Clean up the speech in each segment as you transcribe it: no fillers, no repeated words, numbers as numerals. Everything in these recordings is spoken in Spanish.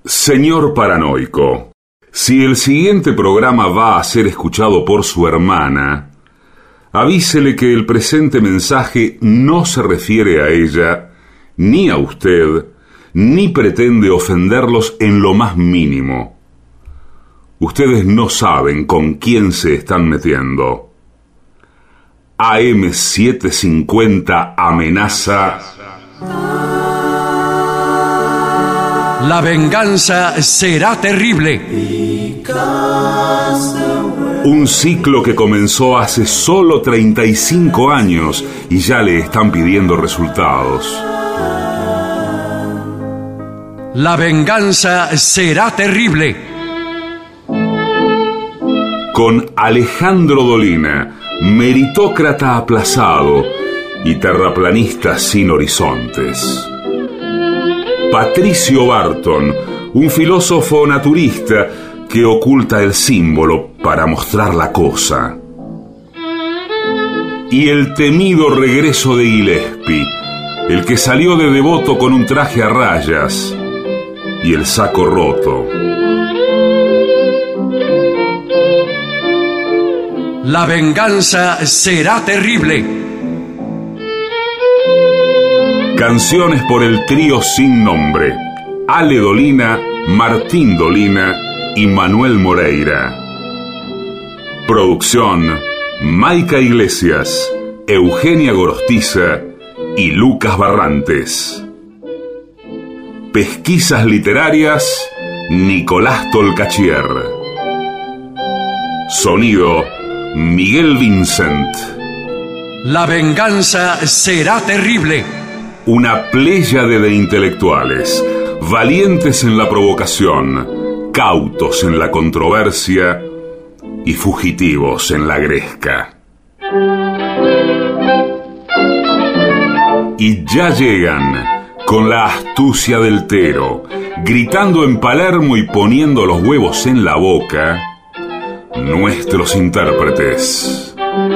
Señor paranoico, si el siguiente programa va a ser escuchado por su hermana, avísele que el presente mensaje no se refiere a ella, ni a usted, ni pretende ofenderlos en lo más mínimo. Ustedes no saben con quién se están metiendo. AM750 amenaza. La venganza será terrible. Un ciclo que comenzó hace solo 35 años y ya le están pidiendo resultados. La venganza será terrible. Con Alejandro Dolina, meritócrata aplazado y terraplanista sin horizontes. Patricio Barton, un filósofo naturista que oculta el símbolo para mostrar la cosa. Y el temido regreso de Gillespie, el que salió de devoto con un traje a rayas y el saco roto. La venganza será terrible. Canciones por el trío sin nombre: Ale Dolina, Martín Dolina y Manuel Moreira. Producción: Maica Iglesias, Eugenia Gorostiza y Lucas Barrantes. Pesquisas literarias: Nicolás Tolcachier. Sonido: Miguel Vincent. La venganza será terrible. Una pléyade de intelectuales, valientes en la provocación, cautos en la controversia y fugitivos en la gresca. Y ya llegan, con la astucia del Tero, gritando en Palermo y poniendo los huevos en la boca, nuestros intérpretes.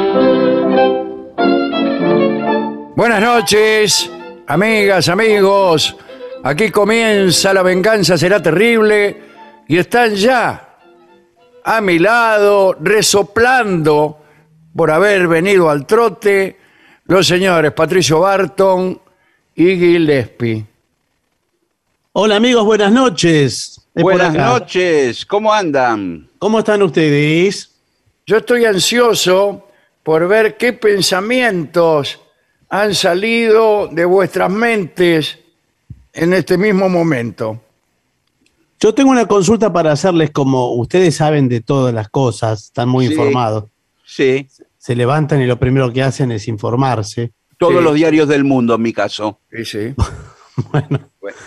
Buenas noches, amigas, amigos. Aquí comienza La venganza será terrible y están ya a mi lado resoplando por haber venido al trote los señores Patricio Barton y Gillespie. Hola amigos, buenas noches. Buenas noches, ¿cómo andan? ¿Cómo están ustedes? Yo estoy ansioso por ver qué pensamientos han salido de vuestras mentes en este mismo momento. Yo tengo una consulta para hacerles. Como ustedes saben de todas las cosas, están muy informados. Sí. Se levantan y lo primero que hacen es informarse. Todos los diarios del mundo, en mi caso. Sí. Bueno.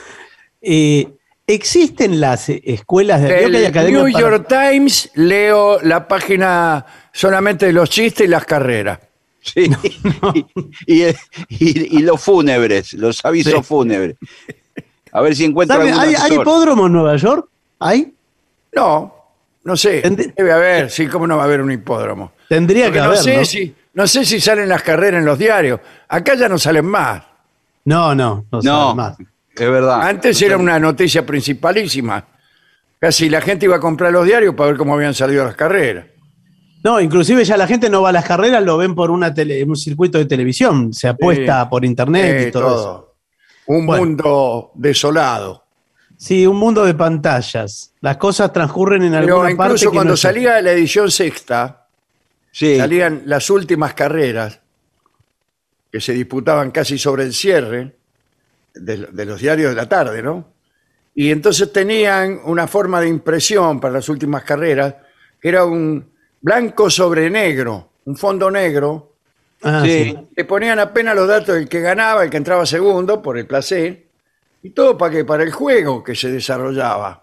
¿Existen las escuelas de El New York Times leo la página solamente de los chistes y las carreras. Sí. No. Y los fúnebres, los avisos fúnebres. A ver si encuentran alguna. ¿Hay hipódromo en Nueva York? ¿Hay? No sé. Debe haber, sí, ¿cómo no va a haber un hipódromo? Tendría que haber, no sé si salen las carreras en los diarios. Acá ya no salen más. No salen más. Es verdad. Antes era una noticia principalísima. Casi la gente iba a comprar los diarios para ver cómo habían salido las carreras. No, inclusive ya la gente no va a las carreras, lo ven por un circuito de televisión. Se apuesta por internet y todo eso. Un mundo desolado. Sí, un mundo de pantallas. Las cosas transcurren en alguna parte. Incluso cuando salía la edición sexta, salían las últimas carreras que se disputaban casi sobre el cierre de los diarios de la tarde, ¿no? Y entonces tenían una forma de impresión para las últimas carreras, que era un blanco sobre negro, un fondo negro. Sí. Le ponían apenas los datos del que ganaba, el que entraba segundo, por el placer, y todo para el juego que se desarrollaba.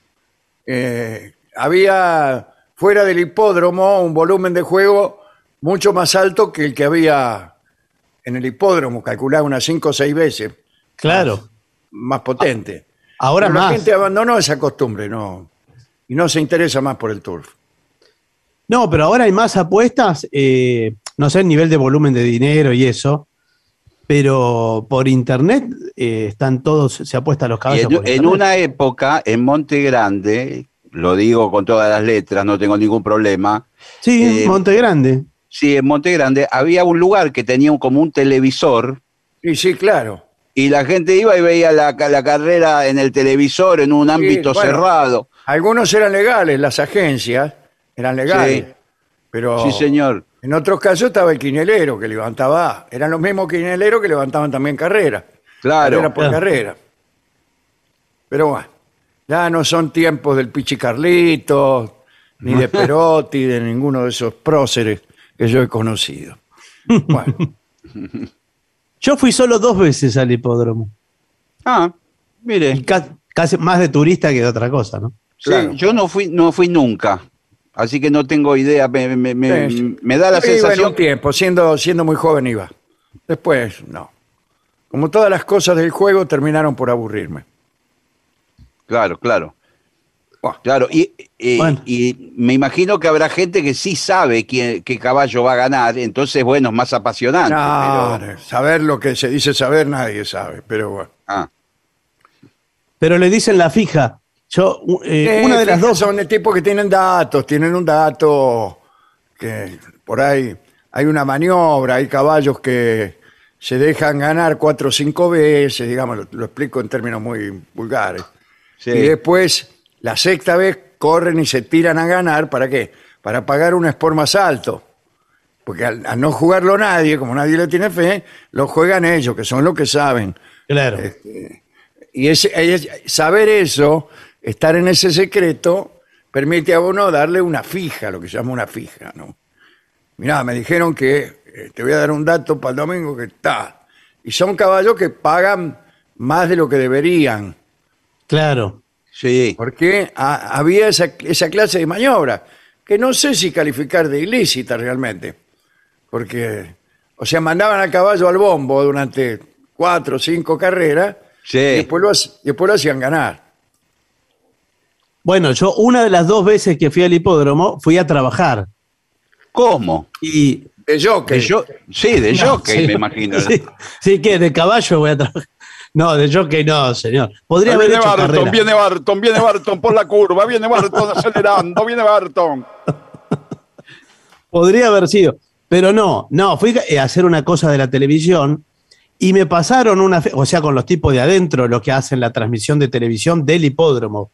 Había fuera del hipódromo un volumen de juego mucho más alto que el que había en el hipódromo, calculaba unas 5 o 6 veces. Claro. Más potente. Ahora Pero más. la gente abandonó esa costumbre, y no se interesa más por el turf. No, pero ahora hay más apuestas, no sé el nivel de volumen de dinero y eso, pero por internet están todos, se apuestan los caballos. En una época, en Monte Grande, lo digo con todas las letras, no tengo ningún problema. Sí, Monte Grande. Sí, en Monte Grande había un lugar que tenía como un televisor. Sí, claro. Y la gente iba y veía la carrera en el televisor, en un ámbito cerrado. Algunos eran legales, las agencias eran legales. Sí. Pero sí, señor. En otros casos estaba el quinelero que levantaba. Eran los mismos quineleros que levantaban también carrera. Claro. Carrera por carrera. Pero bueno, ya no son tiempos del Pichi Carlitos, ni de Perotti, de ninguno de esos próceres que yo he conocido. Bueno. Yo fui solo 2 veces al hipódromo. Ah, mire. Y casi más de turista que de otra cosa, ¿no? Sí, claro. Yo no fui nunca. Así que no tengo idea. Me da la sensación. Iba en un tiempo, siendo muy joven iba. Después, no. Como todas las cosas del juego terminaron por aburrirme. Claro. Bueno. Claro, y me imagino que habrá gente que sí sabe qué caballo va a ganar, entonces, bueno, es más apasionante. No, pero... saber lo que se dice saber nadie sabe, pero bueno. Pero le dicen la fija. Yo, una de las dos... Son el tipo que tienen un dato que por ahí hay una maniobra, hay caballos que se dejan ganar 4 o 5 veces, digamos, lo explico en términos muy vulgares. Sí. Y después, la 6ª vez, corren y se tiran a ganar, ¿para qué? Para pagar un sport más alto. Porque al no jugarlo nadie, como nadie le tiene fe, lo juegan ellos, que son los que saben. Claro. Y saber eso, estar en ese secreto, permite a uno darle una fija, lo que se llama una fija, ¿no? Mirá, me dijeron que te voy a dar un dato para el domingo que está. Y son caballos que pagan más de lo que deberían. Claro. Sí. Porque había esa clase de maniobra, que no sé si calificar de ilícita realmente. Porque, o sea, mandaban al caballo al bombo durante 4 o 5 carreras, sí. Y después lo hacían ganar. Bueno, yo una de las 2 veces que fui al hipódromo fui a trabajar. ¿Cómo? Y de jockey. De jockey, sí, me imagino. Sí, ¿qué? ¿De caballo voy a trabajar? No, de jockey no, señor. Podría haber hecho carrera. Viene Barton por la curva, viene Barton acelerando, viene Barton. Podría haber sido, pero no, fui a hacer una cosa de la televisión y me pasaron o sea, con los tipos de adentro, los que hacen la transmisión de televisión del hipódromo.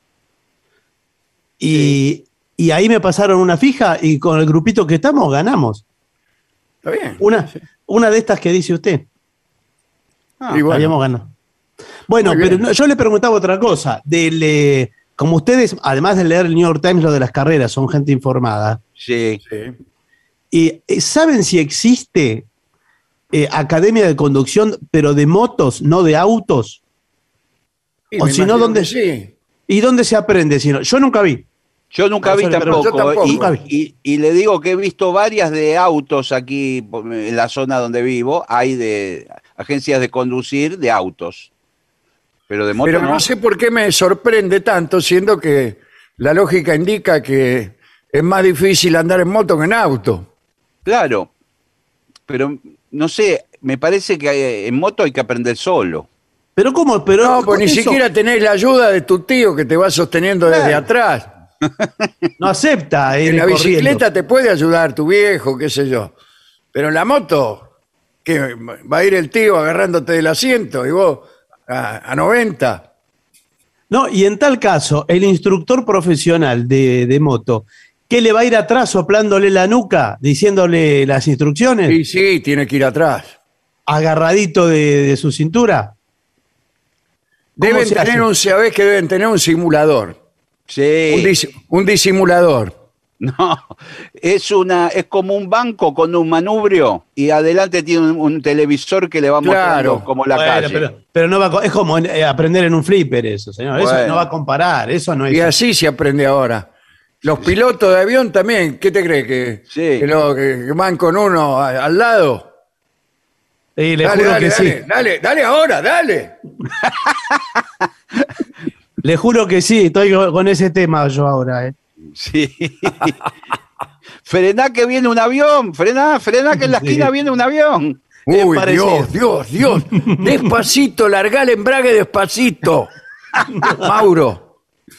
Y ahí me pasaron una fija y con el grupito que estamos ganamos. Está bien. Una de estas que dice usted. Y bueno. Habíamos ganado. Bueno, pero yo le preguntaba otra cosa. Como ustedes, además de leer el New York Times, lo de las carreras, son gente informada. Sí. Y ¿saben si existe academia de conducción, pero de motos, no de autos? O si no, ¿dónde sí? ¿Y dónde se aprende? Yo nunca vi. Yo nunca vi tampoco. Yo tampoco. Y le digo que he visto varias de autos aquí en la zona donde vivo. Hay de agencias de conducir de autos. Pero de moto Pero no sé por qué me sorprende tanto, siendo que la lógica indica que es más difícil andar en moto que en auto. Claro. Pero no sé, me parece que en moto hay que aprender solo. ¿Pero cómo? Pero no, pues ni siquiera tenés la ayuda de tu tío que te va sosteniendo desde atrás. No acepta. En la bicicleta te puede ayudar tu viejo, qué sé yo. Pero en la moto, que va a ir el tío agarrándote del asiento y vos a 90. No, y en tal caso, el instructor profesional de moto, ¿qué le va a ir atrás soplándole la nuca, diciéndole las instrucciones? Sí, tiene que ir atrás. Agarradito de su cintura. Deben tener un simulador. Sí. Un disimulador. No, es como un banco con un manubrio y adelante tiene un televisor que le va mostrando como la calle. Pero no es como aprender en un flipper eso, señor. Bueno. Eso no va a comparar, eso no es. Y así se aprende ahora. Los pilotos de avión también, ¿qué te crees? Que van con uno al lado. Sí, le juro que sí. Dale ahora, dale. Le juro que sí, estoy con ese tema yo ahora. Sí. Frená que viene un avión, frená que en la esquina viene un avión. Uy, parecido. Dios. Despacito, larga el embrague despacito. Mauro.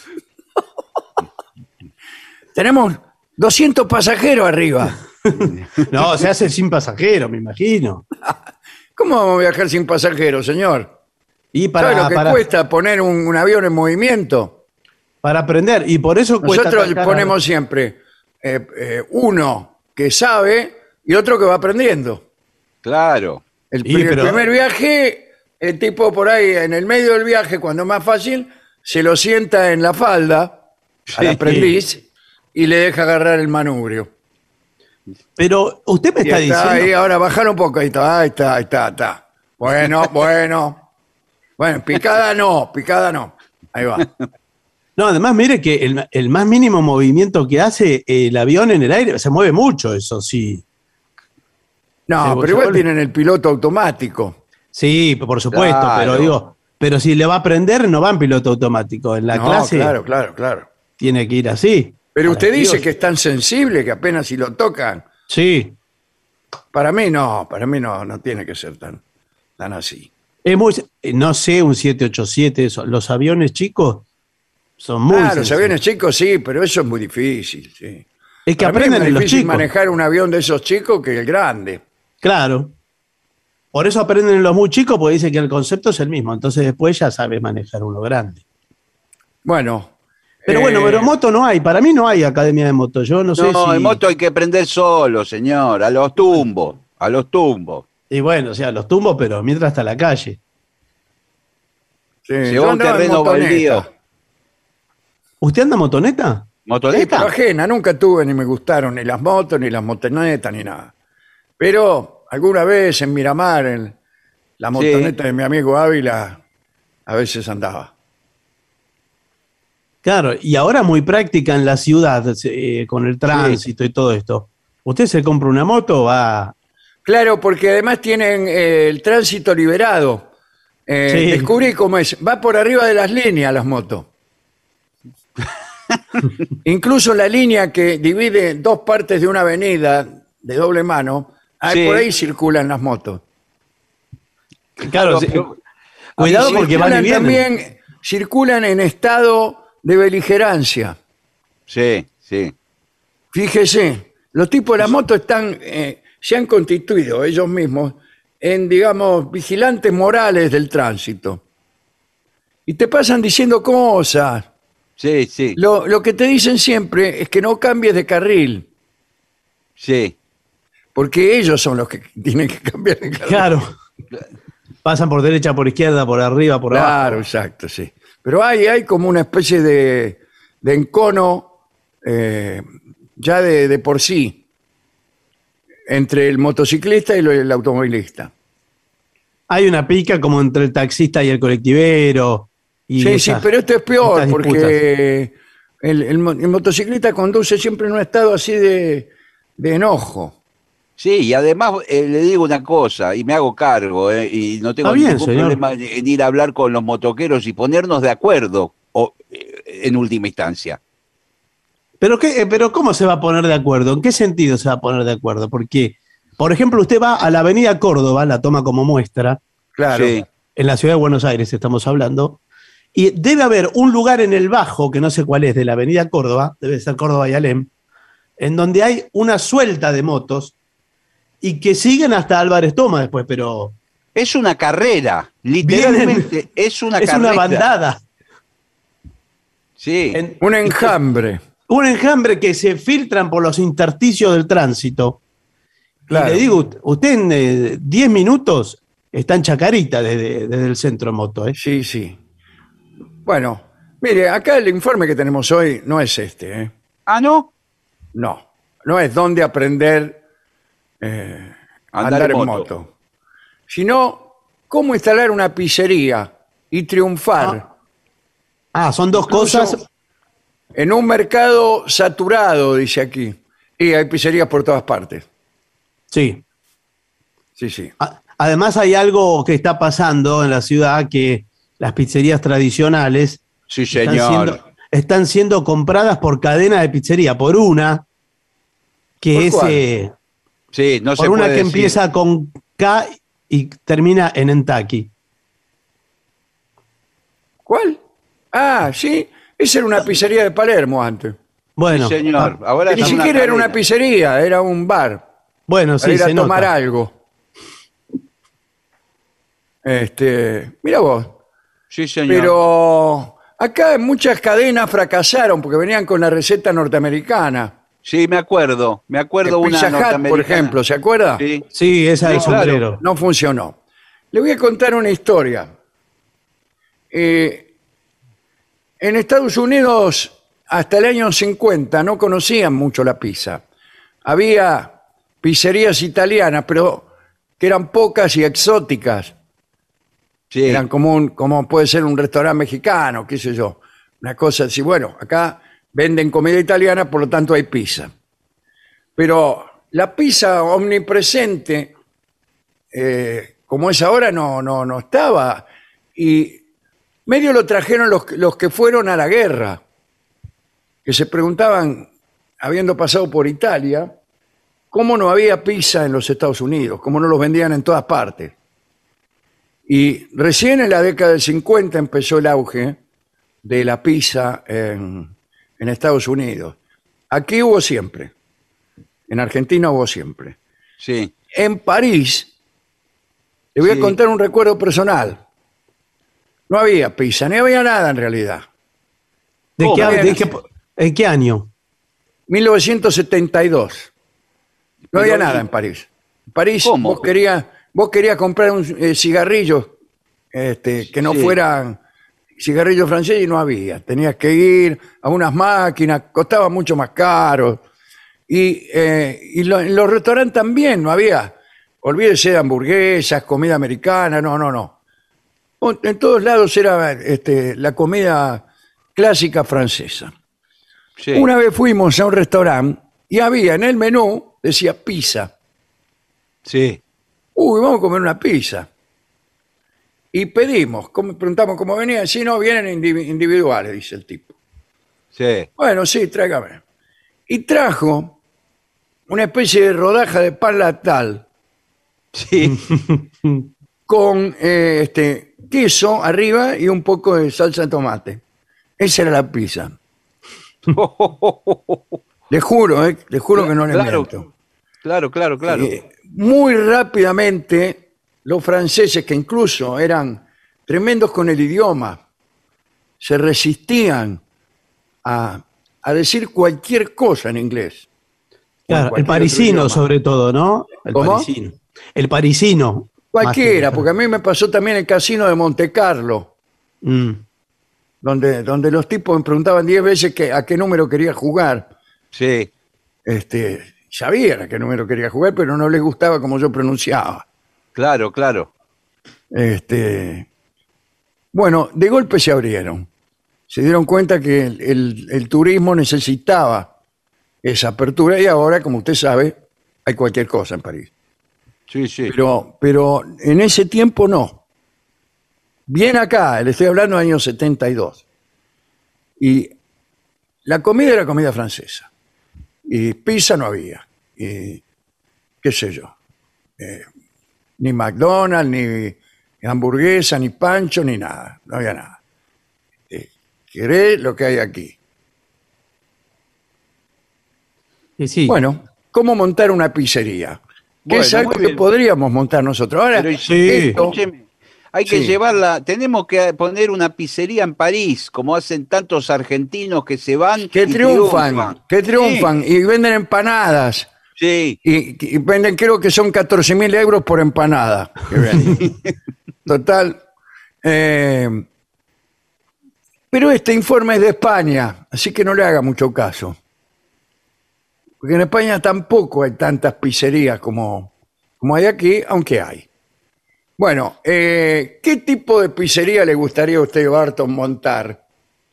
Tenemos 200 pasajeros arriba. No, se hace sin pasajero, me imagino. ¿Cómo vamos a viajar sin pasajeros, señor? Y ¿Sabe lo que cuesta poner un avión en movimiento? para aprender. Y por eso cuesta Nosotros tan cara. ponemos siempre uno que sabe y otro que va aprendiendo. Claro. El pero- primer viaje, el tipo por ahí en el medio del viaje, cuando es más fácil, se lo sienta en la falda al Sí. aprendiz y le deja agarrar el manubrio. Pero usted me Y está está diciendo. ahí, ahora bajar un poco, ahí está. Bueno. Bueno, picada no. Ahí va. No, además, mire que el más mínimo movimiento que hace el avión en el aire se mueve mucho, eso sí. No, Se pero igual vuelve- tienen el piloto automático. Sí, por supuesto, Claro. pero si le va a aprender, no va en piloto automático. En la No, clase claro. tiene que ir así. Pero usted Para dice Dios. que es tan sensible que apenas si lo tocan. Sí. Para mí no tiene que ser tan así. Es muy, no sé, un 787, los aviones chicos son muy Los sensibles. aviones chicos sí, pero eso es muy difícil, sí. Es que Para mí aprenden es en más los difícil chicos. manejar un avión de esos chicos que el grande. Claro. Por eso aprenden en los muy chicos, porque dicen que el concepto es el mismo. Entonces después ya sabes manejar uno grande. Bueno. Pero bueno, pero moto no hay. Para mí no hay academia de moto. Yo no sé No, si... en moto hay que aprender solo, señor, a los tumbos. Y bueno, o sea, los tumbos, pero mientras hasta la calle. Sí, Se yo va un andaba en terreno motoneta. baldío. ¿Usted anda motoneta? Sí, pero ¿Motoneta? ajena, nunca tuve ni me gustaron ni las motos, ni las motonetas, ni nada. Pero alguna vez en Miramar, en la motoneta de mi amigo Ávila, a veces andaba. Claro, y ahora muy práctica en la ciudad, con el tránsito y todo esto. ¿Usted se compra una moto o va...? Claro, porque además tienen el tránsito liberado. Sí. Descubrí cómo es. Va por arriba de las líneas las motos. Incluso la línea que divide dos partes de una avenida de doble mano, ahí Sí. por ahí circulan las motos. Claro, sí. pero- Cuidado Y porque van y circulan vienen. también, circulan en estado de beligerancia. Sí, sí. Fíjese, los tipos de la moto están, se han constituido ellos mismos en, digamos, vigilantes morales del tránsito. Y te pasan diciendo cosas. Sí, sí, Lo que te dicen siempre es que no cambies de carril, sí. porque ellos son los que tienen que cambiar de carril. Claro. Pasan por derecha, por izquierda, por arriba, por Claro, abajo. exacto, sí. Pero hay como una especie de encono ya de por sí entre el motociclista y el automovilista. Hay una pica como entre el taxista y el colectivero. Y Sí, esas- pero esto es peor estas disputas. porque el motociclista conduce siempre en un estado así de enojo. Sí, y además le digo una cosa, y me hago cargo, y no tengo Está bien, ningún señor. problema en ir a hablar con los motoqueros y ponernos de acuerdo en última instancia. Pero ¿cómo se va a poner de acuerdo? ¿En qué sentido se va a poner de acuerdo? Porque, por ejemplo, usted va a la avenida Córdoba, la toma como muestra, Claro. Sí. en la ciudad de Buenos Aires estamos hablando, y debe haber un lugar en el bajo, que no sé cuál es, de la avenida Córdoba, debe ser Córdoba y Alem, en donde hay una suelta de motos y que siguen hasta Álvarez Toma después, pero Es una carrera, literalmente es una es carrera. una bandada. Sí, Un enjambre. Un enjambre que se filtran por los intersticios del tránsito. Claro. Y le digo, usted en 10 minutos está en Chacarita desde el centro moto. ¿eh? Sí, sí. Bueno, mire, acá el informe que tenemos hoy no es este, ¿eh? Ah, ¿no? No es dónde aprender a andar en moto. Sino cómo instalar una pizzería y triunfar Son dos Incluso cosas. en un mercado saturado, dice aquí. Y hay pizzerías por todas partes. Sí. Sí, sí. Además hay algo que está pasando en la ciudad que las pizzerías tradicionales Sí, están señor. están siendo compradas por cadena de pizzería, por una, que ¿Por es cuál? Sí, no se Por una puede que decir. empieza con K y termina en Kentucky. ¿Cuál? Ah, sí. Esa era una pizzería de Palermo antes. Bueno, Sí, señor. ah, Ahora Que ni es siquiera era una cadena. pizzería, era un bar. bueno, Para sí, ir a se tomar nota. algo. Mira vos. Sí, señor. Pero acá muchas cadenas fracasaron porque venían con la receta norteamericana. Sí, me acuerdo una Pizza Hut, por norteamericana. ejemplo, ¿se acuerda? Sí, Sí, esa del Sí, claro. sombrero. No funcionó. Le voy a contar una historia. En Estados Unidos, hasta el año 50, no conocían mucho la pizza. Había pizzerías italianas, pero que eran pocas y exóticas. sí. Eran como puede ser un restaurante mexicano, qué sé yo. Una cosa así. Bueno, acá venden comida italiana, por lo tanto hay pizza. Pero la pizza omnipresente, como es ahora, no estaba. Y medio lo trajeron los que fueron a la guerra, que se preguntaban, habiendo pasado por Italia, cómo no había pizza en los Estados Unidos, cómo no los vendían en todas partes. Y recién en la década del 50 empezó el auge de la pizza en Estados Unidos. Aquí hubo siempre. En Argentina hubo siempre. Sí. En París, le voy a Sí. contar un recuerdo personal. No había pizza, ni había nada en realidad. ¿De ¿Cómo? ¿En qué año? 1972. No Pero había y- nada en París. En París ¿Cómo? vos querías comprar un cigarrillos que no Sí. fueran cigarrillos franceses y no había. Tenías que ir a unas máquinas, costaba mucho más caro. En los restaurantes también no había. Olvídese de hamburguesas, comida americana, no. En todos lados era la comida clásica francesa. Sí. Una vez fuimos a un restaurante y había en el menú, decía pizza. Sí. Uy, vamos a comer una pizza. Y pedimos, preguntamos cómo venían. Si no, vienen individuales, dice el tipo. Sí. Bueno, sí, tráigame. Y trajo una especie de rodaja de pan latal Sí. con queso arriba y un poco de salsa de tomate. Esa era la pizza. Le juro que no le Claro. miento. Claro. Muy rápidamente, los franceses, que incluso eran tremendos con el idioma, se resistían a decir cualquier cosa en inglés. Claro, el cualquier otro parisino idioma. sobre todo, ¿no? El ¿Cómo? parisino. El parisino. Cualquiera, Más que- porque a mí me pasó también el casino de Monte Carlo, Mm. donde los tipos me preguntaban 10 veces a qué número quería jugar. Sí. Sabían a qué número quería jugar, pero no les gustaba como yo pronunciaba. Claro. Bueno, de golpe se abrieron. Se dieron cuenta que el turismo necesitaba esa apertura y ahora, como usted sabe, hay cualquier cosa en París. Sí. Pero en ese tiempo no. Bien acá, le estoy hablando de años 72. Y la comida era comida francesa. Y pizza no había. Y qué sé yo. Ni McDonald's, ni hamburguesa, ni pancho, ni nada. No había nada. Querés lo que hay aquí. Y sí. Bueno, ¿cómo montar una pizzería? Que es Bueno, algo muy que bien. podríamos montar nosotros. Ahora, Pero sí. esto, escúcheme, hay que Sí. llevarla, tenemos que poner una pizzería en París, como hacen tantos argentinos que se van que y triunfan, y venden empanadas. Sí. Y venden, creo que son 14.000 euros por empanada. que venden. Total. Pero este informe es de España, así que no le haga mucho caso. Porque en España tampoco hay tantas pizzerías como hay aquí, aunque hay. Bueno, ¿qué tipo de pizzería le gustaría a usted, Barton, montar?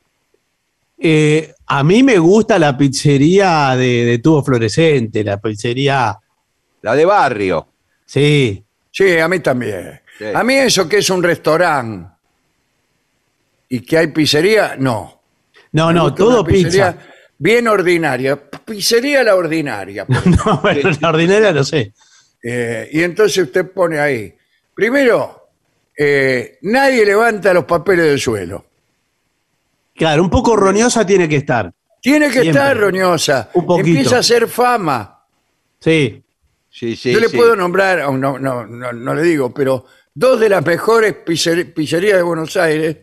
A mí me gusta la pizzería de tubo fluorescente, la pizzería. La de barrio. Sí. Sí, a mí también. Sí. A mí eso que es un restaurante y que hay pizzería, no. No, Me no, gusta todo una pizzería pizza. bien ordinaria. Pizzería La Ordinaria. No, bueno, la ordinaria lo sé. Y entonces usted pone ahí. Primero, nadie levanta los papeles del suelo. Claro, un poco roñosa tiene que estar. Tiene que Siempre. estar roñosa. Un poquito. Empieza a hacer fama. Sí. Sí, sí, Yo le sí. puedo nombrar, no le digo, pero dos de las mejores pizzerías de Buenos Aires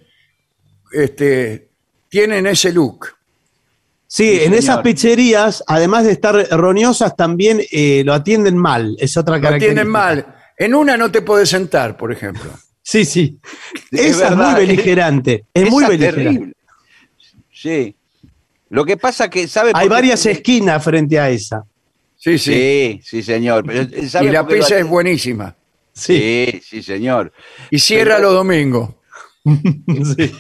tienen ese look. Sí, Sí, en señor. esas pizzerías, además de estar roñosas, también lo atienden mal. Es otra Lo característica. tienen mal. En una no te podés sentar, por ejemplo. Sí, sí. Es Esa es verdad, muy beligerante. Es muy Esa beligerante. terrible. Sí. Lo que pasa que, ¿sabe por Hay qué varias tiene- esquinas frente a esa. Sí, sí. Sí, sí, señor. Pero, ¿sabe Y la por qué lo pizza es atiende? buenísima. Sí. Sí, sí, señor. Y cierra Pero- los domingos. Sí.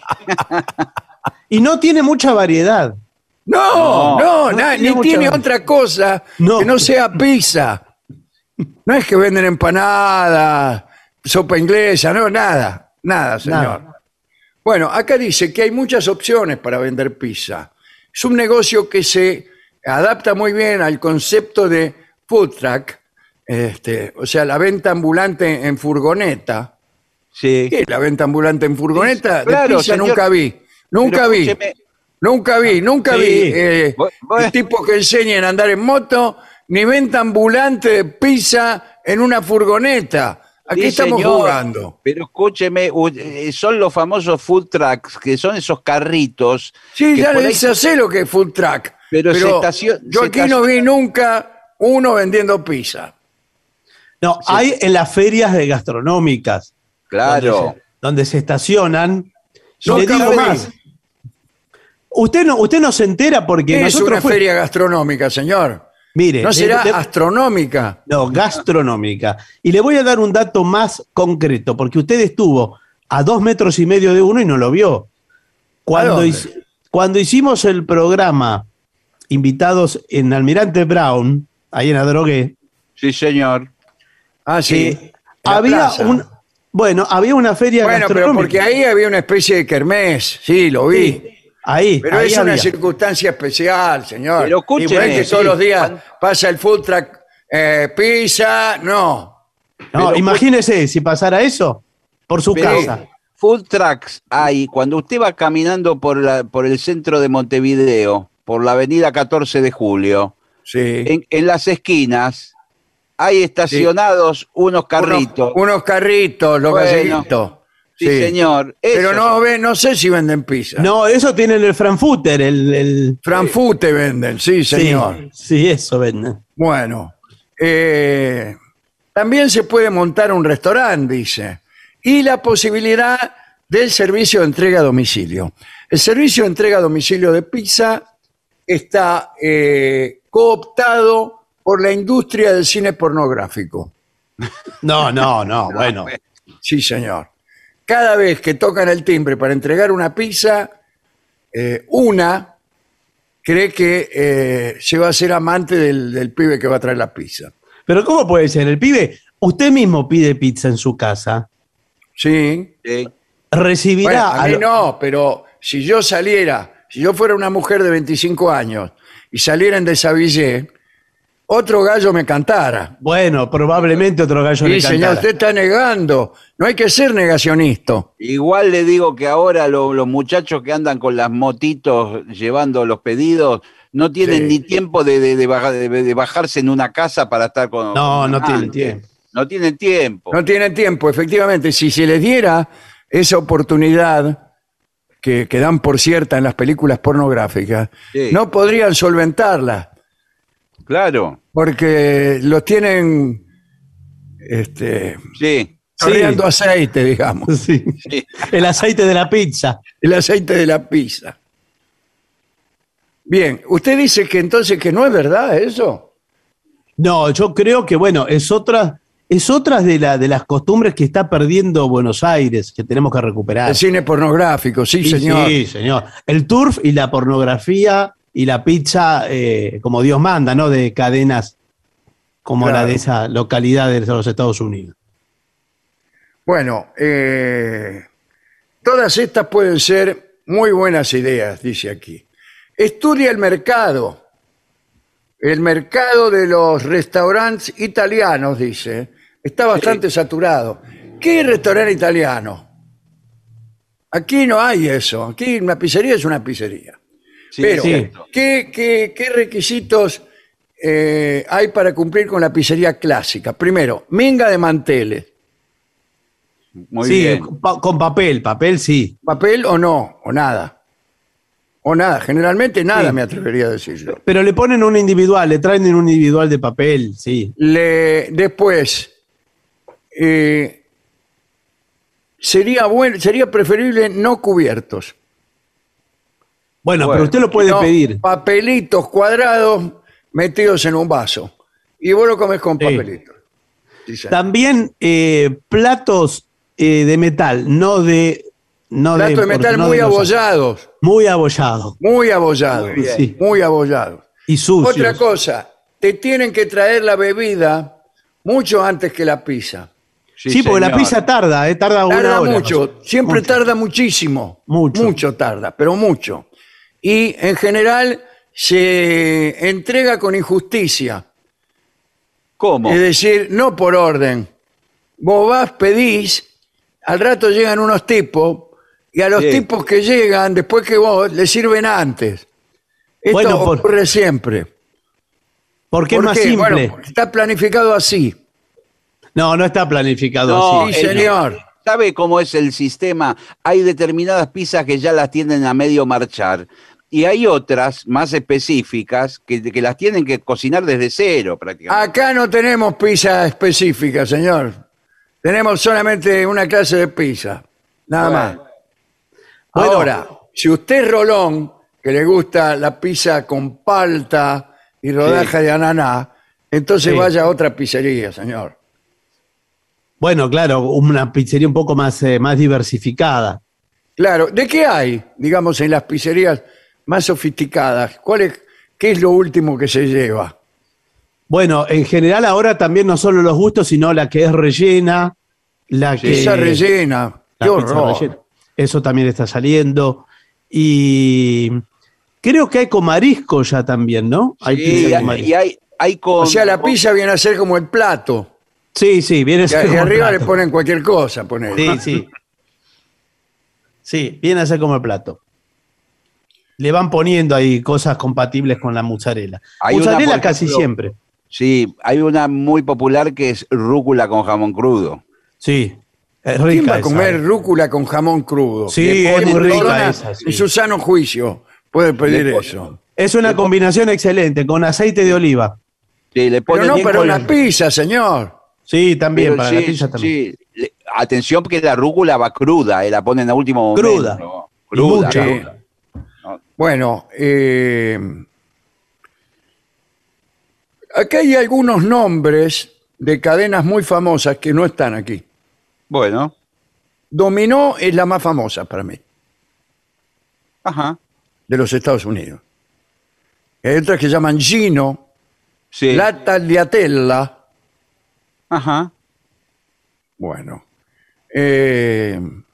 Y no tiene mucha variedad. No, No, ni tiene tiene mucha- otra cosa No. que no sea pizza. No es que venden empanadas, sopa inglesa, no, nada, señor. Nada. Bueno, acá dice que hay muchas opciones para vender pizza. Es un negocio que se adapta muy bien al concepto de food truck, o sea, la venta ambulante en furgoneta. Sí. ¿Qué es la venta ambulante en furgoneta? Sí, claro, de pizza señor. nunca vi. Nunca Pero vi. escúcheme. Nunca Sí. vi Bueno. tipos que enseñen a andar en moto, ni venta ambulante de pizza en una furgoneta. Aquí Sí, estamos señor. jugando. Pero escúcheme, son los famosos food trucks, que son esos carritos. Sí, que ya por ahí- les sé lo que es food truck. Pero Pero yo se aquí no vi nunca uno vendiendo pizza. No, hay en las ferias de gastronómicas. Claro. Donde se estacionan. Y No, le digo Carlos, más. Usted no se entera porque ¿Qué es nosotros una feria gastronómica, señor? Mire, ¿No será le- astronómica? no, gastronómica. Y le voy a dar un dato más concreto, porque usted estuvo a 2,5 metros de uno y no lo vio. Cuando, dónde? cuando hicimos el programa invitados en Almirante Brown, ahí en Adrogué, Sí, señor. Ah, sí. eh, en la había plaza. había una feria Bueno, pero gastronómica. porque ahí había una especie de kermés. Sí, lo vi. Sí, ahí, Pero ahí es una había. circunstancia especial, señor. Pero escúcheme, Y no es que sí, todos los días cuando- pasa el food truck, pizza, no. No, Pero- imagínese si pasara eso por su Pero- casa. Food trucks hay cuando usted va caminando por el centro de Montevideo, por la avenida 14 de Julio. Sí. En las esquinas hay estacionados unos carritos. Unos carritos, los Bueno, galleguitos. sí, señor. Pero Esos. no sé si venden pizza. No, eso tiene el Frankfurter, el Frankfurter venden, sí, señor. Sí, eso venden. Bueno, también se puede montar un restaurante, dice, y la posibilidad del servicio de entrega a domicilio. El servicio de entrega a domicilio de pizza está cooptado por la industria del cine pornográfico. No, bueno. Sí, señor. Cada vez que tocan el timbre para entregar una pizza, una cree que se va a hacer amante del pibe que va a traer la pizza. Pero ¿cómo puede ser? El pibe, usted mismo pide pizza en su casa, Sí. Sí. recibirá... Bueno, a mí no, pero si yo fuera una mujer de 25 años y saliera en Desavillé, otro gallo me cantara. Bueno, probablemente otro gallo Sí, le señor, cantara. usted está negando. No hay que ser negacionista. Igual le digo que ahora los muchachos que andan con las motitos llevando los pedidos no tienen Sí. ni tiempo de bajarse en una casa para estar con... No con tienen amantes. tiempo. No tienen tiempo. No tienen tiempo, efectivamente. Si se les diera esa oportunidad que dan por cierta en las películas pornográficas, Sí. no podrían solventarla, Claro, porque los tienen sí. chorreando aceite, digamos. Sí. Sí. El aceite de la pizza. El aceite de la pizza. Bien, usted dice que entonces que no es verdad eso. No, yo creo que, bueno, es otra de las costumbres que está perdiendo Buenos Aires, que tenemos que recuperar. El cine pornográfico, sí, señor. Sí, señor. El turf y la pornografía y la pizza, como Dios manda, ¿no? De cadenas como Claro. la de esa localidad de los Estados Unidos. Bueno, todas estas pueden ser muy buenas ideas, dice aquí. Estudia el mercado de los restaurantes italianos, dice. Está bastante saturado. ¿Qué restaurante italiano? Aquí no hay eso. Aquí una pizzería es una pizzería. Sí, Pero, sí. ¿qué requisitos hay para cumplir con la pizzería clásica? Primero, minga de manteles. Muy Sí, bien. con papel sí. ¿Papel o no? ¿O nada? O nada. Generalmente nada, Sí. me atrevería a decir yo. Pero le ponen un individual, le traen en un individual de papel, sí. Después, sería preferible no cubiertos. Bueno, Bueno, pero usted lo puede No, pedir. papelitos cuadrados metidos en un vaso. Y vos lo comes con Sí. papelitos. Sí, señor. También platos de metal, Platos de metal no muy de loza. abollados. Muy abollados. Muy abollados. Muy bien. Sí. Muy abollados. Y sucios. Otra cosa, te tienen que traer la bebida mucho antes que la pizza. Sí, porque la señor. pizza tarda, tarda una Tarda hora. mucho, siempre Mucho. tarda muchísimo. Mucho. Tarda, pero mucho. Y en general se entrega con injusticia. ¿Cómo? Es decir, no por orden. Vos vas, pedís, al rato llegan unos tipos, y a los Sí. tipos que llegan, después que vos, les sirven antes. Esto Bueno, ocurre siempre. Porque es ¿Por más qué? simple. Bueno, porque está planificado así. No está planificado No, así. Sí, señor. ¿Sabe cómo es el sistema? Hay determinadas pizzas que ya las tienen a medio marchar y hay otras más específicas que las tienen que cocinar desde cero prácticamente. Acá no tenemos pizza específica, señor. Tenemos solamente una clase de pizza. Nada más. Bueno. Ahora, si usted es Rolón, que le gusta la pizza con palta y rodaja de ananá, entonces Sí. vaya a otra pizzería, señor. Bueno, claro, una pizzería un poco más diversificada. Claro, ¿de qué hay, digamos, en las pizzerías más sofisticadas? ¿Qué es lo último que se lleva? Bueno, en general ahora también no solo los gustos, sino la que es rellena, la que... Pizza rellena. la ¡Qué pizza horror! rellena. Eso también está saliendo. Y creo que hay con marisco ya también, ¿no? Hay Sí, pizza con y marisco. hay con... O sea, la pizza viene a ser como el plato. Sí, viene a Y ser como el arriba le plato. ponen cualquier cosa, poner. Sí. Sí, viene a ser como el plato. Le van poniendo ahí cosas compatibles con la mozzarella. Hay una, Mozzarella por casi ejemplo, siempre. Sí, hay una muy popular que es rúcula con jamón crudo. Sí. Es ¿Quién rica va a esa. comer rúcula con jamón crudo? Sí, Le es ponen muy rica persona esa, sí. En su sano juicio puede pedir Le ponen- eso. Es una combinación excelente, con aceite de oliva. Sí, le Pero ponen no bien para con- una pizza, señor. Sí, también, pero para sí, la pizza también. sí. Atención porque la rúcula va cruda, la ponen a último momento. Cruda. ¿no? Y Cruda. mucha. Sí. Bueno, acá hay algunos nombres de cadenas muy famosas que no están aquí. Bueno, Dominó es la más famosa para mí, ajá. de los Estados Unidos. Hay otras que llaman Gino, Sí. La Tagliatella. Ajá. Bueno. El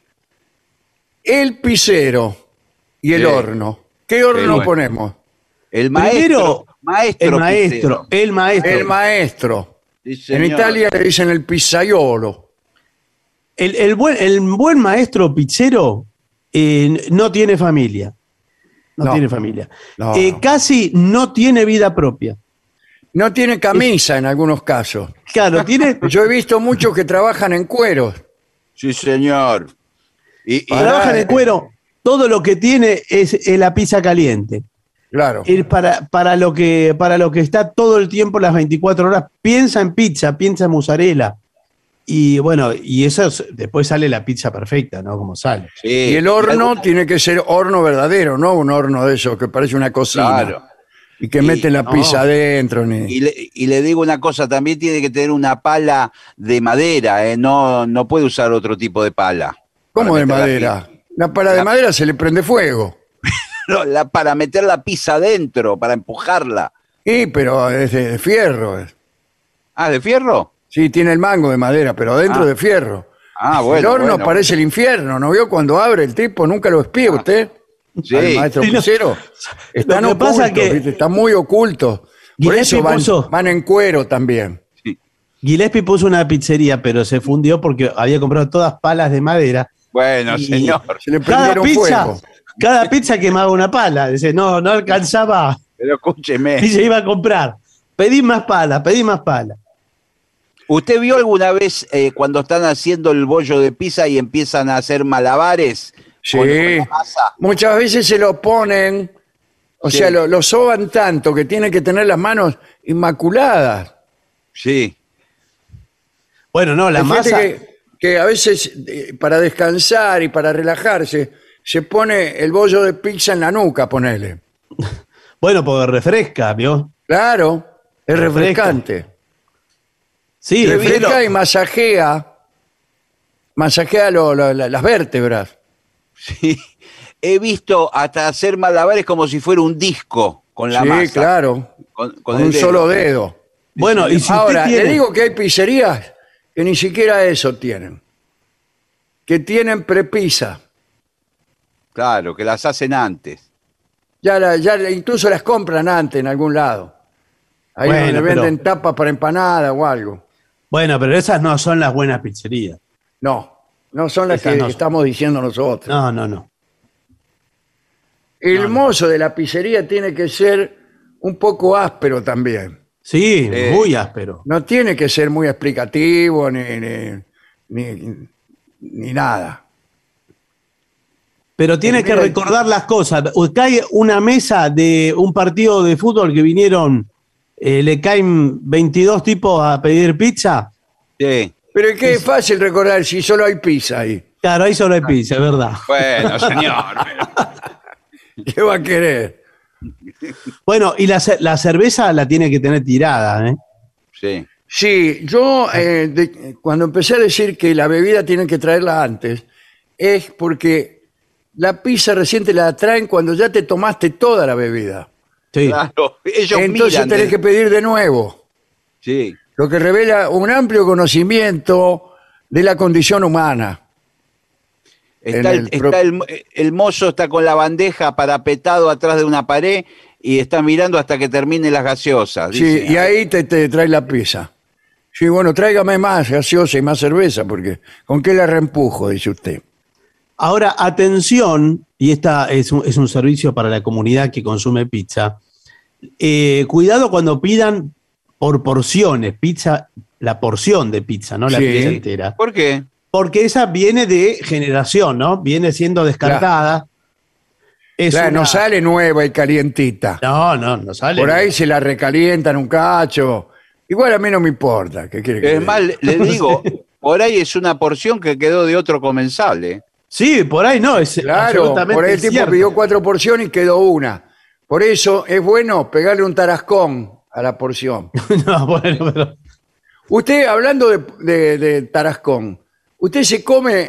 Pizzero y el Sí. horno. ¿Qué horno bueno. ponemos? El Primero, maestro. el maestro. El maestro. Sí, En señor. Italia le dicen el pizzaiolo. El buen maestro pizzero no tiene familia. No tiene familia. No. Casi no tiene vida propia. No tiene camisa en algunos casos. Claro, tiene. Yo he visto muchos que trabajan en cueros. Sí, señor. Y Trabaja en el cuero. Todo lo que tiene es la pizza caliente. Claro. Es para lo que está todo el tiempo, las 24 horas, piensa en pizza, piensa en mozzarella. Y bueno, y eso después sale la pizza perfecta, ¿no? Como sale. sí. Y el horno tiene que ser horno verdadero, no un horno de esos que parece una cocina. Claro. Y que Y- meten la no. pizza adentro. Y le digo una cosa, también tiene que tener una pala de madera, ¿eh? No puede usar otro tipo de pala. ¿Cómo para de meter la madera? La pala de La- madera se le prende fuego. No, para meter la pizza adentro, para empujarla. Sí, pero es de fierro. Ah, ¿de fierro? Sí, tiene el mango de madera, pero adentro Ah. de fierro. Ah, El bueno. horno bueno. parece el infierno, ¿no vio? Cuando abre el tipo, nunca lo espía usted. Sí. al maestro Sí, no. pizzero, están Lo que ocultos, pasa que- ¿viste? Están muy ocultos. Por Gillespie eso puso- van en cuero también. Gillespie puso una pizzería, pero se fundió porque había comprado todas palas de madera. Bueno, Y- señor. Se le Cada prendieron pizza, fuego. cada pizza quemaba una pala. Dice, no alcanzaba Pero escúcheme. y se iba a comprar. Pedí más pala, pedí más pala. ¿Usted vio alguna vez cuando están haciendo el bollo de pizza y empiezan a hacer malabares? Sí. con la masa? Muchas veces se lo ponen, o Sí. sea, lo soban tanto que tienen que tener las manos inmaculadas. Sí. Bueno, no, la Hay gente masa. que a veces, para descansar y para relajarse, se pone el bollo de pizza en la nuca, ponele. Bueno, porque refresca, ¿vio? Claro, es Refresca. refrescante. Sí, Refresca y masajea las vértebras. Sí. He visto hasta hacer malabares como si fuera un disco con la Sí, masa. claro, Con con el un dedo. solo dedo. Bueno, y si Ahora, usted tiene... le digo que hay pizzerías que ni siquiera eso tienen. Que tienen prepisa. Claro, que las hacen antes. Ya incluso las compran antes en algún lado. Ahí Bueno, donde pero- venden tapas para empanada o algo. Bueno, pero esas no son las buenas pizzerías. No son las Esas que no son. estamos diciendo nosotros. No. El no. mozo de la pizzería tiene que ser un poco áspero también. Sí, muy áspero. No tiene que ser muy explicativo ni nada. Pero tiene que Mira, recordar las cosas. Cae una mesa de un partido de fútbol que vinieron, le caen 22 tipos a pedir pizza. Sí. Pero es que es fácil recordar si solo hay pizza ahí. Claro, ahí solo hay pizza, es verdad. Bueno, señor. ¿Qué va a querer? Bueno, y la cerveza la tiene que tener tirada, ¿eh? Sí. Sí, yo cuando empecé a decir que la bebida tienen que traerla antes, es porque la pizza reciente la traen cuando ya te tomaste toda la bebida. Sí. Claro. Ellos Entonces miran. tenés que pedir de nuevo, Sí. lo que revela un amplio conocimiento de la condición humana. Está, En el está el mozo está con la bandeja parapetado atrás de una pared y está mirando hasta que termine las gaseosas. Sí, dice. y ahí te trae la pizza. Sí, bueno, tráigame más gaseosa y más cerveza, porque ¿con qué la reempujo? Dice usted. Ahora, atención, y esta es un servicio para la comunidad que consume pizza. Cuidado cuando pidan por porciones, pizza, la porción de pizza, no la Sí. pizza entera. ¿Por qué? Porque esa viene de generación, ¿no? Viene siendo descartada. Es Claro, una- no sale nueva y calientita. No sale. Por ahí se la recalientan un cacho. Igual a mí no me importa. ¿Qué quiere que Es le más, diga? le digo, por ahí es una porción que quedó de otro comensal, ¿eh? Sí, por ahí no, es Claro, absolutamente por ahí el tipo cierto. pidió 4 porciones y quedó una. Por eso es bueno pegarle un tarascón a la porción. No, bueno, pero... Usted, hablando de tarascón, ¿usted se come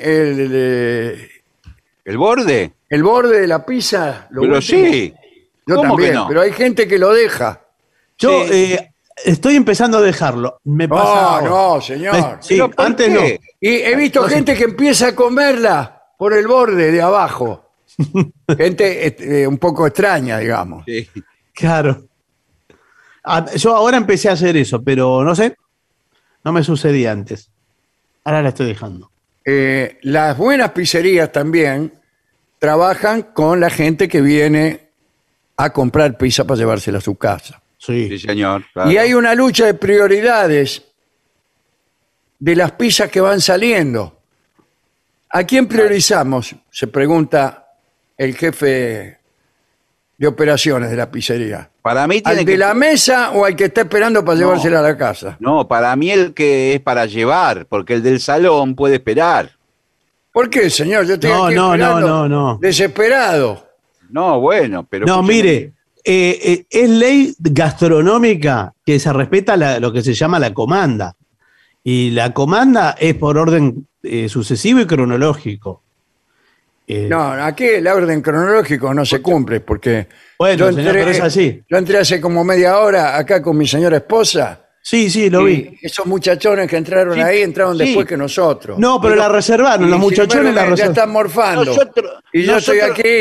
¿El borde? el borde de la pizza? Lo Pero último? sí. Yo ¿Cómo que también, no? pero hay gente que lo deja. Yo Sí. estoy empezando a dejarlo. Me pasa No, ahora. no, señor. Sí, ¿Pero por antes qué? Y he visto No sé. gente que empieza a comerla por el borde de abajo. Gente un poco extraña, digamos. Sí. no. Claro. Yo ahora empecé a hacer eso, pero no sé. No me sucedía antes. Ahora la estoy dejando. Las buenas pizzerías también trabajan con la gente que viene a comprar pizza para llevársela a su casa. Sí, Sí. señor. Claro. Y hay una lucha de prioridades de las pizzas que van saliendo. ¿A quién priorizamos? Se pregunta el jefe de operaciones de la pizzería. Para mí tiene ¿Al que... de la mesa o al que está esperando para No. llevársela a la casa? No, para mí el que es para llevar, porque el del salón puede esperar. ¿Por qué, señor? Yo estoy No, aquí no, esperando, no. desesperado. No, bueno, pero... No, escúcheme. mire, es ley gastronómica que se respeta lo que se llama la comanda. Y la comanda es por orden sucesivo y cronológico. No, aquí el orden cronológico no se cumple porque Bueno, señor, pero es así. yo entré hace como media hora acá con mi señora esposa Sí, lo vi. y esos muchachones que entraron Sí, ahí entraron sí. después que nosotros. No, pero la reservaron, Y los sin muchachones embargo, la ya reservaron. están morfando. Nosotros- y yo estoy nosotros- aquí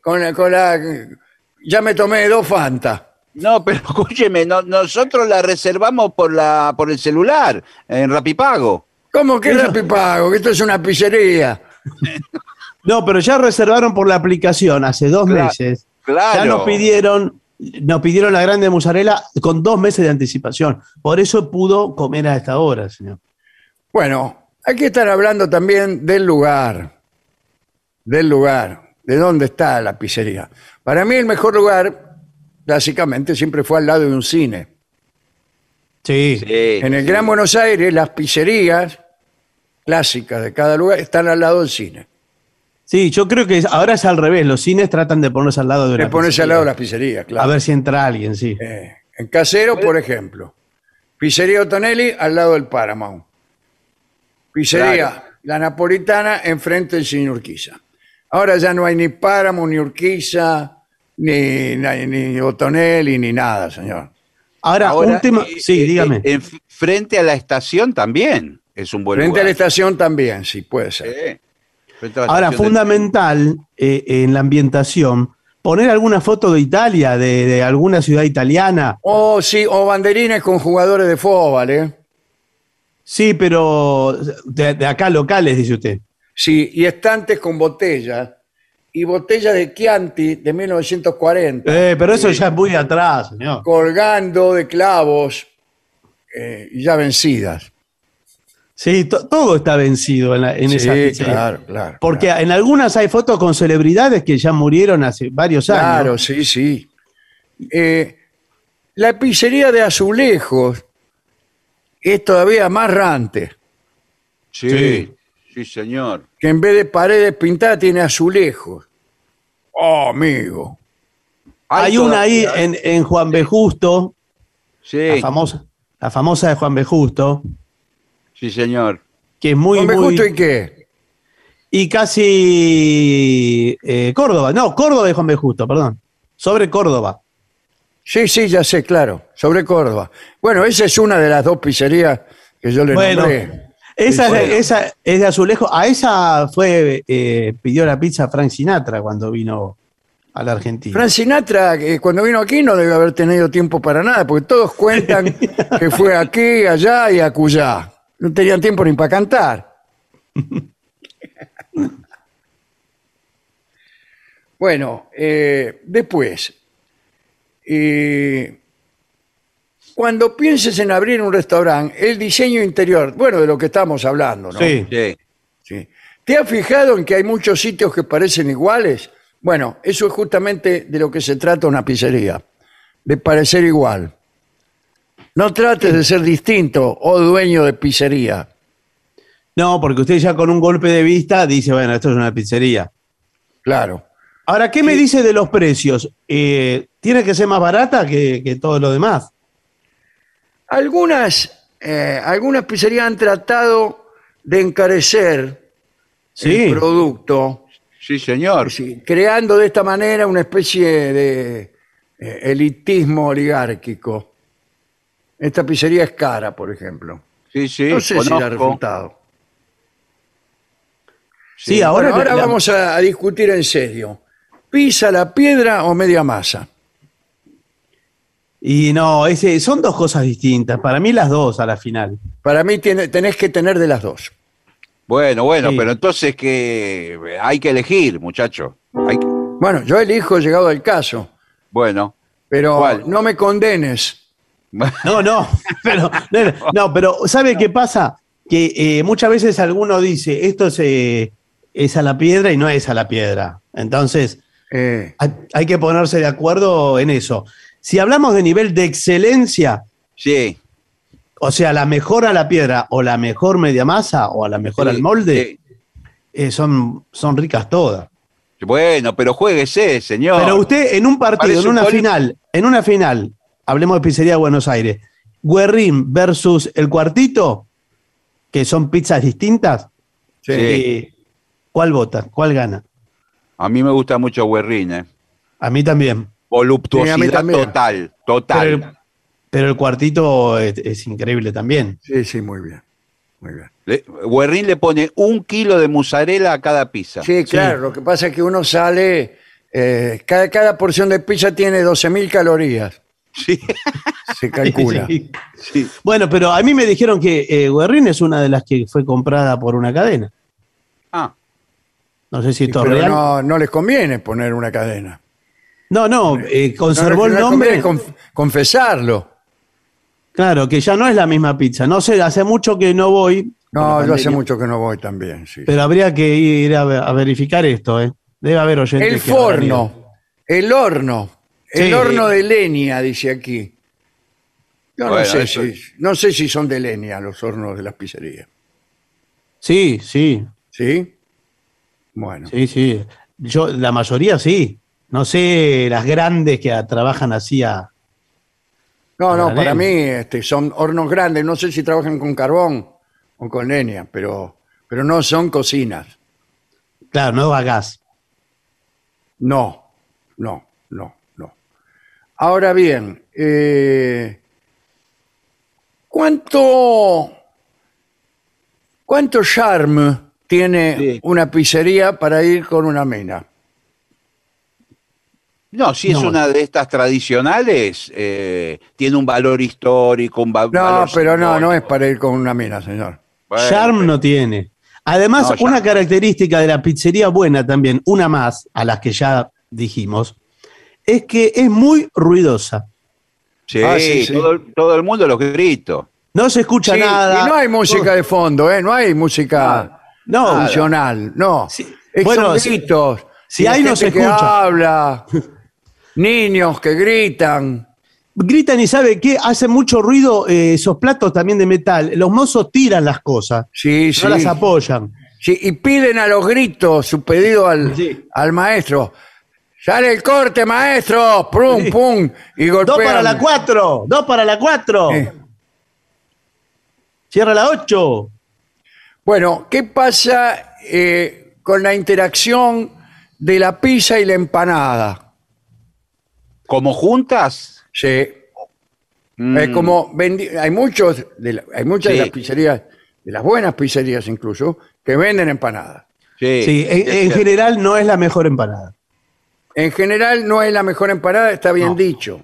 Ya me tomé 2 Fanta. No, pero escúcheme, nosotros la reservamos por el celular, en Rapipago. ¿Cómo que Rapipago? Que esto es una pizzería. No, pero ya reservaron por la aplicación hace 2 meses. Claro. Ya nos pidieron la grande mozzarella con 2 meses de anticipación. Por eso pudo comer a esta hora, señor. Bueno, hay que estar hablando también del lugar. De dónde está la pizzería. Para mí el mejor lugar, básicamente, siempre fue al lado de un cine. Sí. En el Gran Buenos Aires, las pizzerías clásicas de cada lugar están al lado del cine. Sí, yo creo que ahora es al revés. Los cines tratan de ponerse al lado de una De ponerse pizzería. al lado de las pizzerías, claro. A ver si entra alguien, sí. En Casero, por ejemplo. Pizzería Otonelli al lado del Paramount. Pizzería Claro. La Napolitana enfrente del Cine Urquiza. Ahora ya no hay ni Paramount, ni Urquiza, ni Otonelli, ni nada, señor. Ahora, un tema. Sí, dígame. Frente a la estación también es un buen Frente a la lugar. estación también, sí, puede ser. Sí. Frente a la Ahora, estación de- fundamental en la ambientación, poner alguna foto de Italia, de alguna ciudad italiana. O sí, o banderines con jugadores de fútbol, ¿eh? Sí, pero de acá locales, dice usted. Sí, y estantes con botellas. Y botellas de Chianti de 1940. Pero eso ya es muy atrás, señor. Colgando de clavos y ya vencidas. Sí, todo está vencido en esa Sí, pizzería. claro. Porque claro. en algunas hay fotos con celebridades que ya murieron hace varios años. Claro, sí, sí. La pizzería de Azulejos es todavía más rante, Sí, sí, señor. que en vez de paredes pintadas tiene azulejos. Oh, amigo. Hay una ahí en Juan B. Justo, Sí, la famosa de Juan B. Justo, sí, señor. que es muy, ¿Hombre muy... justo y qué? Y casi Córdoba, no, Córdoba de Juan B. Justo, perdón. Sobre Córdoba. Sí, sí, ya sé, claro. Sobre Córdoba. Bueno, esa es una de las 2 pizzerías que yo le Bueno, nombré. esa Sí, es de Azulejo. A esa pidió la pizza Frank Sinatra cuando vino a la Argentina. Frank Sinatra, cuando vino aquí, no debe haber tenido tiempo para nada, porque todos cuentan que fue aquí, allá y acullá. No tenían tiempo ni para cantar. Bueno, después, cuando pienses en abrir un restaurante, el diseño interior, bueno, de lo que estamos hablando, ¿no? Sí. Sí. Sí. ¿Te has fijado en que hay muchos sitios que parecen iguales? Bueno, eso es justamente de lo que se trata una pizzería, de parecer igual. No trates de ser distinto, oh dueño de pizzería. No, porque usted ya con un golpe de vista dice, bueno, esto es una pizzería. Claro. Ahora, ¿qué me dice de los precios? ¿Tiene que ser más barata que todo lo demás? Algunas pizzerías han tratado de encarecer Sí. el producto, Sí, señor. sí, creando de esta manera una especie de elitismo oligárquico. Esta pizzería es cara, por ejemplo. Sí, sí, No sé si da conozco. resultado. Sí, ahora, Bueno, ahora vamos a discutir en serio. ¿Pizza a la piedra o media masa? Y no, son 2 cosas distintas. Para mí las 2 a la final. Para mí tenés que tener de las 2. Bueno, Sí. pero entonces que hay que elegir, muchacho. Bueno, yo elijo llegado al caso, Bueno, pero ¿Cuál? no me condenes. No, pero ¿sabe qué pasa? Que muchas veces alguno dice, esto es a la piedra y no es a la piedra. Entonces, hay que ponerse de acuerdo en eso. Si hablamos de nivel de excelencia, sí. o sea, la mejor a la piedra o la mejor media masa o a la mejor Sí, al molde, sí. son ricas todas. Bueno, pero juéguese, señor. Pero usted en un partido, Parece en una final, hablemos de Pizzería de Buenos Aires, Guerrín versus El Cuartito, que son pizzas distintas, Sí. ¿cuál vota? ¿Cuál gana? A mí me gusta mucho Guerrín, ¿eh? A mí también. Voluptuosidad Sí, a mí también. total. Pero El Cuartito es increíble también. Sí, sí, muy bien. Muy bien. Guerrín le pone 1 kilo de mozzarella a cada pizza. Sí, claro, lo que pasa es que uno sale Cada porción de pizza tiene 12.000 calorías, Sí. se calcula. Sí. Sí. Bueno, pero a mí me dijeron que Guerrín es una de las que fue comprada por una cadena. Ah, No sé si esto es Pero real. no les conviene poner una cadena. No, conservó No el les nombre. conviene confesarlo. Claro, que ya no es la misma pizza. No sé, hace mucho que no voy. por la No, yo hace pandemia, mucho que no voy también. Sí. Pero habría que ir a verificar esto, ¿eh? Debe haber oyentes El que habrán ido. forno, el horno, el Sí. horno de leña, dice aquí. Yo Bueno, eso- no sé si son de leña los hornos de las pizzerías. Sí, sí, ¿Sí? Bueno. sí. La mayoría sí. No sé, las grandes que trabajan así a... No, la para mí leña. son hornos grandes. No sé si trabajan con carbón o con leña, pero no son cocinas. Claro, no a gas. No. Ahora bien, ¿cuánto charme tiene Sí. una pizzería para ir con una mina? No, si es No. una de estas tradicionales, tiene un valor histórico, un No, valor pero no es simbólico. para ir con una mina, señor. Bueno, Charm pero- no tiene. Además, No, ya. una característica de la pizzería buena también, una más, a las que ya dijimos, es que es muy ruidosa. Sí, Ah, sí, sí. Todo el mundo los grito. No se escucha Sí, nada. y no hay música de fondo, ¿eh? No hay música No, funcional, no. Sí. Son Bueno, gritos. si y ahí no gente se que escucha. habla, niños que gritan. gritan y ¿sabe qué? Hace mucho ruido esos platos también de metal. Los mozos tiran las cosas, Sí, no las apoyan. Sí, y piden a los gritos su pedido Sí. al maestro. ¡Sale el corte, maestro! ¡Pum, Sí. pum! Y golpean. 2 para la 4, 2 para la 4. Sí. Cierra la 8. Bueno, ¿qué pasa con la interacción de la pizza y la empanada? ¿Como juntas? Sí. Mm, Hay muchas Sí. de las pizzerías, de las buenas pizzerías incluso, que venden empanadas. sí, Sí, es en cierto. general no es la mejor empanada. En general no es la mejor empanada, está bien No. dicho.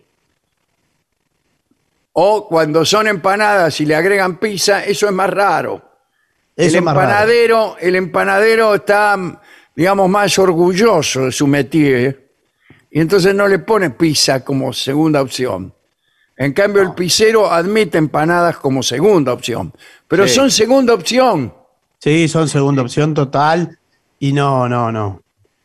O cuando son empanadas y le agregan pizza, eso es más raro. Eso es más raro. El empanadero está, digamos, más orgulloso de su métier y entonces no le pone pizza como segunda opción. En cambio, el pizzero admite empanadas como segunda opción. Pero Sí. son segunda opción. Sí, son segunda opción total. Y no.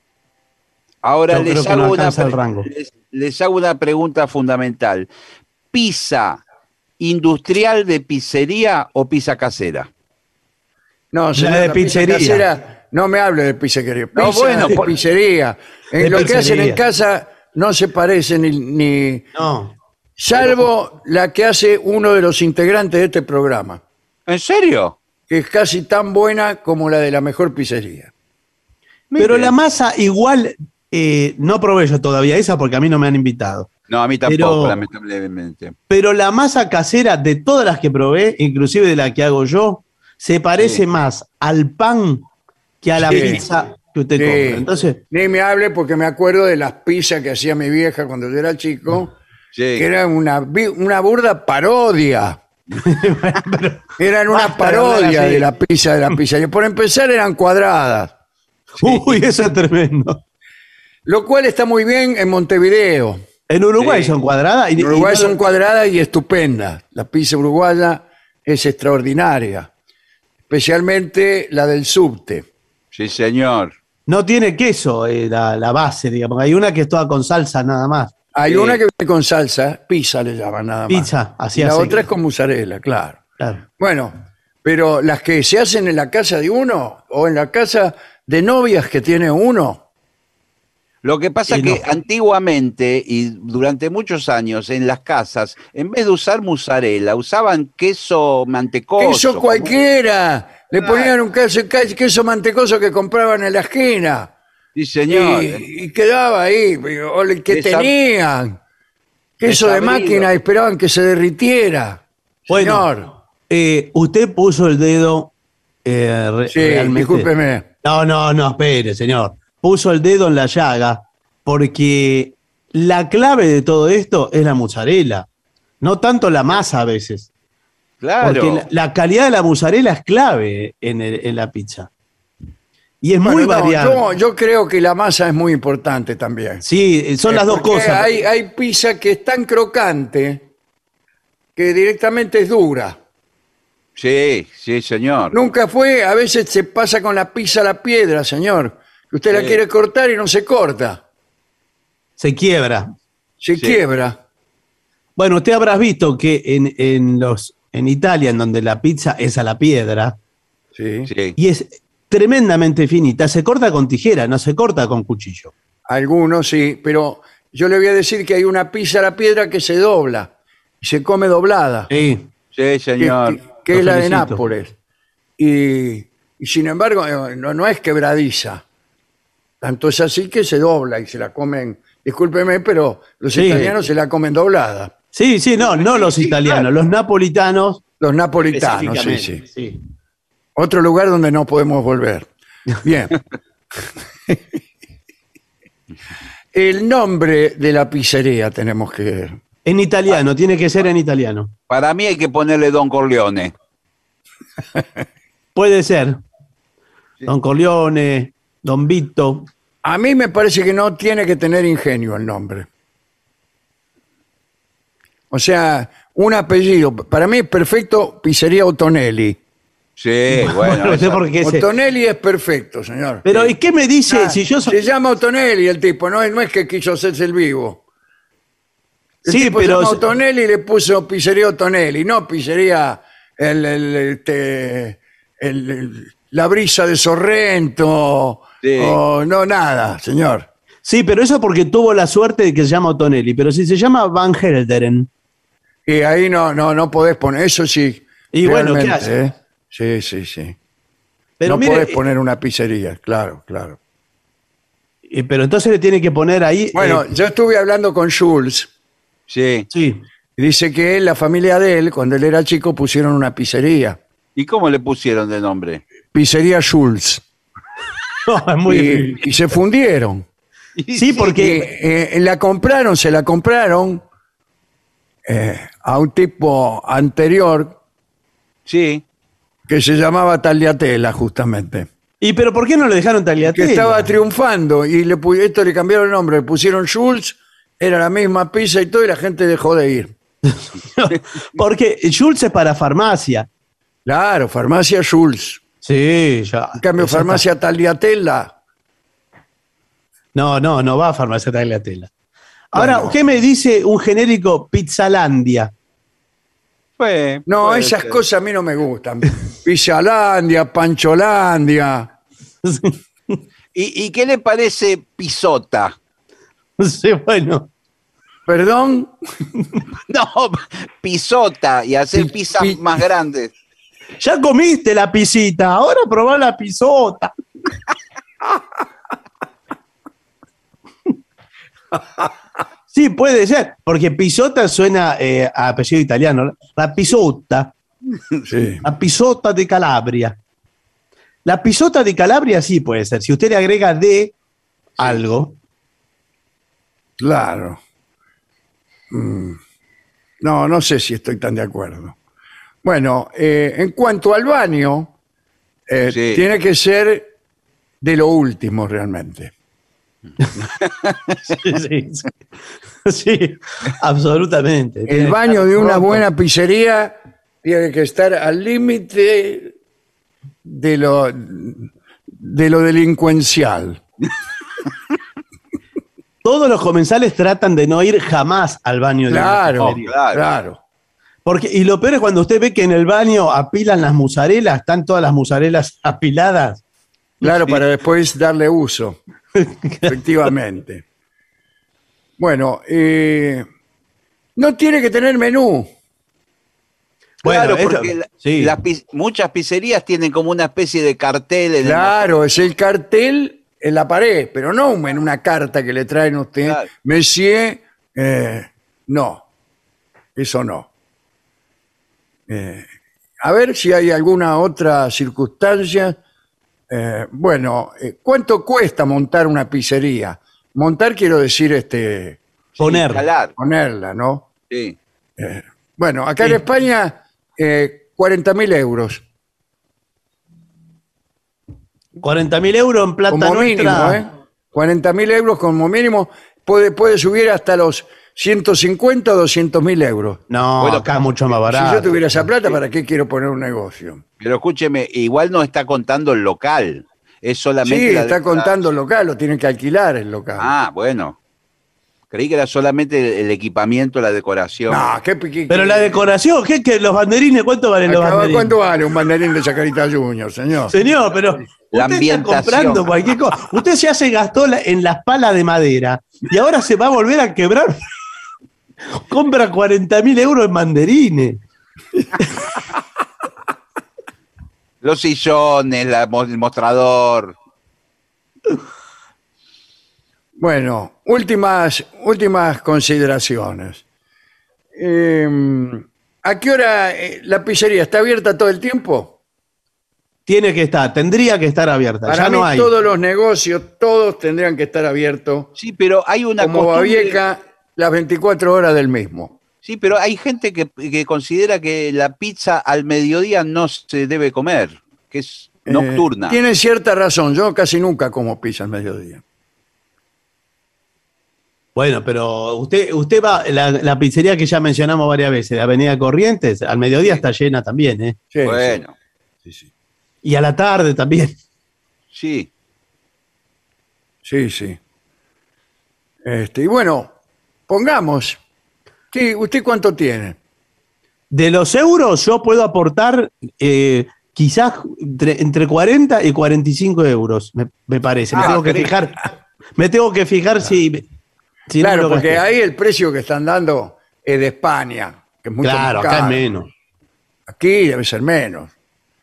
Ahora Yo creo que no alcanza el rango. les hago una pregunta fundamental. ¿Pizza industrial de pizzería o pizza casera? No, señor, de la pizza pizzería. casera, no me hable de pizzería. No, Pizza bueno, de por- pizzería. De Lo que hacen pizzería. en casa no se parece ni No. salvo la que hace uno de los integrantes de este programa, ¿En serio? que es casi tan buena como la de la mejor pizzería. Pero Mire. la masa igual, no probé yo todavía esa porque a mí no me han invitado. No, a mí tampoco, Pero- lamentablemente. Pero la masa casera de todas las que probé, inclusive de la que hago yo, se parece Sí. más al pan que a la Sí. pizza que usted Sí. compra. Entonces, Ni me hable porque me acuerdo de las pizzas que hacía mi vieja cuando yo era chico, Sí. que eran una burda parodia. Eran una Basta de hablar parodia así. de la pizza. Y por empezar eran cuadradas, uy, eso es tremendo. lo cual está muy bien en Montevideo. En Uruguay Sí. son cuadradas. En Uruguay son cuadradas y estupendas. La pizza uruguaya es extraordinaria, especialmente la del subte. Sí, señor. No tiene queso la base, digamos. Hay una que es toda con salsa nada más. Hay Sí. una que viene con salsa, pizza le llaman nada más. Pizza, así Y la hace. otra es con mozzarella, claro. Claro. Bueno, pero las que se hacen en la casa de uno o en la casa de novias que tiene uno, Lo que pasa es no. que antiguamente y durante muchos años en las casas, en vez de usar mozzarella, usaban queso mantecoso. queso cualquiera, le ponían un queso mantecoso que compraban en la esquina. Sí, señor. Y quedaba ahí, o el que Desab- tenían. Queso de desabrido. máquina, esperaban que se derritiera. Bueno, Señor, usted puso el dedo sí, realmente. discúlpeme. No, espere, señor. Puso el dedo en la llaga porque la clave de todo esto es la mozzarella, no tanto la masa a veces. Claro. Porque la calidad de la mozzarella es clave en la pizza. Y es muy variable. Yo creo que la masa es muy importante también. Sí, son las dos Porque cosas. Hay pizza que es tan crocante que directamente es dura. Sí, sí, señor. Nunca fue, a veces se pasa con la pizza a la piedra, señor. Que usted la Sí. quiere cortar y no se corta. Se quiebra. Se Sí. quiebra. Bueno, usted habrás visto que en Italia, en donde la pizza es a la piedra, Sí. Sí. y es tremendamente finita, se corta con tijera, no se corta con cuchillo. Algunos sí, pero yo le voy a decir que hay una pizza a la piedra que se dobla y se come doblada. Sí. Sí, que, señor. que Lo es la de felicito. Nápoles. Y sin embargo, no es quebradiza. Tanto es así que se dobla y se la comen. Discúlpeme, pero los Sí. italianos se la comen doblada. Sí, no los Sí, italianos, claro. los napolitanos. Los napolitanos, sí, específicamente, sí. sí. Otro lugar donde no podemos volver. Bien. El nombre de la pizzería tenemos que ver. En italiano, tiene que ser en italiano. Para mí hay que ponerle Don Corleone. Puede ser. Don Corleone, Don Vito. A mí me parece que no tiene que tener ingenio el nombre. O sea, un apellido. Para mí es perfecto Pizzería Ottonelli. Sí, bueno. No sé esa- por qué Ottonelli es perfecto, señor. Pero, ¿y qué me dice? Ah, Si yo Se llama Ottonelli el tipo, no es que quiso hacerse el vivo. El Sí, tipo pero- se llama Ottonelli y le puso Pizzería Ottonelli, no Pizzería La Brisa de Sorrento, Sí. o no, nada, señor. Sí, pero eso porque tuvo la suerte de que se llama Ottonelli. Pero si se llama Van Helderen. Y ahí no podés poner, eso sí. Y bueno, ¿qué realmente, hace? ¿eh? Sí, sí, sí. Pero no mire, podés poner una pizzería, claro, claro. pero entonces le tiene que poner ahí. Bueno, yo estuve hablando con Schulz Sí. Sí. y dice que él, la familia de él, cuando él era chico, pusieron una pizzería. ¿Y cómo le pusieron de nombre? Pizzería Schulz. No, es muy difícil. Y se fundieron. Sí, porque. Se la compraron a un tipo anterior Sí. que se llamaba Tagliatella, justamente. ¿Y pero por qué no le dejaron Que tagliatella? estaba triunfando y esto le cambiaron el nombre, le pusieron Schulz, era la misma pizza y todo, y la gente dejó de ir. Porque Schultz es para farmacia. Claro, farmacia Schulz. Sí, ya. En cambio, Eso farmacia Tagliatella. está. No va a farmacia tagliatella. Ahora, Bueno. ¿qué me dice un genérico Pizzalandia? No, Puede esas ser. cosas a mí no me gustan. Pizzalandia, Pancholandia. ¿Y qué le parece Pisota? Sí, bueno. ¿Perdón? No, Pisota y hacer Pi- pizzas pi- más grandes. Ya comiste la pisita, ahora probá la pisota. Sí, puede ser, porque pisota suena a apellido italiano. La pisota, Sí. la pisota de Calabria. La pisota de Calabria sí puede ser. Si usted le agrega de algo, Claro. No sé si estoy tan de acuerdo. Bueno, en cuanto al baño, Sí. tiene que ser de lo último realmente. sí, sí, absolutamente. Tiene El que baño estar de una pronto. buena pizzería tiene que estar al límite de lo delincuencial. Todos los comensales tratan de no ir jamás al baño de una Claro, pizzería. claro. Y lo peor es cuando usted ve que en el baño apilan las musarelas, están todas las musarelas apiladas. Claro, para después darle uso. Efectivamente. Bueno, no tiene que tener menú. Claro, esto- porque sí. muchas pizzerías tienen como una especie de cartel en el Claro, es el cartel en la pared, pero no en una carta que le traen a usted. Claro. Monsieur, no, eso no. A ver si hay alguna otra circunstancia. Bueno, ¿cuánto cuesta montar una pizzería? Montar quiero decir Poner. Instalar. ponerla, ¿no? Sí. Bueno, acá Sí. en España, 40.000 euros. 40.000 euros en plata Como mínimo, nuestra. ¿eh? 40.000 euros como mínimo. Puede subir hasta los 150 o 200.000 euros. No, Bueno, acá es mucho más Si barato. yo tuviera esa plata, ¿para qué quiero poner un negocio? Pero escúcheme, igual no está contando el local. Es solamente Sí, la está decoración. contando el local, lo tienen que alquilar el local. Ah, bueno. Creí que era solamente el equipamiento, la decoración. No, Pero la decoración, ¿qué? ¿Los banderines? ¿Cuánto valen los banderines? ¿Cuánto vale un banderín de Chacarita Junior, señor? Señor, pero La usted está ambientación. comprando cualquier cosa. Usted ya se gastó en las palas de madera y ahora se va a volver a quebrar. Compra 40.000 euros en banderines. Los sillones, el mostrador. Bueno, últimas consideraciones. ¿A qué hora la pizzería está abierta todo el tiempo? Tiene que estar, tendría que estar abierta. Para ya mí no hay. todos los negocios, todos tendrían que estar abiertos, Sí, pero hay una como costumbre. Babieca, las 24 horas del mismo. Sí, pero hay gente que considera que la pizza al mediodía no se debe comer, que es nocturna. Tienen cierta razón, yo casi nunca como pizza al mediodía. Bueno, pero usted va, la pizzería que ya mencionamos varias veces, de Avenida Corrientes, al mediodía está llena también, ¿eh? Sí, Bueno, sí. Y a la tarde también. sí. Sí. Y bueno, pongamos. ¿Usted cuánto tiene? De los euros yo puedo aportar quizás entre 40 y 45 euros, me parece. Me tengo que fijar si no Claro, me lo porque gasté. ahí el precio que están dando es de España, que es mucho Claro, más acá es caro. menos. Aquí debe ser menos.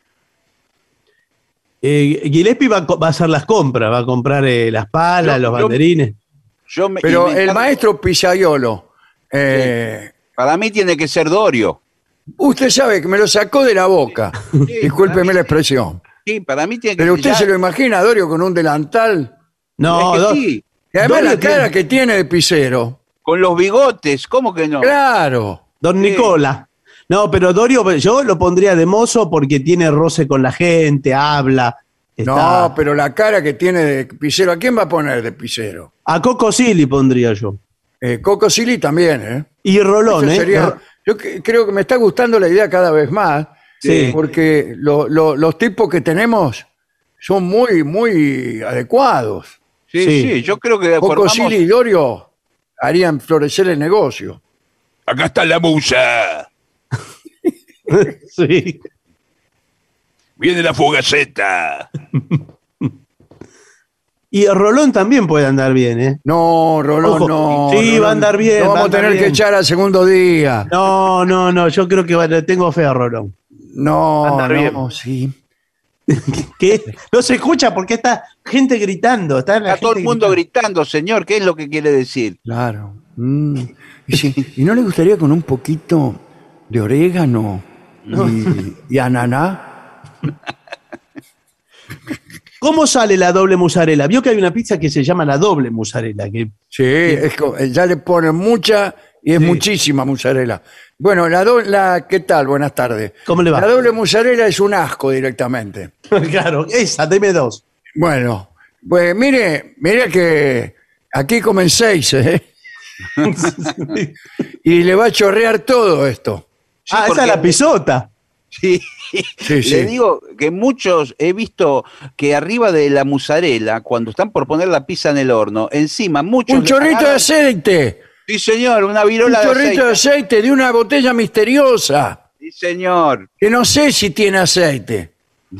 Gillespie va a hacer las compras, va a comprar las palas, los banderines. Pero el maestro Pizzaiolo, Para mí tiene que ser Dorio. usted sabe que me lo sacó de la boca. Discúlpeme la expresión. Sí, para mí tiene que Pero ser. usted se lo imagina, Dorio, con un delantal. No, Es que sí, Y además Dorio la cara tiene- que tiene de pizzero. con los bigotes, ¿cómo que no? Claro. Don Nicola. No, pero Dorio, yo lo pondría de mozo porque tiene roce con la gente, habla. No, pero la cara que tiene de pizzero, ¿a quién va a poner de pizzero? A Coco Silly pondría yo. Coco Silly también, ¿eh? Y Rolón, Eso sería- creo que me está gustando la idea cada vez más, Sí. porque los tipos que tenemos son muy adecuados. Sí, Sí. sí, yo creo que Coco formamos. Silly y Dorio harían florecer el negocio. Acá está la musa. Sí. Viene la fogaceta. Y Rolón también puede andar bien, ¿eh? No, Rolón, Ojo, no. sí, Rolón, va a andar bien, Lo va a vamos a andar tener que bien. echar al segundo día. No, yo creo que le tengo fe a Rolón. No, andar bien. sí. ¿Qué? No se escucha porque está gente gritando. Está Todo el mundo gritando, señor, ¿qué es lo que quiere decir? Claro. ¿Y no le gustaría con un poquito de orégano y ananá? ¿Cómo sale la doble mozzarella? Vio que hay una pizza que se llama la doble mozzarella. Que Sí, ya le ponen mucha y es Sí. muchísima mozzarella. Bueno, ¿qué tal? Buenas tardes. ¿Cómo le va? La doble mozzarella es un asco directamente. claro, esa, deme dos. Bueno, pues mire que aquí comen 6, ¿eh? Y le va a chorrear todo esto. Sí, esa porque- es la pisota. Sí. Sí, sí. Le digo que muchos he visto que arriba de la mozzarella, cuando están por poner la pizza en el horno, encima muchos. Un chorrito de agarran- aceite. Sí, señor, una Un virola de chorrito de aceite. aceite de una botella misteriosa. Sí, señor. Que no sé si tiene aceite.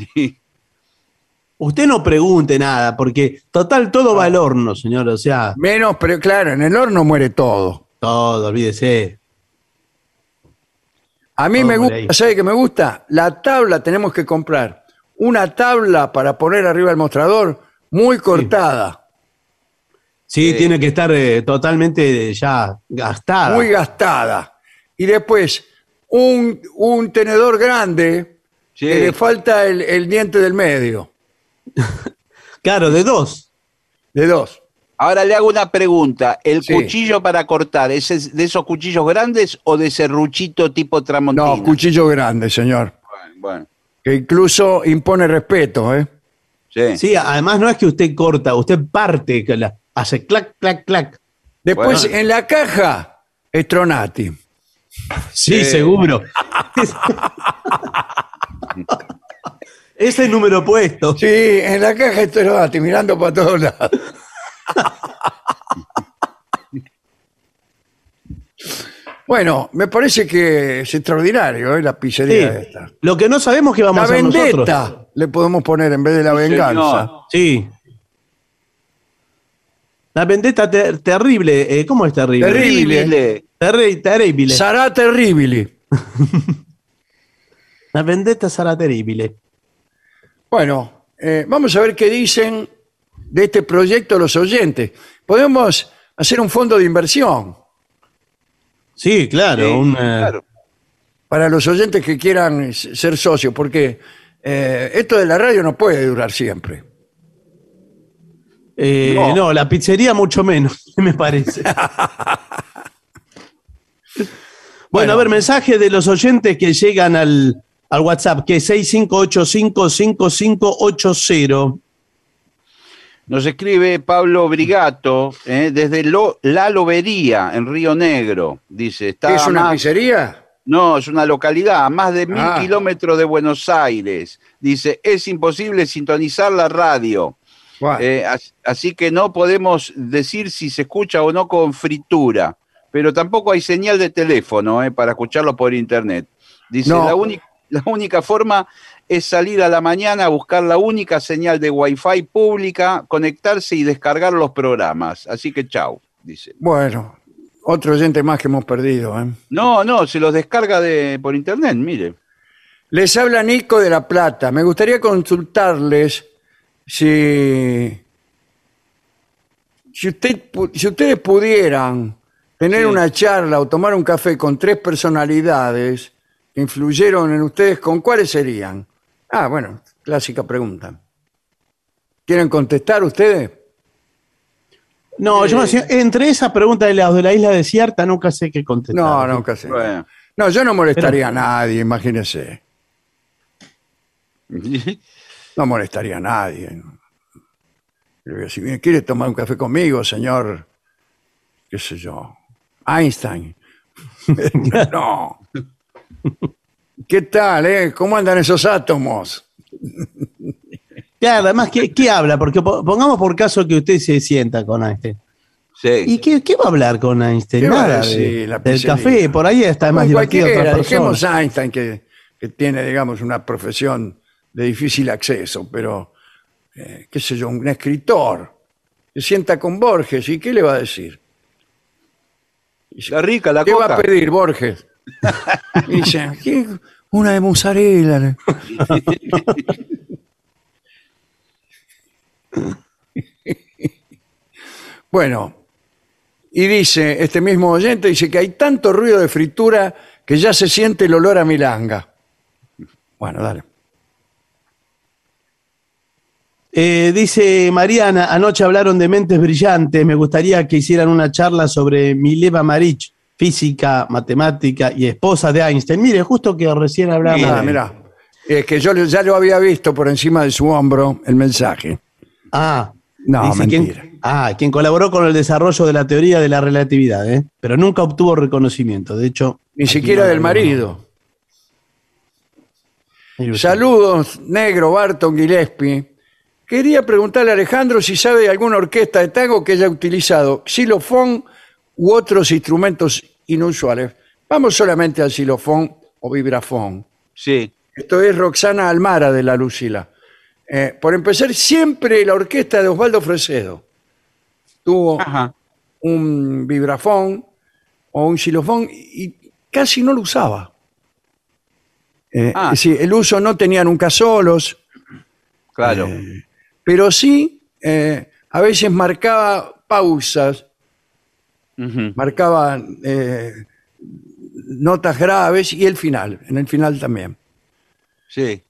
Usted no pregunte nada, porque total todo va al horno, señor. O sea, Menos, pero claro, en el horno muere todo. todo, olvídese. A mí Todo me muere gusta, ahí. ¿sabe qué me gusta? La tabla tenemos que comprar. Una tabla para poner arriba del mostrador muy cortada, Sí, tiene que estar totalmente ya gastada. muy gastada. Y después un tenedor grande Sí. que le falta el diente del medio, Claro, de dos. de 2. Ahora le hago una pregunta. ¿El Sí. cuchillo para cortar es de esos cuchillos grandes o de serruchito tipo tramontina? No, cuchillo grande, señor. Bueno, Que incluso impone respeto, ¿eh? sí. Sí, además no es que usted corta, usted parte, hace clac, clac, clac. Después, Bueno. en la caja, Stronati. Sí, seguro. Ese es número puesto. Sí, en la caja Stronati, mirando para todos lados. Bueno, me parece que es extraordinario, ¿eh? La Sí. pizzería esta. Lo que no sabemos que vamos La a hacer nosotros. vendetta le podemos poner en vez de la venganza. señor. Sí. La vendetta terrible. ¿Cómo es terrible? Terrible. Terrible. Sarà terribili. La vendetta sarà terrible. Bueno, vamos a ver qué dicen de este proyecto los oyentes. Podemos hacer un fondo de inversión Sí, claro. Sí, claro. para los oyentes que quieran ser socios, porque esto de la radio no puede durar siempre. No. No, la pizzería mucho menos, me parece. Bueno, a ver, mensaje de los oyentes que llegan al WhatsApp, que es 6585-5580. Nos escribe Pablo Brigato desde La Lobería, en Río Negro. Dice, está ¿Es una más- pizzería? No, es una localidad a más de 1000 Ah. kilómetros de Buenos Aires. Dice, es imposible sintonizar la radio. Bueno, Así que no podemos decir si se escucha o no con fritura. Pero tampoco hay señal de teléfono para escucharlo por internet. Dice, No. la única forma es salir a la mañana a buscar la única señal de Wi-Fi pública, conectarse y descargar los programas. Así que chau, dice. bueno, otro oyente más que hemos perdido, ¿eh? No, se los descarga por internet, mire. Les habla Nico de La Plata. Me gustaría consultarles si ustedes pudieran tener Sí. una charla o tomar un café con tres personalidades que influyeron en ustedes, ¿con cuáles serían? Ah, bueno, clásica pregunta. ¿Quieren contestar ustedes? No, yo entre esa pregunta de la isla desierta nunca sé qué contestar. No, nunca sé. Bueno. No, yo no molestaría a nadie, imagínense. No molestaría a nadie. Le voy a decir, "Bien, ¿quiere tomar un café conmigo, señor? ¿Qué sé yo? Einstein. No. ¿Qué tal, ¿Cómo andan esos átomos? Claro, además, ¿qué habla? Porque pongamos por caso que usted se sienta con Einstein. Sí. ¿Y qué va a hablar con Einstein? ¿Qué va a Nada decir la del pizzería? café, por ahí está más Con divertido cualquiera, otra dejemos persona. a Einstein que tiene, digamos, una profesión de difícil acceso, pero, qué sé yo, un escritor se sienta con Borges y ¿qué le va a decir? La rica, la ¿Qué coca. va a pedir Borges? Y dice, "¿Qué? Una de mozzarella. Bueno, y dice, este mismo oyente dice que hay tanto ruido de fritura que ya se siente el olor a milanga. Bueno, dale. Dice Mariana, anoche hablaron de mentes brillantes, me gustaría que hicieran una charla sobre Mileva Maric, física, matemática y esposa de Einstein. Mire, justo que recién hablamos. Ah, mirá. Es que yo ya lo había visto por encima de su hombro el mensaje. Ah, No, dice mentira. quien colaboró con el desarrollo de la teoría de la relatividad, pero nunca obtuvo reconocimiento. De hecho, Ni aquí siquiera no- del marido. no- Saludos, Negro, Barton, Gillespie. Quería preguntarle a Alejandro si sabe de alguna orquesta de tango que haya utilizado xilofón u otros instrumentos inusuales. Vamos solamente al xilofón o vibrafón. Sí. Esto es Roxana Almara de La Lucila. Por empezar, siempre la orquesta de Osvaldo Fresedo tuvo Ajá. un vibrafón o un xilofón y casi no lo usaba. Es decir, el uso no tenía nunca solos, Claro. pero sí a veces marcaba pausas, Ujú. marcaba notas graves y el final, en el final también. Sí.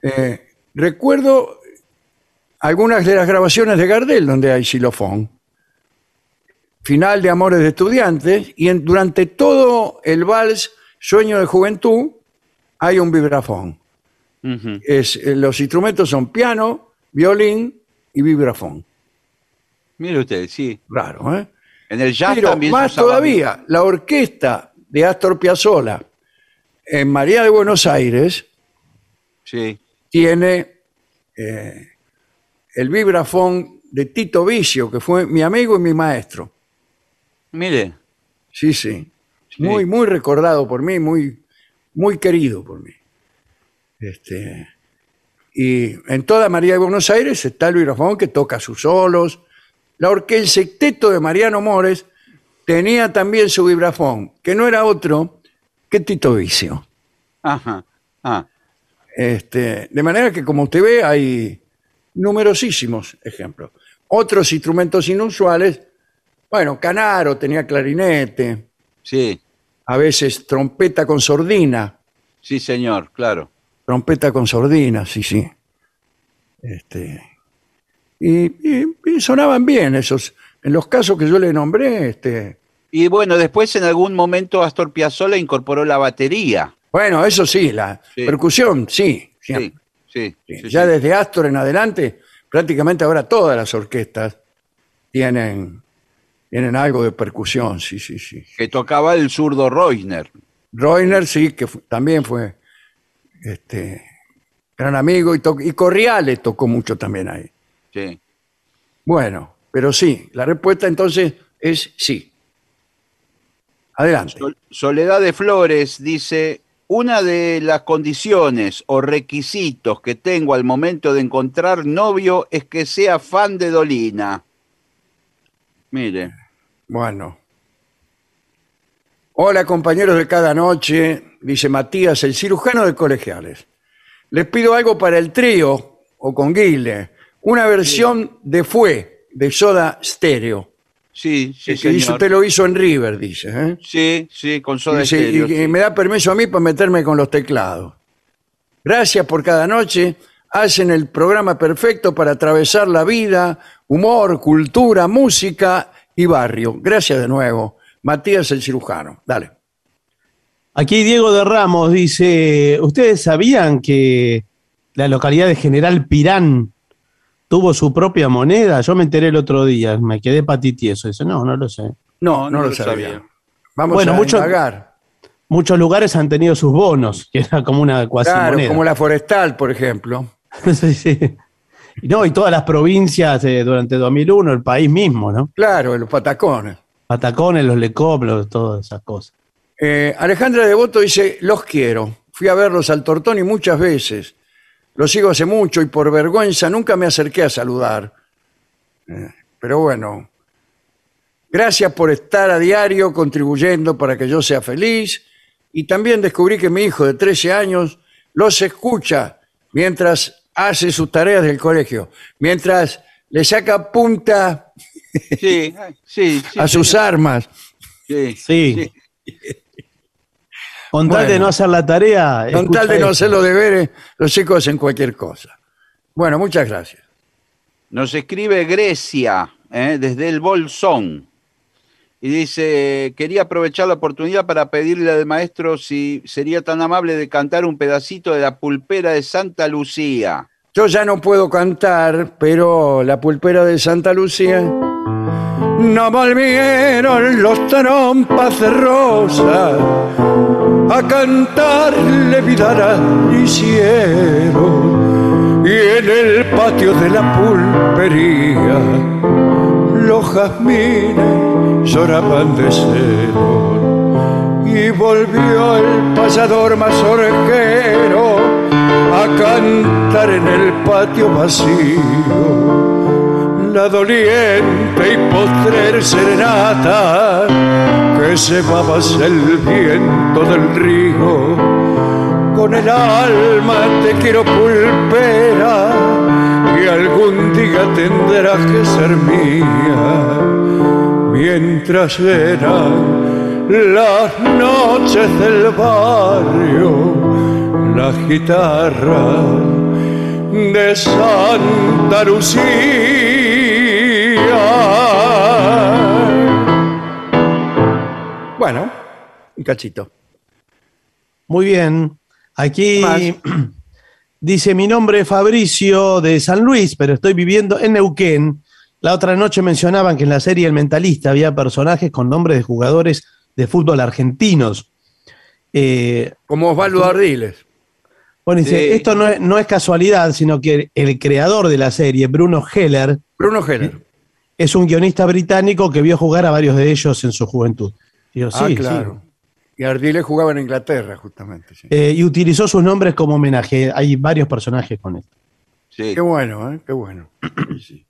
Recuerdo algunas de las grabaciones de Gardel donde hay xilofón. final de Amores de Estudiantes, y durante todo el vals Sueño de Juventud hay un vibrafón. Ujú. Los instrumentos son piano, violín y vibrafón. Mire usted, sí. Raro, ¿eh? En el jazz Pero también se más usaba todavía, la orquesta de Astor Piazzolla en María de Buenos Aires Sí. tiene el vibrafón de Tito Vicio, que fue mi amigo y mi maestro. Mire. Sí, sí. Muy, muy recordado por mí, muy, muy querido por mí. Y en toda María de Buenos Aires está el vibrafón que toca sus solos. El sexteto de Mariano Mores tenía también su vibrafón, que no era otro que Tito Vicio. Ajá. Ah. De manera que, como usted ve, hay numerosísimos ejemplos. Otros instrumentos inusuales, bueno, Canaro tenía clarinete, Sí. a veces trompeta con sordina. Sí, señor, claro. Trompeta con sordina, sí, sí. Y sonaban bien esos. En los casos que yo le nombré, Y bueno, después en algún momento Astor Piazzolla incorporó la batería. bueno, eso sí, la Sí. percusión, sí. Sí, siempre. sí. Sí, sí, ya sí. desde Astor en adelante, prácticamente ahora todas las orquestas tienen algo de percusión, sí, sí, sí. Que tocaba el zurdo Reusner. Reusner, sí, que también fue gran amigo, y Corriale tocó mucho también ahí. Sí. Bueno, pero sí, la respuesta entonces es sí. Adelante. Soledad de Flores dice, una de las condiciones o requisitos que tengo al momento de encontrar novio es que sea fan de Dolina. Mire. Bueno. Hola, compañeros de cada noche, dice Matías, el cirujano de Colegiales. Les pido algo para el trío, o con Guile, una versión de Fue, de Soda Stereo. Sí, sí, Que dice, señor. usted lo hizo en River, dice. ¿Eh? Sí, sí, con Soda Dice, Stereo. y sí. me da permiso a mí para meterme con los teclados. Gracias por cada noche. Hacen el programa perfecto para atravesar la vida, humor, cultura, música y barrio. Gracias de nuevo. Matías el cirujano. Dale. Aquí Diego de Ramos dice, ¿ustedes sabían que la localidad de General Pirán tuvo su propia moneda? Yo me enteré el otro día, me quedé patitieso. Dice, no lo sé. No No lo lo sabía. sabía. Vamos Bueno, a mucho- indagar. Muchos lugares han tenido sus bonos, que era como una cuasi Claro, moneda. como la Forestal, por ejemplo. Sí, sí. Y todas las provincias durante 2001, el país mismo, ¿no? Claro, en los patacones. Patacones, los Lecoplos, todas esas cosas. Alejandra Devoto dice, los quiero. Fui a verlos al Tortoni muchas veces. Los sigo hace mucho y por vergüenza nunca me acerqué a saludar. Pero bueno, gracias por estar a diario contribuyendo para que yo sea feliz. Y también descubrí que mi hijo de 13 años los escucha mientras hace sus tareas del colegio, mientras le saca punta Sí, sí, sí. a sus armas. Sí, Sí. Con tal Bueno. de no hacer la tarea. Con escucha tal de no esto. hacer los deberes, los chicos hacen cualquier cosa. Bueno, muchas gracias. Nos escribe Grecia, desde el Bolsón. Y dice, quería aprovechar la oportunidad para pedirle al maestro si sería tan amable de cantar un pedacito de La Pulpera de Santa Lucía. Yo ya no puedo cantar, pero la pulpera de Santa Lucía. No volvieron los trompas de rosa a cantarle vidara hicieron. Y en el patio de la pulpería los jazmines lloraban de celo. Y volvió el pasador mazorquero a cantar en el patio vacío la doliente y postrer serenata que llevaba hacia el viento del río. Con el alma te quiero pulpera y algún día tendrás que ser mía. Mientras eran las noches del barrio, la guitarra de Santa Lucía. Bueno, un cachito. Muy bien. Aquí Más. dice, mi nombre es Fabricio de San Luis, pero estoy viviendo en Neuquén. La otra noche mencionaban que en la serie El Mentalista había personajes con nombres de jugadores de fútbol argentinos. Como Osvaldo Ardiles. Bueno, dice, Sí. esto no es casualidad, sino que el creador de la serie, Bruno Heller, Bruno Heller. es un guionista británico que vio jugar a varios de ellos en su juventud. Digo, sí, Claro. Y Ardiles jugaba en Inglaterra, justamente. Sí. sí. Y utilizó sus nombres como homenaje. Hay varios personajes con esto. Sí. Qué bueno, ¿eh? Qué bueno. Sí, sí.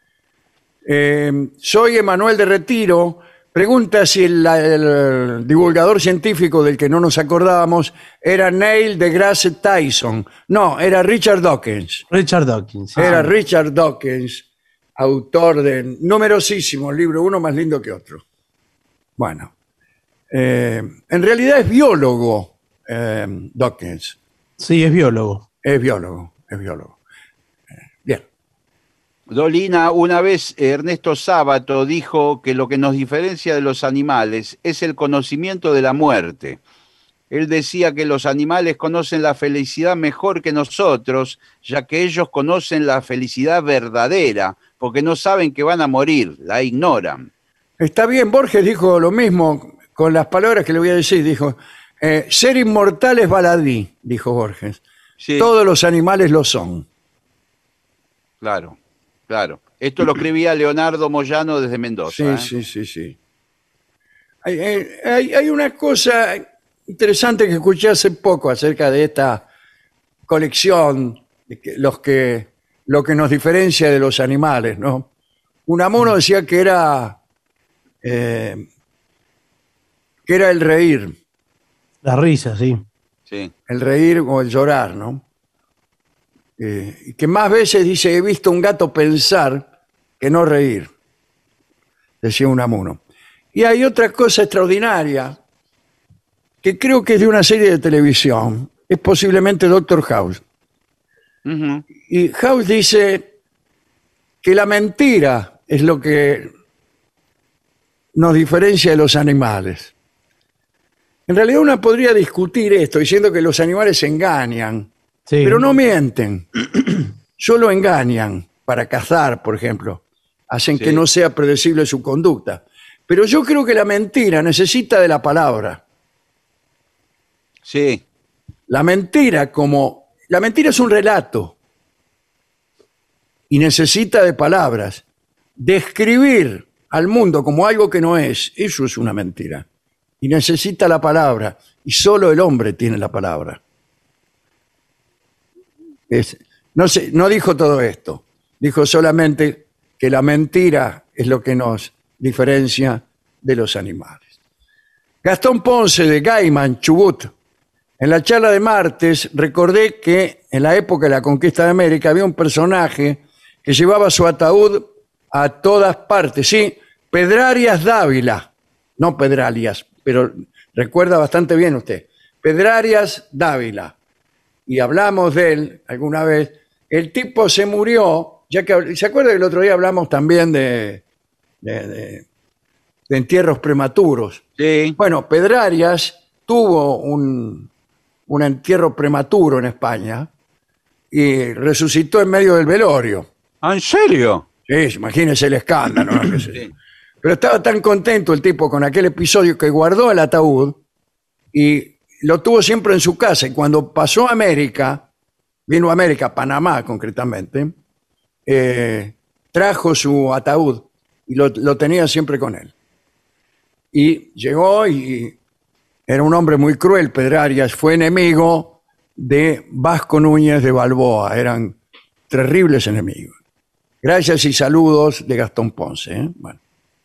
Soy Emanuel de Retiro. Pregunta si el divulgador científico del que no nos acordábamos era Neil deGrasse Tyson. No, era Richard Dawkins. Richard Dawkins. Sí. Era Richard Dawkins, autor de numerosísimos libros, uno más lindo que otro. Bueno, en realidad es biólogo, Dawkins. Sí, es biólogo. Es biólogo, es biólogo. Bien. Dolina, una vez Ernesto Sábato dijo que lo que nos diferencia de los animales es el conocimiento de la muerte. Él decía que los animales conocen la felicidad mejor que nosotros, ya que ellos conocen la felicidad verdadera, porque no saben que van a morir, la ignoran. Está bien, Borges dijo lo mismo con las palabras que le voy a decir. Dijo, ser inmortal es baladí, dijo Borges. Sí, Todos los animales lo son. claro, claro. Esto lo escribía Leonardo Moyano desde Mendoza. Sí. Hay una cosa interesante que escuché hace poco acerca de esta colección, de lo que nos diferencia de los animales, ¿no? Unamuno decía que era el reír, La risa, sí. Sí. el reír o el llorar, ¿no? Y que más veces dice, he visto un gato pensar que no reír, decía Unamuno. Y hay otra cosa extraordinaria, que creo que es de una serie de televisión, es posiblemente Doctor House. Ujú. Y House dice que la mentira es lo que nos diferencia de los animales. En realidad uno podría discutir esto diciendo que los animales engañan, Sí. pero no mienten, solo engañan para cazar, por ejemplo. Hacen Sí. que no sea predecible su conducta. Pero yo creo que la mentira necesita de la palabra. Sí, La mentira es un relato y necesita de palabras. Describir al mundo como algo que no es, eso es una mentira. Y necesita la palabra, y solo el hombre tiene la palabra. No dijo todo esto, dijo solamente que la mentira es lo que nos diferencia de los animales. Gastón Ponce de Gaiman, Chubut. En la charla de martes recordé que en la época de la conquista de América había un personaje que llevaba su ataúd a todas partes. Sí, Pedrarias Dávila, no Pedralias, pero recuerda bastante bien usted. Pedrarias Dávila. Y hablamos de él alguna vez. El tipo se murió, ya que se acuerda que el otro día hablamos también de entierros prematuros. sí. Bueno, Pedrarias tuvo un entierro prematuro en España y resucitó en medio del velorio. ¿Ah, en serio? Sí, imagínese el escándalo, ¿no? ¿Qué sé yo? Sí. Pero estaba tan contento el tipo con aquel episodio que guardó el ataúd y lo tuvo siempre en su casa. Y cuando pasó a América, vino a América, Panamá concretamente, trajo su ataúd y lo tenía siempre con él. Y llegó y era un hombre muy cruel, Pedrarias, fue enemigo de Vasco Núñez de Balboa, eran terribles enemigos. Gracias y saludos de Gastón Ponce. Bueno.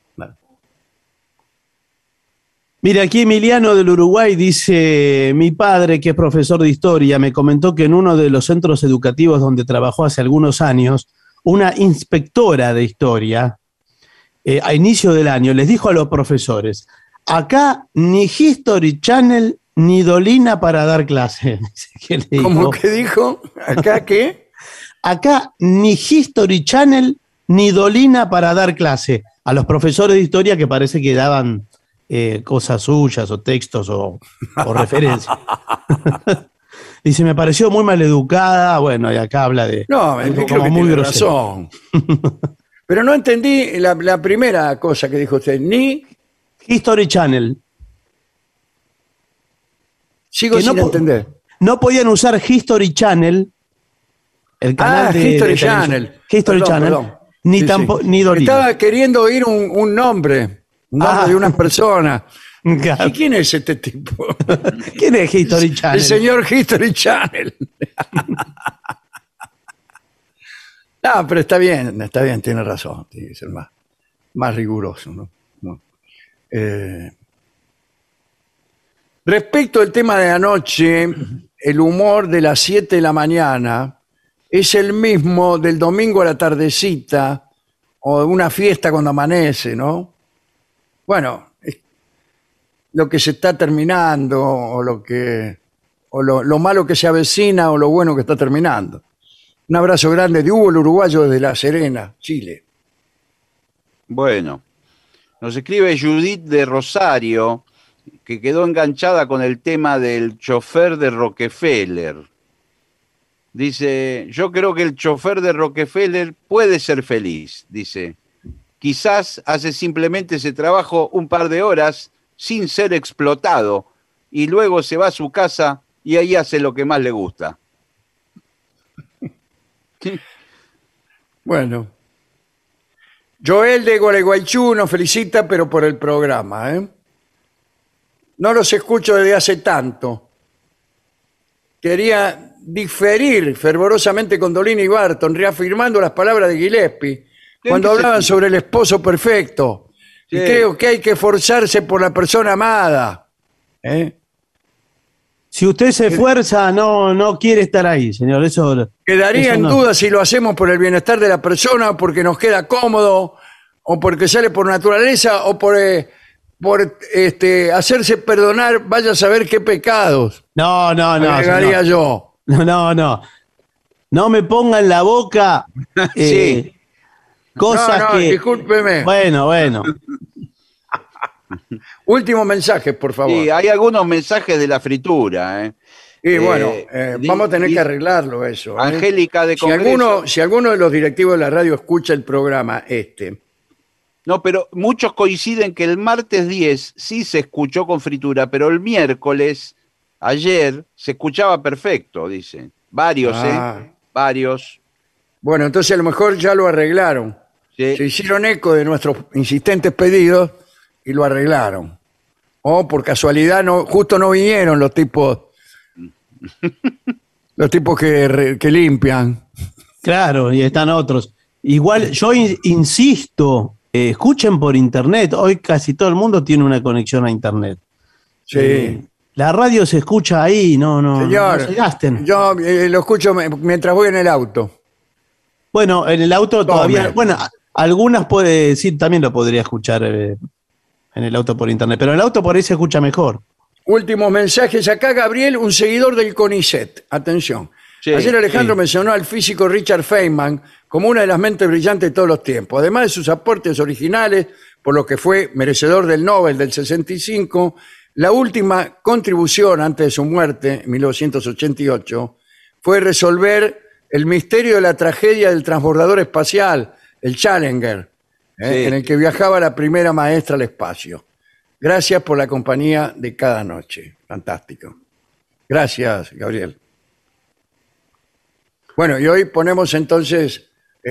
Mira, aquí Emiliano del Uruguay dice, mi padre, que es profesor de historia, me comentó que en uno de los centros educativos donde trabajó hace algunos años, una inspectora de historia, a inicio del año, les dijo a los profesores, acá ni History Channel ni Dolina para dar clase. ¿Qué le dijo? ¿Cómo que dijo? ¿Acá qué? Acá ni History Channel ni Dolina para dar clase. A los profesores de historia que parece que daban cosas suyas o textos o referencias. Dice, me pareció muy maleducada. Bueno, y acá habla de... No, creo que tiene razón. Pero no entendí la primera cosa que dijo usted. Ni... History Channel. Sigo sin entender. No podían usar History Channel, el canal de History Channel. History Channel. Perdón. Ni tampoco, ni Dorina. Estaba queriendo oír un nombre de una persona. Claro. ¿Y quién es este tipo? ¿Quién es History Channel? El señor History Channel. No, pero está bien, tiene razón. Tiene que ser más riguroso, ¿no? Respecto al tema de anoche, el humor de las 7 de la mañana es el mismo del domingo a la tardecita o de una fiesta cuando amanece, ¿no? Bueno, es lo que se está terminando o lo malo que se avecina o lo bueno que está terminando. Un abrazo grande de Hugo el uruguayo desde La Serena, Chile. Bueno, nos escribe Judith de Rosario, que quedó enganchada con el tema del chofer de Rockefeller. Dice, yo creo que el chofer de Rockefeller puede ser feliz, dice. Quizás hace simplemente ese trabajo un par de horas sin ser explotado y luego se va a su casa y ahí hace lo que más le gusta. Bueno. Joel de Gualeguaychú nos felicita, pero por el programa, ¿eh? No los escucho desde hace tanto. Quería diferir fervorosamente con Dolina y Barton, reafirmando las palabras de Gillespie, cuando hablaban sobre el esposo perfecto. Sí. Y creo que hay que esforzarse por la persona amada. Si usted se esfuerza, no quiere estar ahí, señor. Eso quedaría en duda si lo hacemos por el bienestar de la persona, o porque nos queda cómodo, o porque sale por naturaleza, o por hacerse perdonar, vaya a saber qué pecados. No. Agregaría yo. No. No me ponga en la boca cosas que... discúlpeme. Bueno. Último mensaje, por favor. Sí, hay algunos mensajes de la fritura. Y bueno, vamos a tener que arreglarlo eso. Angélica de Congreso. Si alguno de los directivos de la radio escucha el programa No, pero muchos coinciden que el martes 10 sí se escuchó con fritura, pero el miércoles, ayer, se escuchaba perfecto, dicen. Varios, Varios. Bueno, entonces a lo mejor ya lo arreglaron. Sí. Se hicieron eco de nuestros insistentes pedidos y lo arreglaron. O por casualidad justo no vinieron los tipos que limpian. Claro, y están otros. Igual yo insisto, escuchen por internet. Hoy casi todo el mundo tiene una conexión a internet. Sí. La radio se escucha ahí, Señor, no se gasten. Yo lo escucho mientras voy en el auto. Bueno, en el auto todavía... Bueno, algunas también lo podría escuchar en el auto por internet, pero en el auto por ahí se escucha mejor. Últimos mensajes. Acá Gabriel, un seguidor del CONICET. Atención. Sí, ayer Alejandro mencionó al físico Richard Feynman como una de las mentes brillantes de todos los tiempos. Además de sus aportes originales, por lo que fue merecedor del Nobel del 65, la última contribución antes de su muerte, en 1988, fue resolver el misterio de la tragedia del transbordador espacial, el Challenger, en el que viajaba la primera maestra al espacio. Gracias por la compañía de cada noche. Fantástico. Gracias, Gabriel. Bueno, y hoy ponemos entonces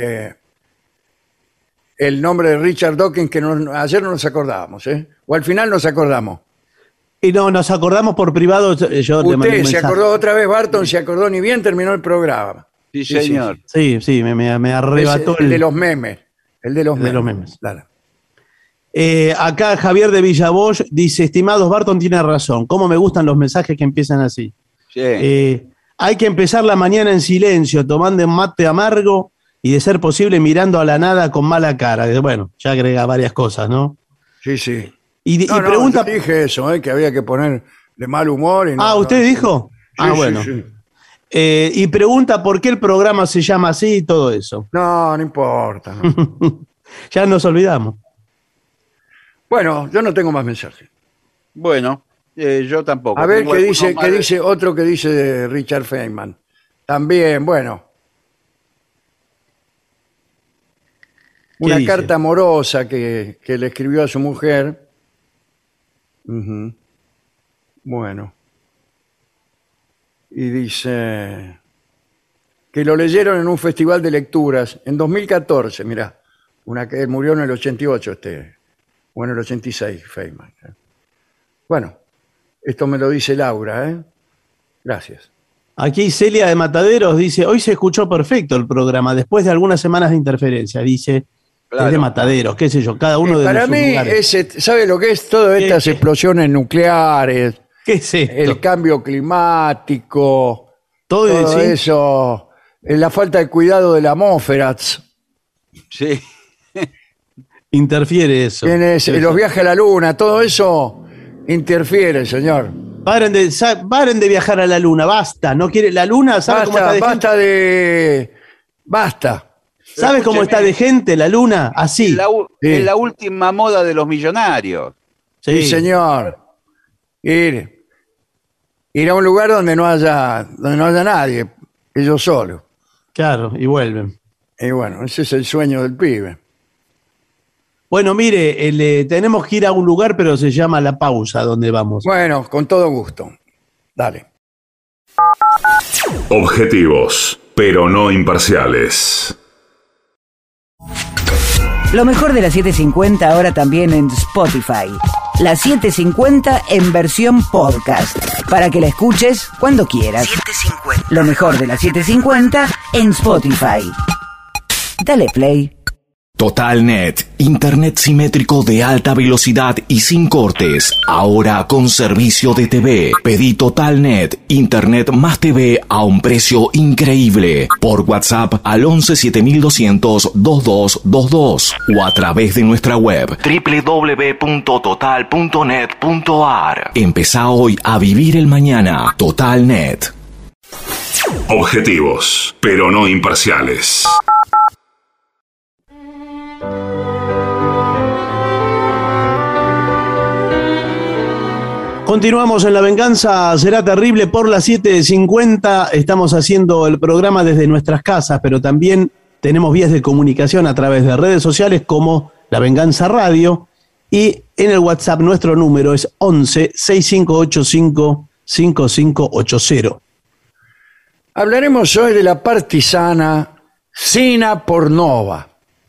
el nombre de Richard Dawkins, que ayer no nos acordábamos, o al final nos acordamos. Y no, nos acordamos por privado. Usted se acordó otra vez, Barton, se acordó ni bien terminó el programa. Sí, señor. Sí, me arrebató el de los memes. El de los memes. Claro. Acá Javier de Villavoz dice, estimados, Barton tiene razón. Cómo me gustan los mensajes que empiezan así. Sí. Hay que empezar la mañana en silencio, tomando un mate amargo y, de ser posible, mirando a la nada con mala cara. Bueno, ya agrega varias cosas, ¿no? Sí. Y pregunta... yo dije eso, que había que poner de mal humor. ¿usted dijo? Sí, bueno. Sí. Y pregunta por qué el programa se llama así y todo eso. No importa. No. Ya nos olvidamos. Bueno, yo no tengo más mensajes. Bueno, yo tampoco. A ver Tengo qué algunos dice, más qué de- dice otro que dice de Richard Feynman. También, bueno. Una dice? carta amorosa que le escribió a su mujer. Ujú. Bueno. Y dice que lo leyeron en un festival de lecturas en 2014, mirá. Una que murió en el 88 o en el 86, Feynman. Bueno, esto me lo dice Laura, ¿eh? Gracias. Aquí Celia de Mataderos dice, hoy se escuchó perfecto el programa, después de algunas semanas de interferencia. Dice, Claro. es de Mataderos, qué sé yo, cada uno de Para sus mí, lugares. ¿sabe lo que es? Todas estas ¿Qué? explosiones nucleares, ¿Qué es esto? el cambio climático, Todo todo decir, eso, la falta de cuidado de la atmósfera, Sí. interfiere eso. los viajes a la luna, todo eso interfiere, señor. Paren de viajar a la luna, basta. No quiere la luna, ¿sabe cómo está de gente? Basta. ¿Sabe cómo está de gente la luna? Así. Sí. Es la última moda de los millonarios. Sí, señor. Ir a un lugar donde no haya nadie, ellos solos. Claro, y vuelven. Y bueno, ese es el sueño del pibe. Bueno, mire, tenemos que ir a un lugar, pero se llama La Pausa, donde vamos. Bueno, con todo gusto. Dale. Objetivos, pero no imparciales. Lo mejor de la 750 ahora también en Spotify. La 750 en versión podcast, para que la escuches cuando quieras. 750. Lo mejor de la 750 en Spotify. Dale play. TotalNet, internet simétrico de alta velocidad y sin cortes, ahora con servicio de TV. Pedí TotalNet, internet más TV a un precio increíble. Por WhatsApp al 11 7200 2222 o a través de nuestra web www.total.net.ar. Empezá hoy a vivir el mañana. TotalNet. Objetivos, pero no imparciales. Continuamos en La Venganza Será Terrible por las 7:50. Estamos haciendo el programa desde nuestras casas, pero también tenemos vías de comunicación a través de redes sociales como La Venganza Radio, y en el WhatsApp nuestro número es 11 6585 5580. Hablaremos hoy de la partisana Zina Pornova.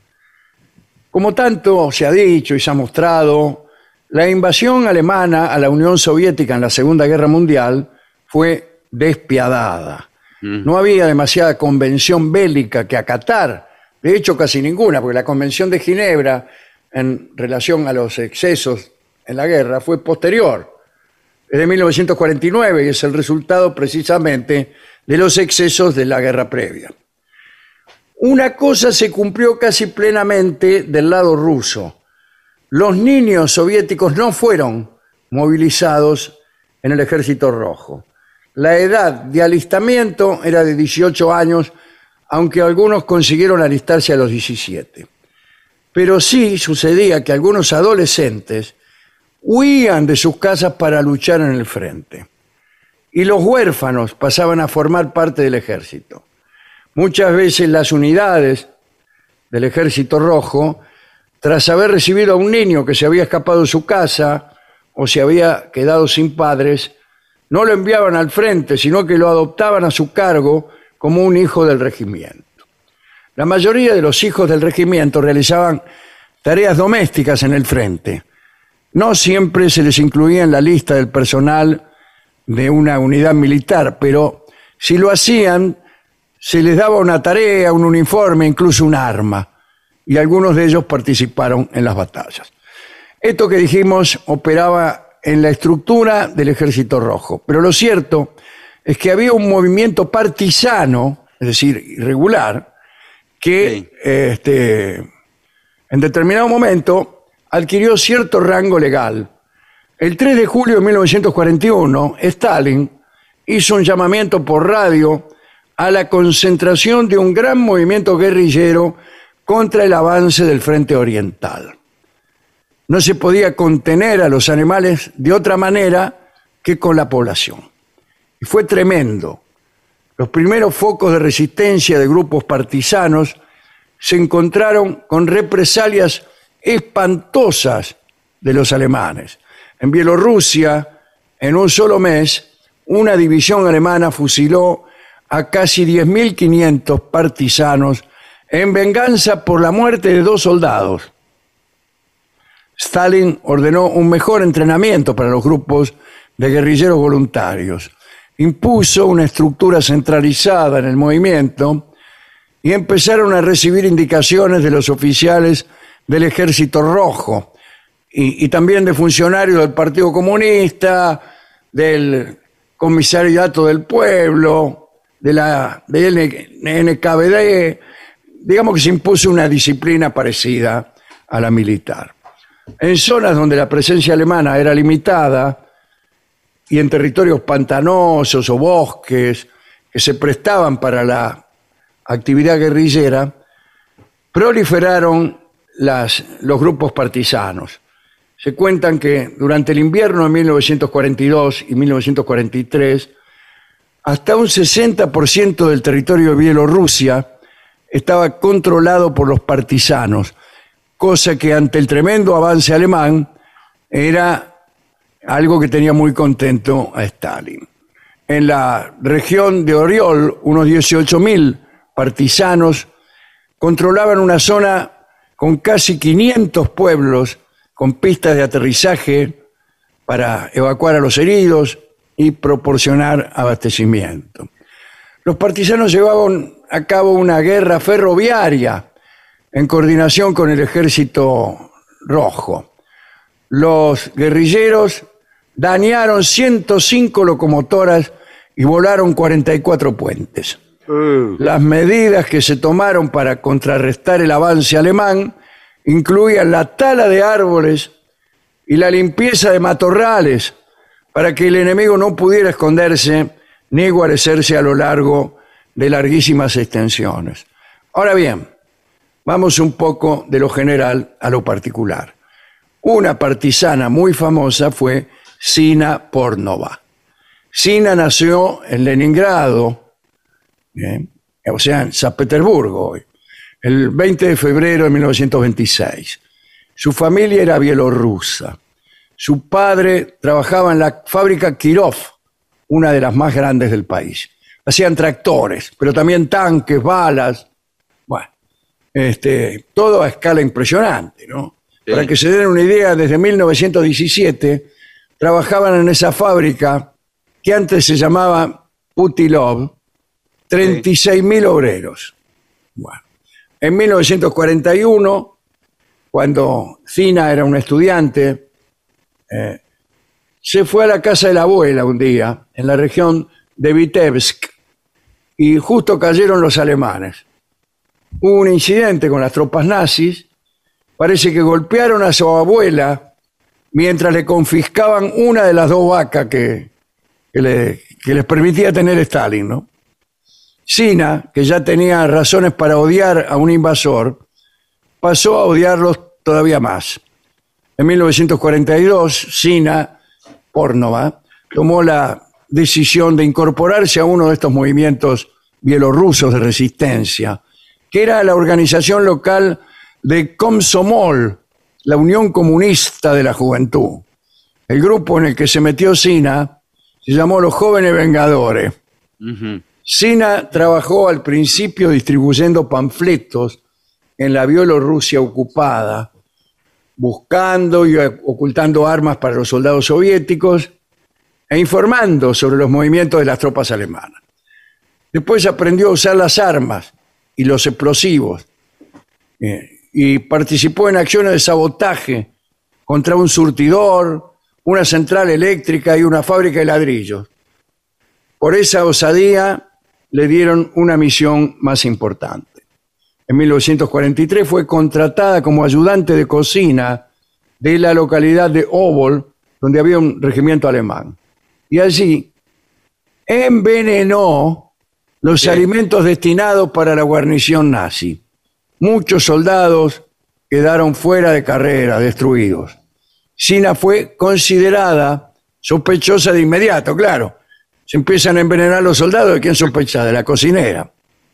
Como tanto se ha dicho y se ha mostrado, la invasión alemana a la Unión Soviética en la Segunda Guerra Mundial fue despiadada. No había demasiada convención bélica que acatar, de hecho casi ninguna, porque la Convención de Ginebra en relación a los excesos en la guerra fue posterior, es de 1949 y es el resultado precisamente de los excesos de la guerra previa. Una cosa se cumplió casi plenamente del lado ruso. Los niños soviéticos no fueron movilizados en el Ejército Rojo. La edad de alistamiento era de 18 años, aunque algunos consiguieron alistarse a los 17. Pero sí sucedía que algunos adolescentes huían de sus casas para luchar en el frente. Y los huérfanos pasaban a formar parte del ejército. Muchas veces las unidades del Ejército Rojo, tras haber recibido a un niño que se había escapado de su casa o se había quedado sin padres, no lo enviaban al frente, sino que lo adoptaban a su cargo como un hijo del regimiento. La mayoría de los hijos del regimiento realizaban tareas domésticas en el frente. No siempre se les incluía en la lista del personal de una unidad militar, pero si lo hacían, se les daba una tarea, un uniforme, incluso un arma, y algunos de ellos participaron en las batallas. Esto que dijimos operaba en la estructura del Ejército Rojo, pero lo cierto es que había un movimiento partisano, es decir, irregular, que en determinado momento adquirió cierto rango legal. El 3 de julio de 1941, Stalin hizo un llamamiento por radio a la concentración de un gran movimiento guerrillero contra el avance del Frente Oriental. no se podía contener a los animales de otra manera que con la población. Y fue tremendo. Los primeros focos de resistencia de grupos partisanos se encontraron con represalias espantosas de los alemanes. En Bielorrusia, en un solo mes, una división alemana fusiló a casi 10.500 partisanos en venganza por la muerte de 2 soldados. Stalin ordenó un mejor entrenamiento para los grupos de guerrilleros voluntarios. Impuso una estructura centralizada en el movimiento y empezaron a recibir indicaciones de los oficiales del Ejército Rojo y también de funcionarios del Partido Comunista, del Comisariato del Pueblo, del NKVD. Digamos que se impuso una disciplina parecida a la militar. En zonas donde la presencia alemana era limitada y en territorios pantanosos o bosques que se prestaban para la actividad guerrillera, proliferaron los grupos partisanos. Se cuentan que durante el invierno de 1942 y 1943, hasta un 60% del territorio de Bielorrusia estaba controlado por los partisanos, cosa que ante el tremendo avance alemán era algo que tenía muy contento a Stalin. En la región de Oriol, unos 18.000 partisanos controlaban una zona con casi 500 pueblos, con pistas de aterrizaje para evacuar a los heridos y proporcionar abastecimiento. Los partisanos llevaban a cabo una guerra ferroviaria en coordinación con el Ejército Rojo. Los guerrilleros dañaron 105 locomotoras y volaron 44 puentes. Las medidas que se tomaron para contrarrestar el avance alemán incluían la tala de árboles y la limpieza de matorrales para que el enemigo no pudiera esconderse ni guarecerse a lo largo de larguísimas extensiones. Ahora bien, vamos un poco de lo general a lo particular. Una partisana muy famosa fue Zina Pornova. Zina nació en Leningrado, o sea, en San Petersburgo hoy, el 20 de febrero de 1926. Su familia era bielorrusa. Su padre trabajaba en la fábrica Kirov, una de las más grandes del país. Hacían tractores, pero también tanques, balas. Bueno, todo a escala impresionante, ¿no? Sí. Para que se den una idea, desde 1917 trabajaban en esa fábrica que antes se llamaba Putilov, 36.000 obreros. Bueno, en 1941, cuando Zina era una estudiante, se fue a la casa de la abuela un día, en la región de Vitebsk, y justo cayeron los alemanes. Hubo un incidente con las tropas nazis, parece que golpearon a su abuela mientras le confiscaban una de las 2 vacas que les permitía tener Stalin, ¿no? Zina, que ya tenía razones para odiar a un invasor, pasó a odiarlos todavía más. En 1942, Zina Pornova tomó la decisión de incorporarse a uno de estos movimientos bielorrusos de resistencia, que era la organización local de Komsomol, la Unión Comunista de la Juventud. El grupo en el que se metió Zina se llamó Los Jóvenes Vengadores. Zina trabajó al principio distribuyendo panfletos en la Bielorrusia ocupada, buscando y ocultando armas para los soldados soviéticos e informando sobre los movimientos de las tropas alemanas. Después aprendió a usar las armas y los explosivos y participó en acciones de sabotaje contra un surtidor, una central eléctrica y una fábrica de ladrillos. Por esa osadía le dieron una misión más importante. En 1943 fue contratada como ayudante de cocina de la localidad de Obol, donde había un regimiento alemán. Y allí envenenó los alimentos destinados para la guarnición nazi. Muchos soldados quedaron fuera de carrera, destruidos. Sina fue considerada sospechosa de inmediato, claro. Se empiezan a envenenar los soldados, ¿de quién sospecha? De la cocinera.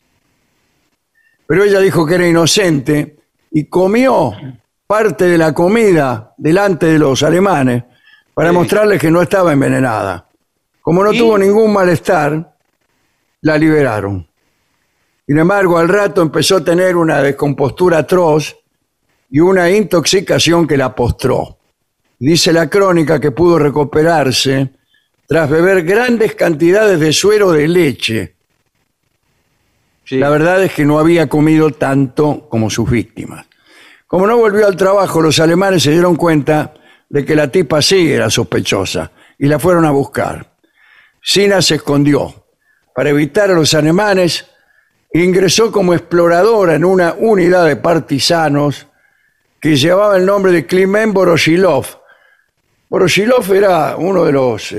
Pero ella dijo que era inocente y comió parte de la comida delante de los alemanes para mostrarles que no estaba envenenada. Como no tuvo ningún malestar, la liberaron. Sin embargo, al rato empezó a tener una descompostura atroz y una intoxicación que la postró. Dice la crónica que pudo recuperarse tras beber grandes cantidades de suero de leche. Sí. La verdad es que no había comido tanto como sus víctimas. Como no volvió al trabajo, los alemanes se dieron cuenta de que la tipa sí era sospechosa y la fueron a buscar. Sina se escondió. Para evitar a los alemanes, ingresó como exploradora en una unidad de partisanos que llevaba el nombre de Kliment Voroshilov. Voroshilov era uno de los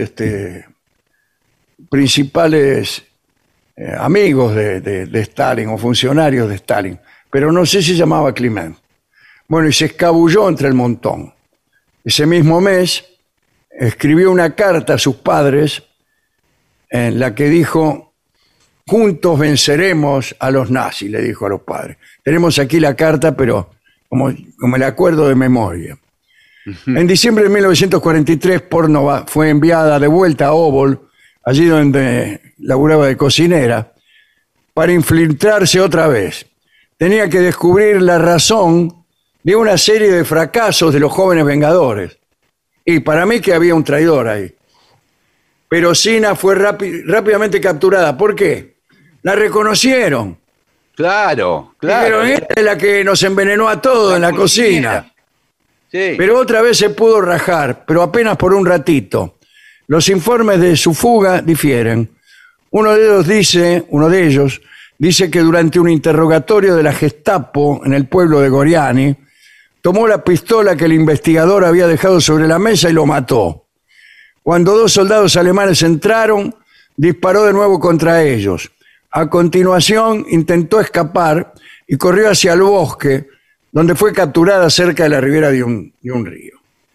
principales amigos de Stalin o funcionarios de Stalin, pero no sé si se llamaba Kliment. Bueno, y se escabulló entre el montón. Ese mismo mes escribió una carta a sus padres en la que dijo: juntos venceremos a los nazis, le dijo a los padres. Tenemos aquí la carta, pero como me la acuerdo de memoria. En diciembre de 1943, Pornova fue enviada de vuelta a Óbol, allí donde laburaba de cocinera, para infiltrarse otra vez. Tenía que descubrir la razón de una serie de fracasos de los jóvenes vengadores. Y para mí que había un traidor ahí. Pero Sina fue rápidamente capturada. ¿Por qué? La reconocieron. Claro. Pero esta es la que nos envenenó a todos en la cocina. Sí. Pero otra vez se pudo rajar, pero apenas por un ratito. Los informes de su fuga difieren. Uno de ellos dice que durante un interrogatorio de la Gestapo en el pueblo de Goriani, tomó la pistola que el investigador había dejado sobre la mesa y lo mató. Cuando 2 soldados alemanes entraron, disparó de nuevo contra ellos. A continuación, intentó escapar y corrió hacia el bosque, donde fue capturada cerca de la ribera de un río.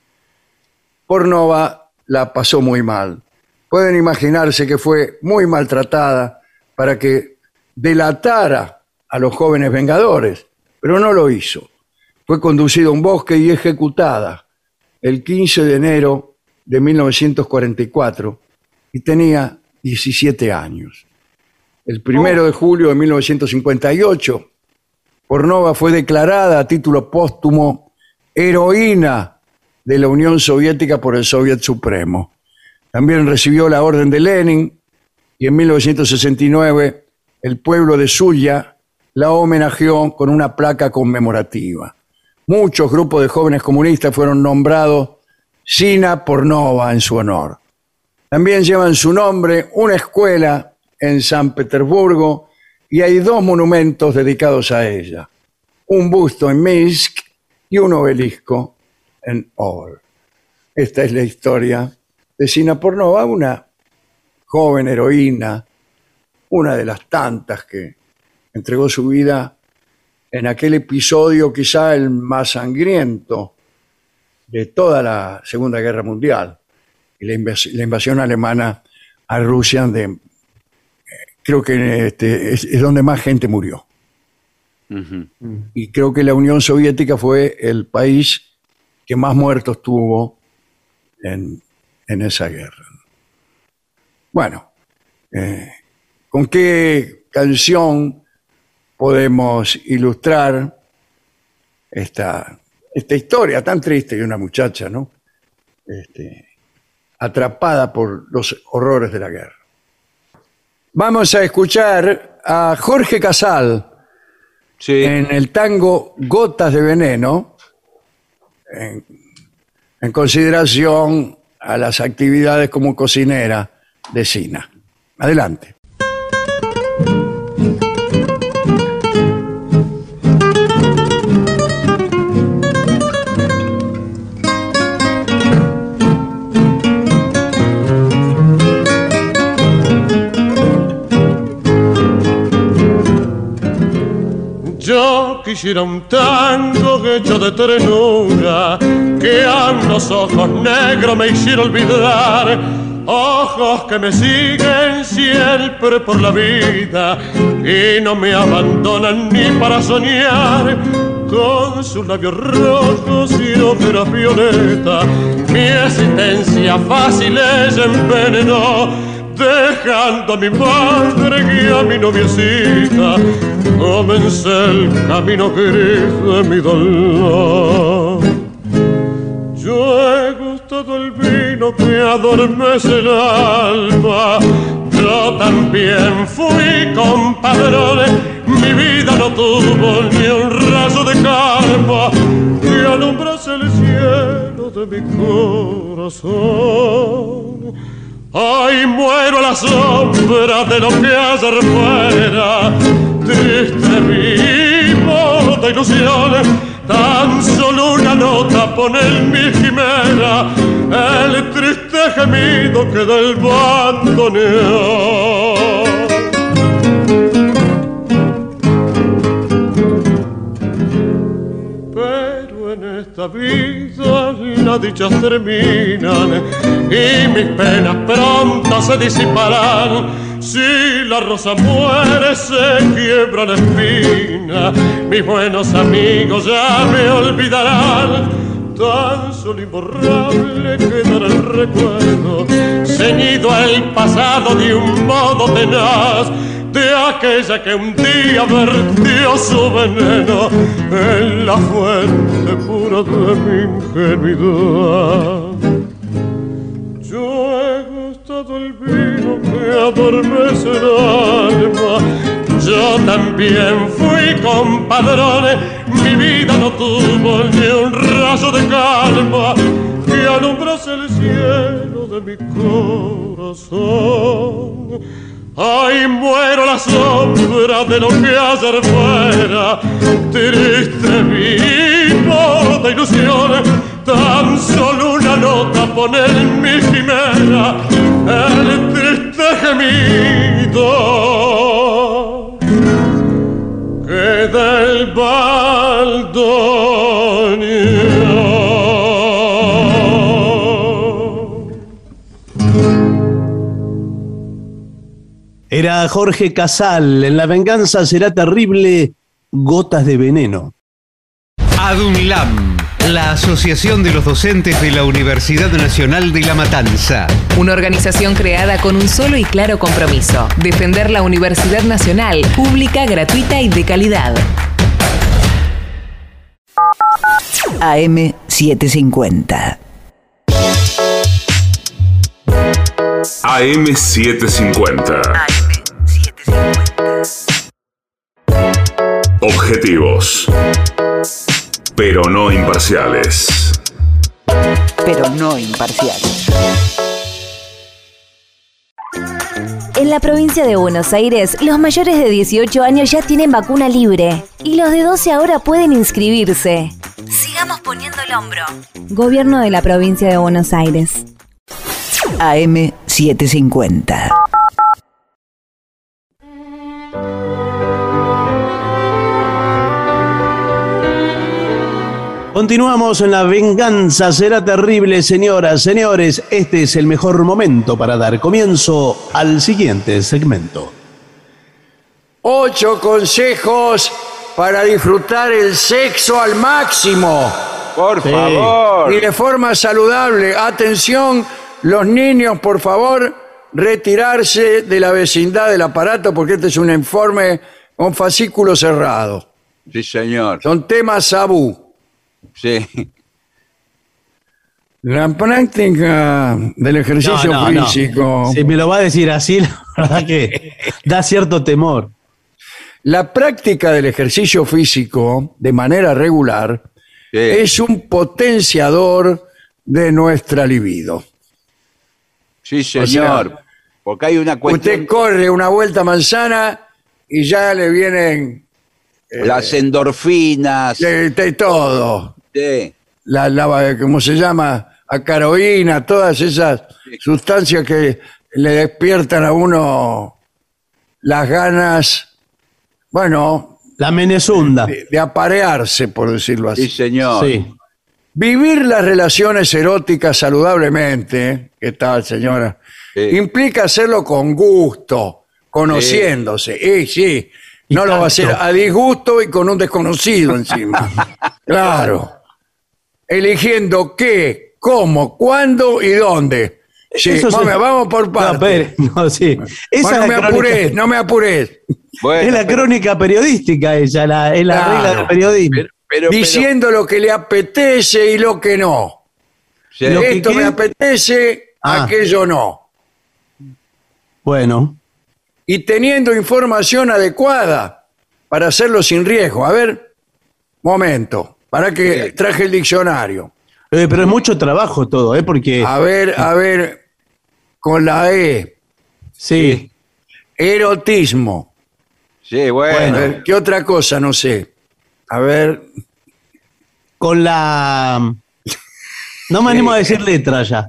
Pornova la pasó muy mal. Pueden imaginarse que fue muy maltratada para que delatara a los jóvenes vengadores, pero no lo hizo. Fue conducida a un bosque y ejecutada el 15 de enero de 1944 y tenía 17 años. El 1 de julio de 1958, Pornova fue declarada a título póstumo heroína de la Unión Soviética por el Soviet Supremo. También recibió la Orden de Lenin y en 1969 el pueblo de Zulia la homenajeó con una placa conmemorativa. Muchos grupos de jóvenes comunistas fueron nombrados Sina Pornova en su honor. También llevan su nombre una escuela en San Petersburgo y hay 2 monumentos dedicados a ella. Un busto en Minsk y un obelisco en Óbol. Esta es la historia de Sina Pornova, una joven heroína, una de las tantas que entregó su vida en aquel episodio quizá el más sangriento de toda la Segunda Guerra Mundial, y la invasión alemana a Rusia, creo que es donde más gente murió. Uh-huh. Y creo que la Unión Soviética fue el país que más muertos tuvo en esa guerra. Bueno, ¿con qué canción podemos ilustrar esta historia tan triste de una muchacha, ¿no? Atrapada por los horrores de la guerra? Vamos a escuchar a Jorge Casal en el tango Gotas de Veneno, en consideración a las actividades como cocinera de Sina. Adelante. quisiera un tango hecho de ternura, que a los ojos negros me hiciera olvidar. Ojos que me siguen siempre por la vida y no me abandonan ni para soñar. Con sus labios rojos y óperas violeta, mi existencia fácil ella envenenó, dejando a mi madre y a mi noviecita. Comencé el camino gris de mi dolor. Yo he gustado el vino que adormece el alma. Yo también fui compadrone. Mi vida no tuvo ni un rayo de calma que alumbrase el cielo de mi corazón. Ay, muero a la sombra de lo que ayer fuera, triste vivo de ilusiones. Tan solo una nota pone en mi quimera el triste gemido que del bandoneón. Pero en esta vida las dichas terminan y mis penas pronto se disiparán. Si la rosa muere se quiebra la espina, mis buenos amigos ya me olvidarán. Tan solo imborrable quedará el recuerdo, ceñido al pasado de un modo tenaz, de aquella que un día vertió su veneno en la fuente pura de mi ingenuidad. Yo he gustado el vino que adormece el alma. Yo también fui compadrone. Mi vida no tuvo ni un rayo de calma que alumbrase el cielo de mi corazón. Ay, muero a la sombra de lo que ayer fuera, triste vivo de ilusiones. Tan solo una nota pone en mi quimera el triste gemido que del bandoneón. Era Jorge Casal, en La venganza será terrible, Gotas de veneno. ADUNLAM, la Asociación de los Docentes de la Universidad Nacional de La Matanza. Una organización creada con un solo y claro compromiso: defender la Universidad Nacional, pública, gratuita y de calidad. AM750. AM750. Objetivos, pero no imparciales. Pero no imparciales. En la provincia de Buenos Aires, los mayores de 18 años ya tienen vacuna libre y los de 12 ahora pueden inscribirse. Sigamos poniendo el hombro. Gobierno de la provincia de Buenos Aires. AM750. Continuamos en La venganza será terrible, señoras, señores. Este es el mejor momento para dar comienzo al siguiente segmento. 8 consejos para disfrutar el sexo al máximo. Por favor. Y de forma saludable. Atención, los niños, por favor, retirarse de la vecindad del aparato porque este es un informe con fascículo cerrado. Sí, señor. Son temas tabú. Sí. La práctica del ejercicio físico. Si me lo va a decir así, la verdad que da cierto temor. La práctica del ejercicio físico de manera regular es un potenciador de nuestra libido. Sí, señor. O sea, porque hay una cuestión. Usted corre una vuelta a manzana y ya le vienen las endorfinas. De todo. Sí. ¿Cómo se llama? Acaroína, todas esas sustancias que le despiertan a uno las ganas, bueno, La menezunda. de aparearse, por decirlo así. Sí, señor. Sí. Vivir las relaciones eróticas saludablemente, ¿qué tal, señora? Implica hacerlo con gusto, conociéndose. Sí. No lo va a hacer a disgusto y con un desconocido encima. Claro. Eligiendo qué, cómo, cuándo y dónde. Sí, Eso vamos por partes. Sí. Bueno, no me apures. Bueno, es la crónica periodística ella, es la regla del periodismo. Diciendo lo que le apetece y lo que no. Sí. Esto me apetece, aquello no. Bueno. Y teniendo información adecuada para hacerlo sin riesgo. A ver, momento, para que traje el diccionario. Pero es mucho trabajo todo, porque... A ver, con la E. Sí. Erotismo. Sí, bueno. A ver, ¿qué otra cosa? No sé. A ver. Con la... No me animo a decir letra ya.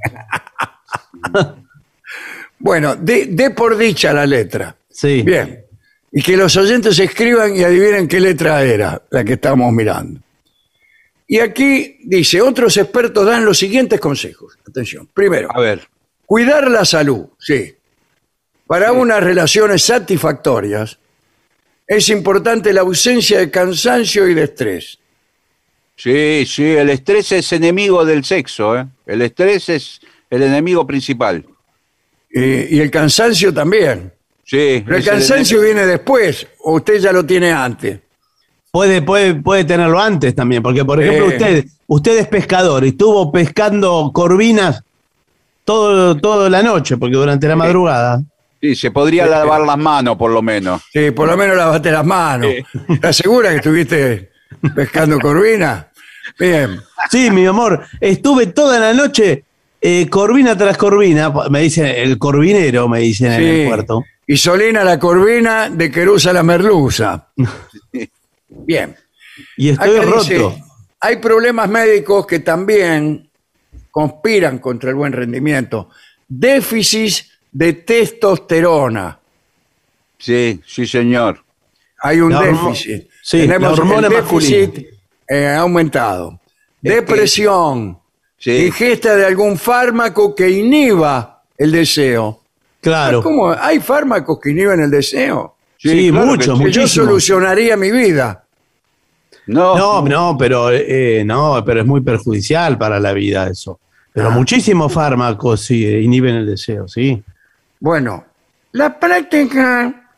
Bueno, de por dicha la letra. Sí. Bien. Y que los oyentes escriban y adivinen qué letra era la que estamos mirando. Y aquí dice, otros expertos dan los siguientes consejos. Atención. Primero, A ver. cuidar la salud. Sí. Para unas relaciones satisfactorias es importante la ausencia de cansancio y de estrés. Sí, el estrés es enemigo del sexo, ¿eh? El estrés es el enemigo principal. Y el cansancio también. Sí. Pero el cansancio viene después, o usted ya lo tiene antes. Puede tenerlo antes también, porque por ejemplo usted es pescador y estuvo pescando corvinas toda la noche, porque durante la madrugada. Sí, se podría lavar las manos por lo menos. Sí, por lo menos lavaste las manos. ¿Estás segura que estuviste pescando corvina? Bien. Sí, mi amor, estuve toda la noche corvina tras corvina, me dicen el corvinero, me dicen en el puerto. Y Solina la corvina, de Querusa la merluza. Bien. Y estoy Acá roto. dice, hay problemas médicos que también conspiran contra el buen rendimiento. Déficit de testosterona. Sí, señor. Hay un La déficit. sí, Tenemos la hormona el déficit masculina. aumentado. Depresión. Sí. Ingesta de algún fármaco que inhiba el deseo. Claro. ¿Cómo? ¿Hay fármacos que inhiben el deseo? Sí, claro mucho, que sí. Que yo muchísimo. solucionaría mi vida. No, pero es muy perjudicial para la vida eso. Pero muchísimos fármacos sí inhiben el deseo, sí. Bueno, la práctica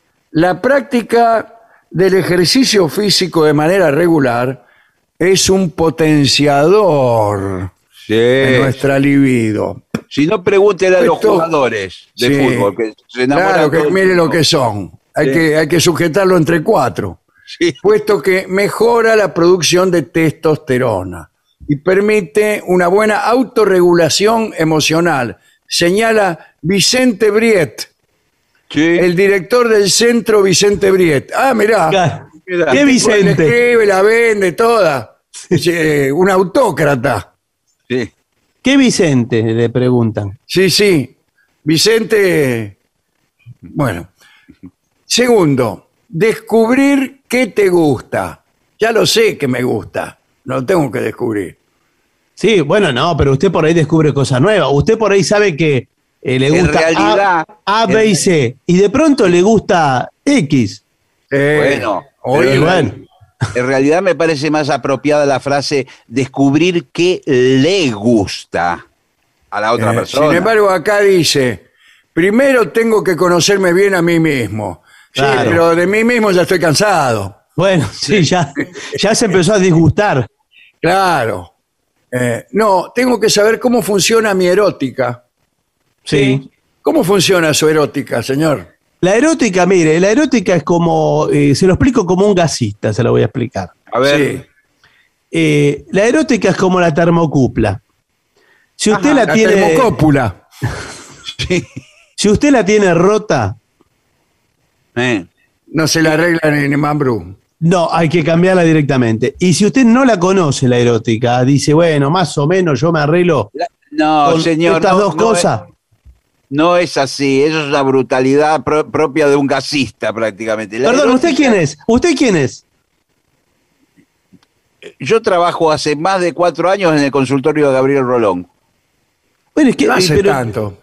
del ejercicio físico de manera regular es un potenciador de nuestra libido. Si no, pregúntele a los Esto- jugadores de Sí. fútbol que se enamoran. Claro, que todo el mire tiempo. lo que son. Hay Sí. que sujetarlo entre cuatro. Sí. Puesto que mejora la producción de testosterona y permite una buena autorregulación emocional. Señala Vicente Briet, Sí. el director del centro Vicente Briet. Ah, mirá. Mirá. ¿Qué Le Vicente? escribe, la vende toda. Es, un autócrata. Sí. ¿Qué Vicente? Le preguntan. Sí. Vicente. Bueno. Segundo, descubrir qué te gusta. Ya lo sé que me gusta. No lo tengo que descubrir. Sí, bueno, no, pero usted por ahí descubre cosas nuevas. Usted por ahí sabe que le En gusta realidad- A, B y C. Y de pronto le gusta X. Bueno, oye, pero bueno. en realidad me parece más apropiada la frase descubrir qué le gusta a la otra persona. Sin embargo, acá dice, primero tengo que conocerme bien a mí mismo. Sí, Claro. pero de mí mismo ya estoy cansado. Bueno, sí, ya se empezó a disgustar. Claro. No, tengo que saber cómo funciona mi erótica. Sí. ¿Cómo funciona su erótica, señor? La erótica, mire, la erótica es como, se lo explico como un gasista, se lo voy a explicar. A ver, La erótica es como la termocupla. Si usted La la tiene, termocópula. si usted la tiene rota, No se la arregla ni Mambrú. no, hay que cambiarla directamente. Y si usted no la conoce, la erótica, dice, bueno, más o menos yo me arreglo no, con señor. estas no, dos no cosas. No es así, eso es una brutalidad propia de un gasista prácticamente. La Perdón, ¿usted erótica- quién es? ¿Usted quién es? Yo trabajo hace más de 4 años en el consultorio de Gabriel Rolón. Bueno, es que No hace tanto.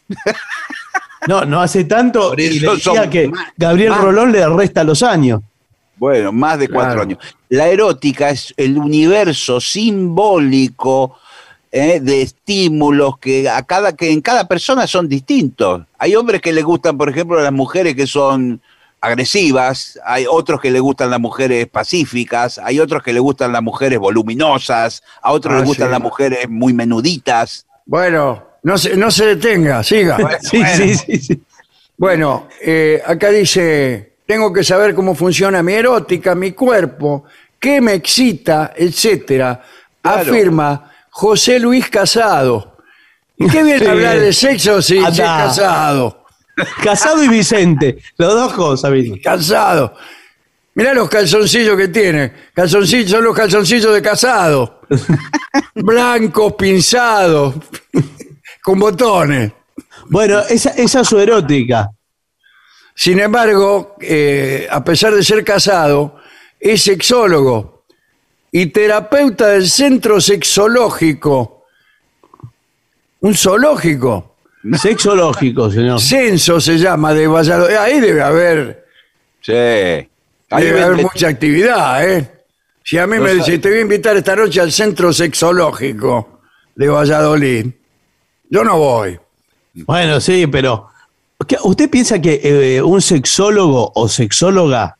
No hace tanto. Por Y eso le decía son que más- Gabriel más- Rolón le resta los años. Bueno, más de 4 Claro. años. La erótica es el universo simbólico de estímulos que en cada persona son distintos. Hay hombres que les gustan, por ejemplo, las mujeres que son agresivas, hay otros que les gustan las mujeres pacíficas, hay otros que les gustan las mujeres voluminosas, a otros les gustan sí. las mujeres muy menuditas. Bueno, no se detenga, siga. Sí. Bueno, acá dice, tengo que saber cómo funciona mi erótica, mi cuerpo, qué me excita, etcétera, Claro. afirma José Luis Casado. ¿Y qué viene Sí. a hablar de sexo si es Anda. casado? Casado y Vicente, los dos cosas, ¿viste? Casado. Mirá los calzoncillos que tiene. Calzoncillos, son los calzoncillos de Casado. Blancos, pinzados, con botones. Bueno, esa es su erótica. Sin embargo, a pesar de ser casado, es sexólogo y terapeuta del centro sexológico. Un zoológico. Sexológico, señor. Censo se llama, de Valladolid. Ahí debe haber, Sí. Ahí debe haber vende- mucha actividad, ¿eh? Si a mí me dice, te voy a invitar esta noche al centro sexológico de Valladolid, yo no voy. Bueno, sí, pero ¿usted piensa que un sexólogo o sexóloga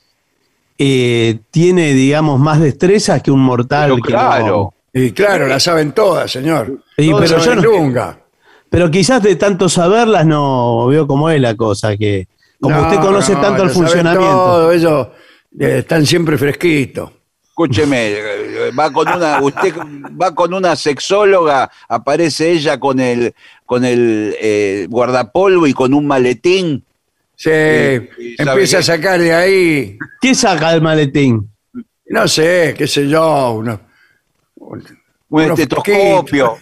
tiene, digamos, más destrezas que un mortal? Pero que claro. Y claro, la saben todas, señor. Sí, Todas pero saben yo no- lunga. Pero quizás de tanto saberlas no veo cómo es la cosa, que como No, usted conoce no, tanto el lo saben funcionamiento. todo, ellos están siempre fresquitos. Escúcheme, usted va con una sexóloga, aparece ella con el guardapolvo y con un maletín. Sí, ¿sabe empieza a qué? sacar de ahí, ¿Qué saca del maletín? no sé, qué sé yo, Un unos estetoscopio.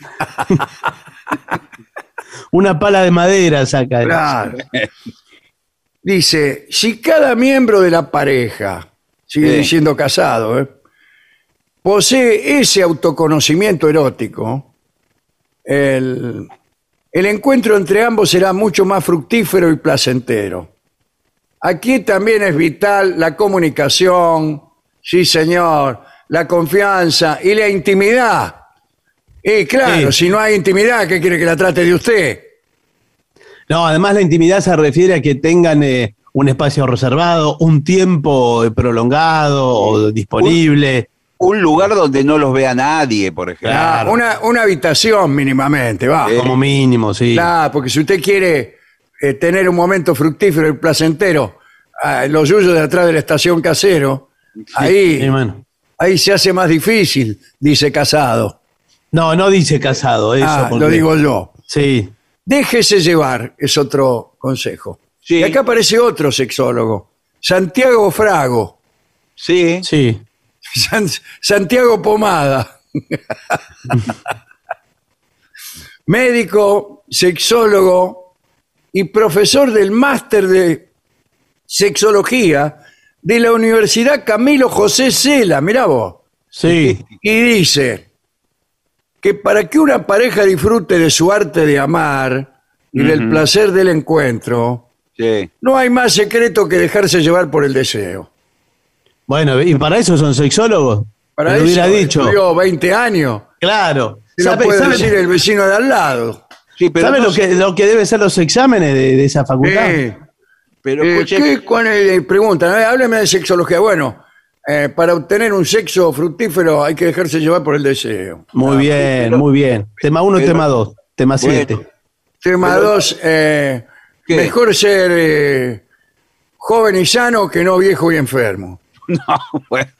Una pala de madera saca. claro. Dice, si cada miembro de la pareja, sigue Sí. diciendo casado, posee ese autoconocimiento erótico, el encuentro entre ambos será mucho más fructífero y placentero. Aquí también es vital la comunicación, sí señor, la confianza y la intimidad. Y claro, Sí. si no hay intimidad, ¿qué quiere que la trate de usted? No, además la intimidad se refiere a que tengan un espacio reservado, un tiempo prolongado o disponible. Un lugar donde no los vea nadie, por ejemplo. Claro. Una habitación mínimamente, va. Como mínimo, sí. Claro, porque si usted quiere tener un momento fructífero y placentero, los yuyos de atrás de la estación Casero, ahí, Sí, bueno. ahí se hace más difícil, dice Casado. No dice casado, eso. Lo digo yo. Sí. Déjese llevar, es otro consejo. Sí. Y acá aparece otro sexólogo, Santiago Frago, Sí. Sí. Santiago Pomada. Médico, sexólogo y profesor del máster de sexología de la Universidad Camilo José Cela, mirá vos. Sí. Y dice que para que una pareja disfrute de su arte de amar y del placer del encuentro, Sí. no hay más secreto que dejarse llevar por el deseo. Bueno, y para eso son sexólogos. Para Me eso lo hubiera dicho. estudió 20 años. Claro. Se lo ¿Sabe, puede sabe- decir el vecino de al lado. Sí, pero sabe no lo que deben ser los exámenes de esa facultad? Pero escuche, Preguntan, hábleme de sexología. Bueno, para obtener un sexo fructífero hay que dejarse llevar por el deseo. Muy bien, pero- muy bien. Tema 1 y pero- tema 2. Tema Bueno. 7. Tema Pero- 2, ¿Qué? mejor ser joven y sano que no viejo y enfermo. no, bueno.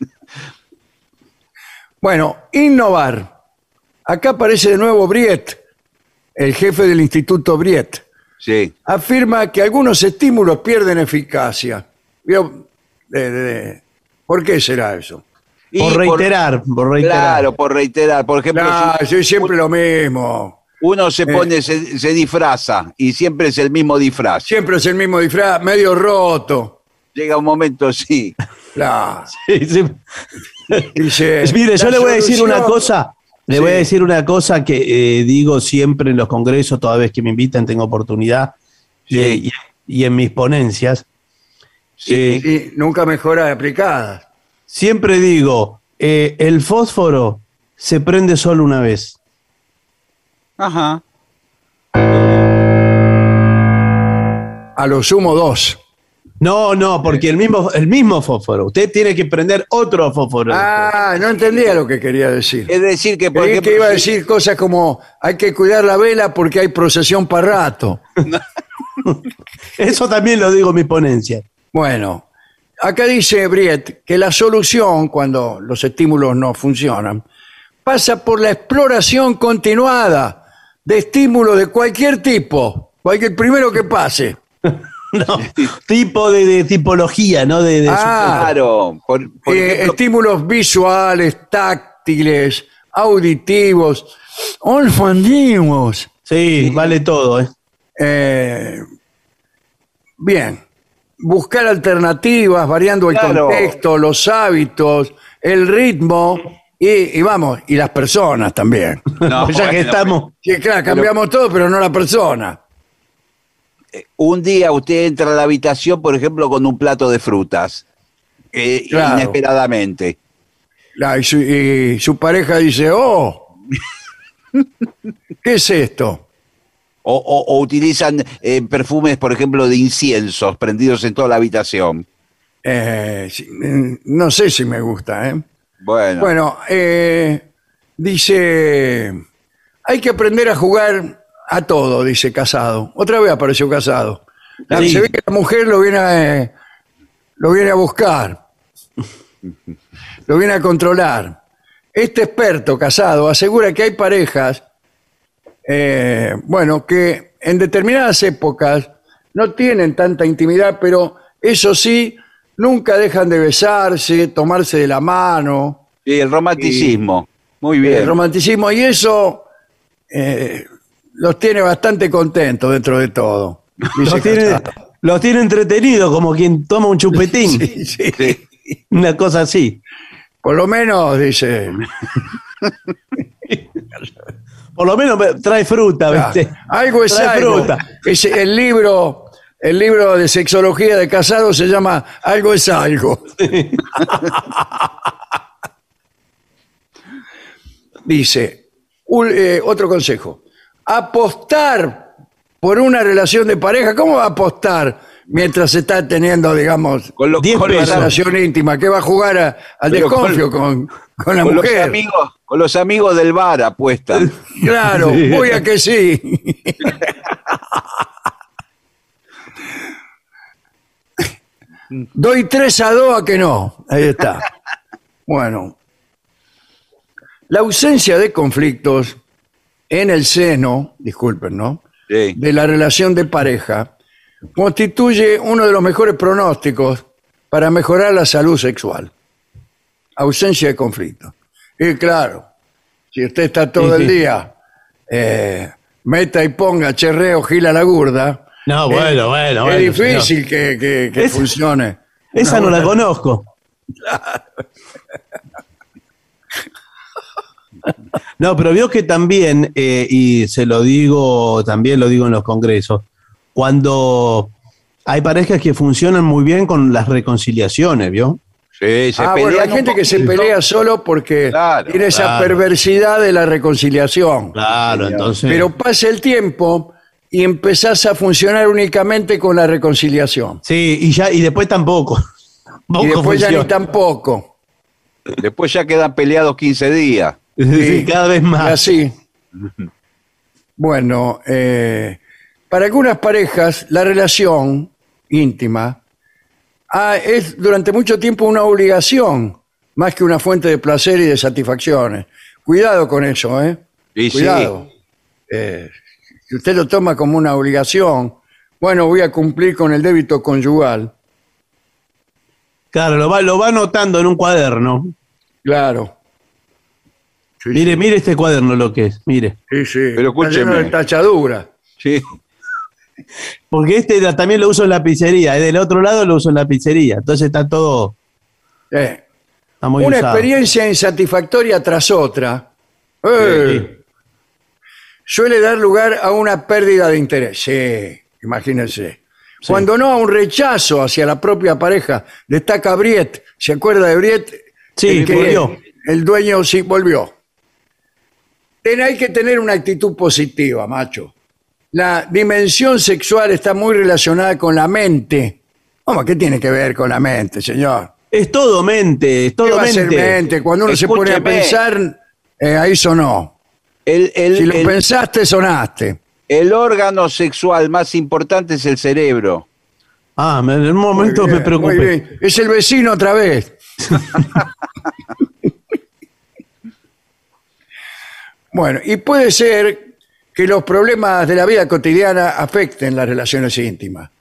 Bueno, innovar. Acá aparece de nuevo Briet, el jefe del Instituto Briet. Sí. Afirma que algunos estímulos pierden eficacia. ¿Vio? ¿Por qué será eso? Y Por reiterar. Claro, por reiterar. Por ejemplo, si Es siempre lo mismo. uno se pone, se disfraza y siempre es el mismo disfraz. Siempre es el mismo disfraz, medio roto. Llega un momento, sí. Claro. Sí, sí. Dice, Mire, yo la le voy a decir solución- una cosa. Le Sí. voy a decir una cosa que digo siempre en los congresos, toda vez que me invitan, tengo oportunidad, y en mis ponencias. Sí, nunca mejora aplicada. Siempre digo, el fósforo se prende solo una vez. Ajá. A lo sumo 2. No, porque el mismo fósforo. Usted tiene que prender otro fósforo. Ah, no entendía lo que quería decir. Es decir, que por Creí ejemplo, que iba a si- decir cosas como hay que cuidar la vela porque hay procesión para rato. Eso también lo digo en mi ponencia. Bueno, acá dice Briet que la solución, cuando los estímulos no funcionan, pasa por la exploración continuada de estímulos de cualquier tipo, cualquier primero que pase. No, tipo de tipología, ¿no? Claro. Por ejemplo, Estímulos visuales, táctiles, auditivos, olfativos. Sí, vale todo, Bien. Buscar alternativas, variando el Claro. contexto, los hábitos, el ritmo y vamos, y las personas también. no, Ya que bueno, estamos. Sí, claro, cambiamos todo, pero no la persona. un día usted entra a la habitación, por ejemplo, con un plato de frutas, Claro. inesperadamente. Y su pareja dice, oh, ¿qué es esto? O utilizan perfumes, por ejemplo, de inciensos prendidos en toda la habitación. No sé si me gusta, ¿eh? Bueno, dice, hay que aprender a jugar a todo, dice Casado. Otra vez apareció Casado. Sí. Se ve que la mujer lo viene a buscar, lo viene a controlar. Este experto Casado asegura que hay parejas, que en determinadas épocas no tienen tanta intimidad, pero eso sí, nunca dejan de besarse, tomarse de la mano. y el romanticismo. Muy bien. El romanticismo, y eso los tiene bastante contentos dentro de todo. dice Los tiene entretenidos como quien toma un chupetín. Sí, sí. Una cosa así. Por lo menos, dice. Por lo menos trae fruta, ¿viste? Algo es Trae algo. fruta. Es el libro de sexología de Casado se llama Algo es algo. Dice, otro consejo. Apostar por una relación de pareja. ¿Cómo va a apostar mientras se está teniendo, digamos, Con, lo- 10 con los, pesos. relación íntima? ¿Qué va a jugar al Pero desconfio con la con los mujer? con los amigos del bar apuestan. Claro, Sí. voy a que sí. Doy 3-2 a que no. Ahí está. Bueno. La ausencia de conflictos en el seno, disculpen, ¿no? Sí. De la relación de pareja constituye uno de los mejores pronósticos para mejorar la salud sexual. Ausencia de conflictos. Y claro, si usted está todo Sí, el sí. día meta y ponga cherreo gila la gurda, No, bueno. es difícil que Es- funcione. Esa no la conozco. No, pero vio que también, y se lo digo, también lo digo en los congresos, cuando hay parejas que funcionan muy bien con las reconciliaciones, ¿vio? Sí, se Bueno, pelean hay un gente que se poquito. pelea solo porque Claro, tiene esa claro. perversidad de la reconciliación. Claro, entonces. Pero pasa el tiempo y empezás a funcionar únicamente con la reconciliación. Sí, y después tampoco. Y después ya ni funciona. tampoco. Después ya quedan peleados 15 días. Sí, cada vez Y más. así. Bueno, para algunas parejas la relación íntima es durante mucho tiempo una obligación, más que una fuente de placer y de satisfacciones. Cuidado con eso, ¿eh? Y sí. Cuidado. Si usted lo toma como una obligación, bueno, voy a cumplir con el débito conyugal. Claro, lo va anotando en un cuaderno. Claro. Sí, Mire este cuaderno lo que es, mire. sí, sí. Pero Está lleno escúcheme. de tachadura. Sí. Porque también lo uso en la pizzería, del otro lado lo uso en la pizzería. Entonces está todo Está muy Una usado. experiencia insatisfactoria tras otra suele dar lugar a una pérdida de interés. Sí, imagínense. Sí. Cuando no a un rechazo hacia la propia pareja. Destaca Briet. ¿Se acuerda de Briet? Sí, Que volvió. El dueño sí volvió. Hay que tener una actitud positiva, macho. La dimensión sexual está muy relacionada con la mente. ¿Cómo? ¿Qué tiene que ver con la mente, señor? Es todo mente, es ¿Qué todo va a ser mente. mente? Cuando uno se pone a Escúcheme. pensar, ahí sonó. Si lo pensaste, sonaste. El órgano sexual más importante es el cerebro. Ah, en un momento Muy me bien, preocupé. muy bien. Es el vecino otra vez. Bueno, y puede ser que los problemas de la vida cotidiana afecten las relaciones íntimas.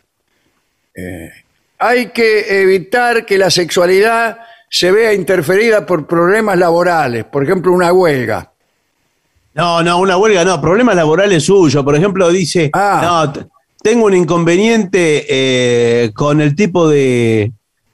Hay que evitar que la sexualidad se vea interferida por problemas laborales, por ejemplo, una huelga. No, una huelga no, problemas laborales suyos. Por ejemplo, dice, no, tengo un inconveniente con el tipo del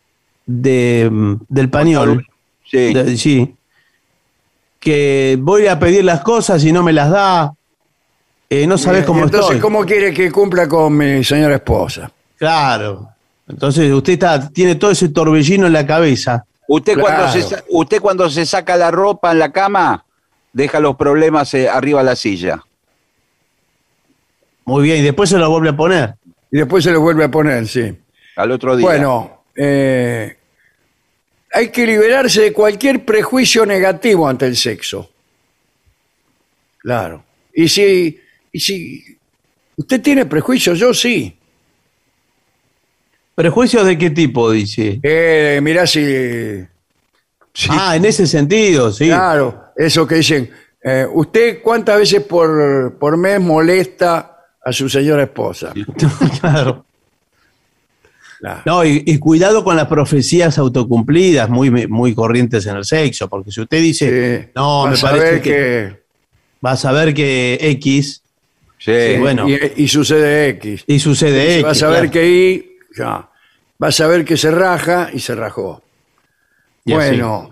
pañol. Sí. Sí. Que voy a pedir las cosas y no me las da. No sabes cómo Entonces, estoy. ¿cómo quiere que cumpla con mi señora esposa? Claro. Entonces usted tiene todo ese torbellino en la cabeza. Usted, Claro. cuando se saca la ropa en la cama, deja los problemas arriba de la silla. Muy bien, y después se lo vuelve a poner. Y después se lo vuelve a poner, sí. Al otro día. Bueno, hay que liberarse de cualquier prejuicio negativo ante el sexo. Claro. Y si usted tiene prejuicios, yo sí. ¿Prejuicios de qué tipo, dice? Mirá si... Ah, en ese sentido, sí. Claro, eso que dicen. ¿Usted cuántas veces por mes molesta a su señora esposa? Claro. Claro. No, y cuidado con las profecías autocumplidas, muy corrientes en el sexo, porque si usted dice, no, me Vas a parece ver que vas a ver que X, Sí. bueno, y sucede X. y sucede X. Vas a ver claro. que Y, ya. Vas a ver que se raja y se rajó. Y Bueno,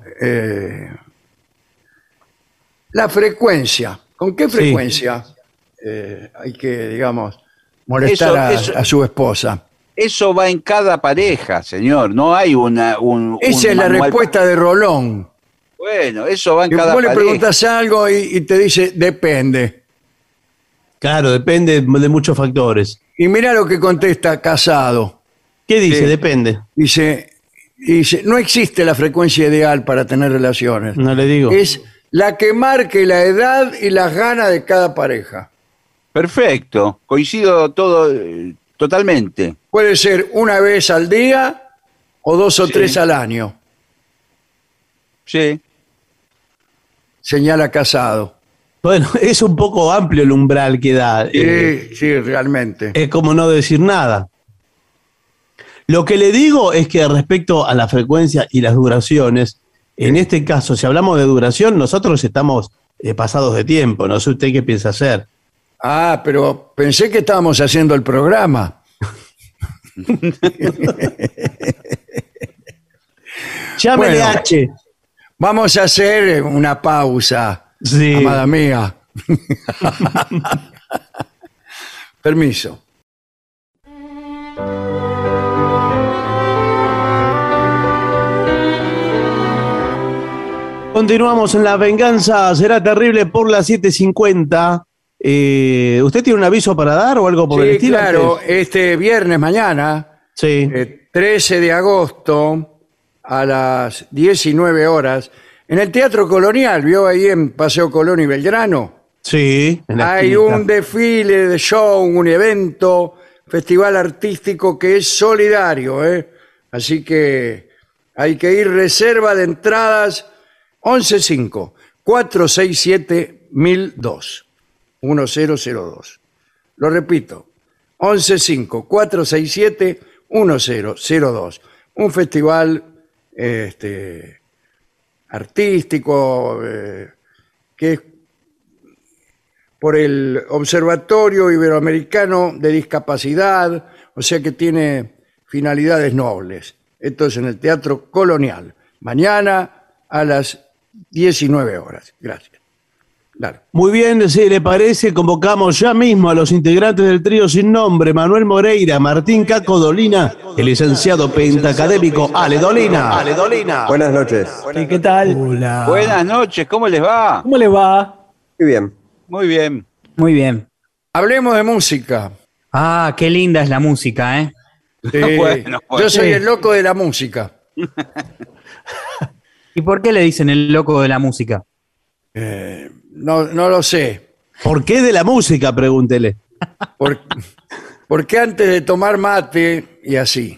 la frecuencia. ¿Con qué frecuencia hay que, digamos, molestar a su esposa? Eso va en cada pareja, señor. No hay Esa es la manual. respuesta de Rolón. Bueno, eso va en Que cada vos le pareja. preguntas algo y te dice, depende. Claro, depende de muchos factores. Y mira lo que contesta Casado. ¿Qué dice? Sí. Depende. Dice, no existe la frecuencia ideal para tener relaciones. No le digo. Es la que marque la edad y las ganas de cada pareja. Perfecto. Coincido todo totalmente. Puede ser una vez al día o 2 o 3 al año, Sí. señala Casado. Bueno, es un poco amplio el umbral que da. Sí, realmente. Es como no decir nada. Lo que le digo es que respecto a la frecuencia y las duraciones, en este caso, si hablamos de duración, nosotros estamos pasados de tiempo. No sé usted qué piensa hacer. Ah, pero pensé que estábamos haciendo el programa. Llámele Bueno. H. Vamos a hacer una pausa, Sí. amada mía. Permiso. Continuamos en La Venganza Será Terrible por las 7:50. ¿Usted tiene un aviso para dar o algo por el Sí, estilo? claro, antes? este viernes mañana, Sí. 13 de agosto, a las 19 horas, en el Teatro Colonial, ¿vio ahí en Paseo Colón y Belgrano? Sí. en la Hay esquinita. un desfile de show, un evento, festival artístico que es solidario, ¿eh? Así que hay que ir, reserva de entradas 115-467-1002. 1002. Lo repito, 115-467-1002. Un festival artístico que es por el Observatorio Iberoamericano de Discapacidad, o sea que tiene finalidades nobles. Esto es en el Teatro Colonial, mañana a las 19 horas. Gracias. Dale. Muy bien, si le parece, convocamos ya mismo a los integrantes del trío sin nombre: Manuel Moreira, Martín Caco Dolina, el licenciado pentacadémico Ale Dolina. Ale Dolina. Buenas noches. ¿Qué tal? Hola. Buenas noches, ¿cómo les va? ¿Cómo les va? Muy bien. Muy bien. Muy bien. Hablemos de música. Ah, qué linda es la música, ¿eh? Sí, bueno. Yo soy el loco de la música. ¿Y por qué le dicen el loco de la música? No lo sé. ¿Por qué de la música? Pregúntele. Porque antes de tomar mate y así.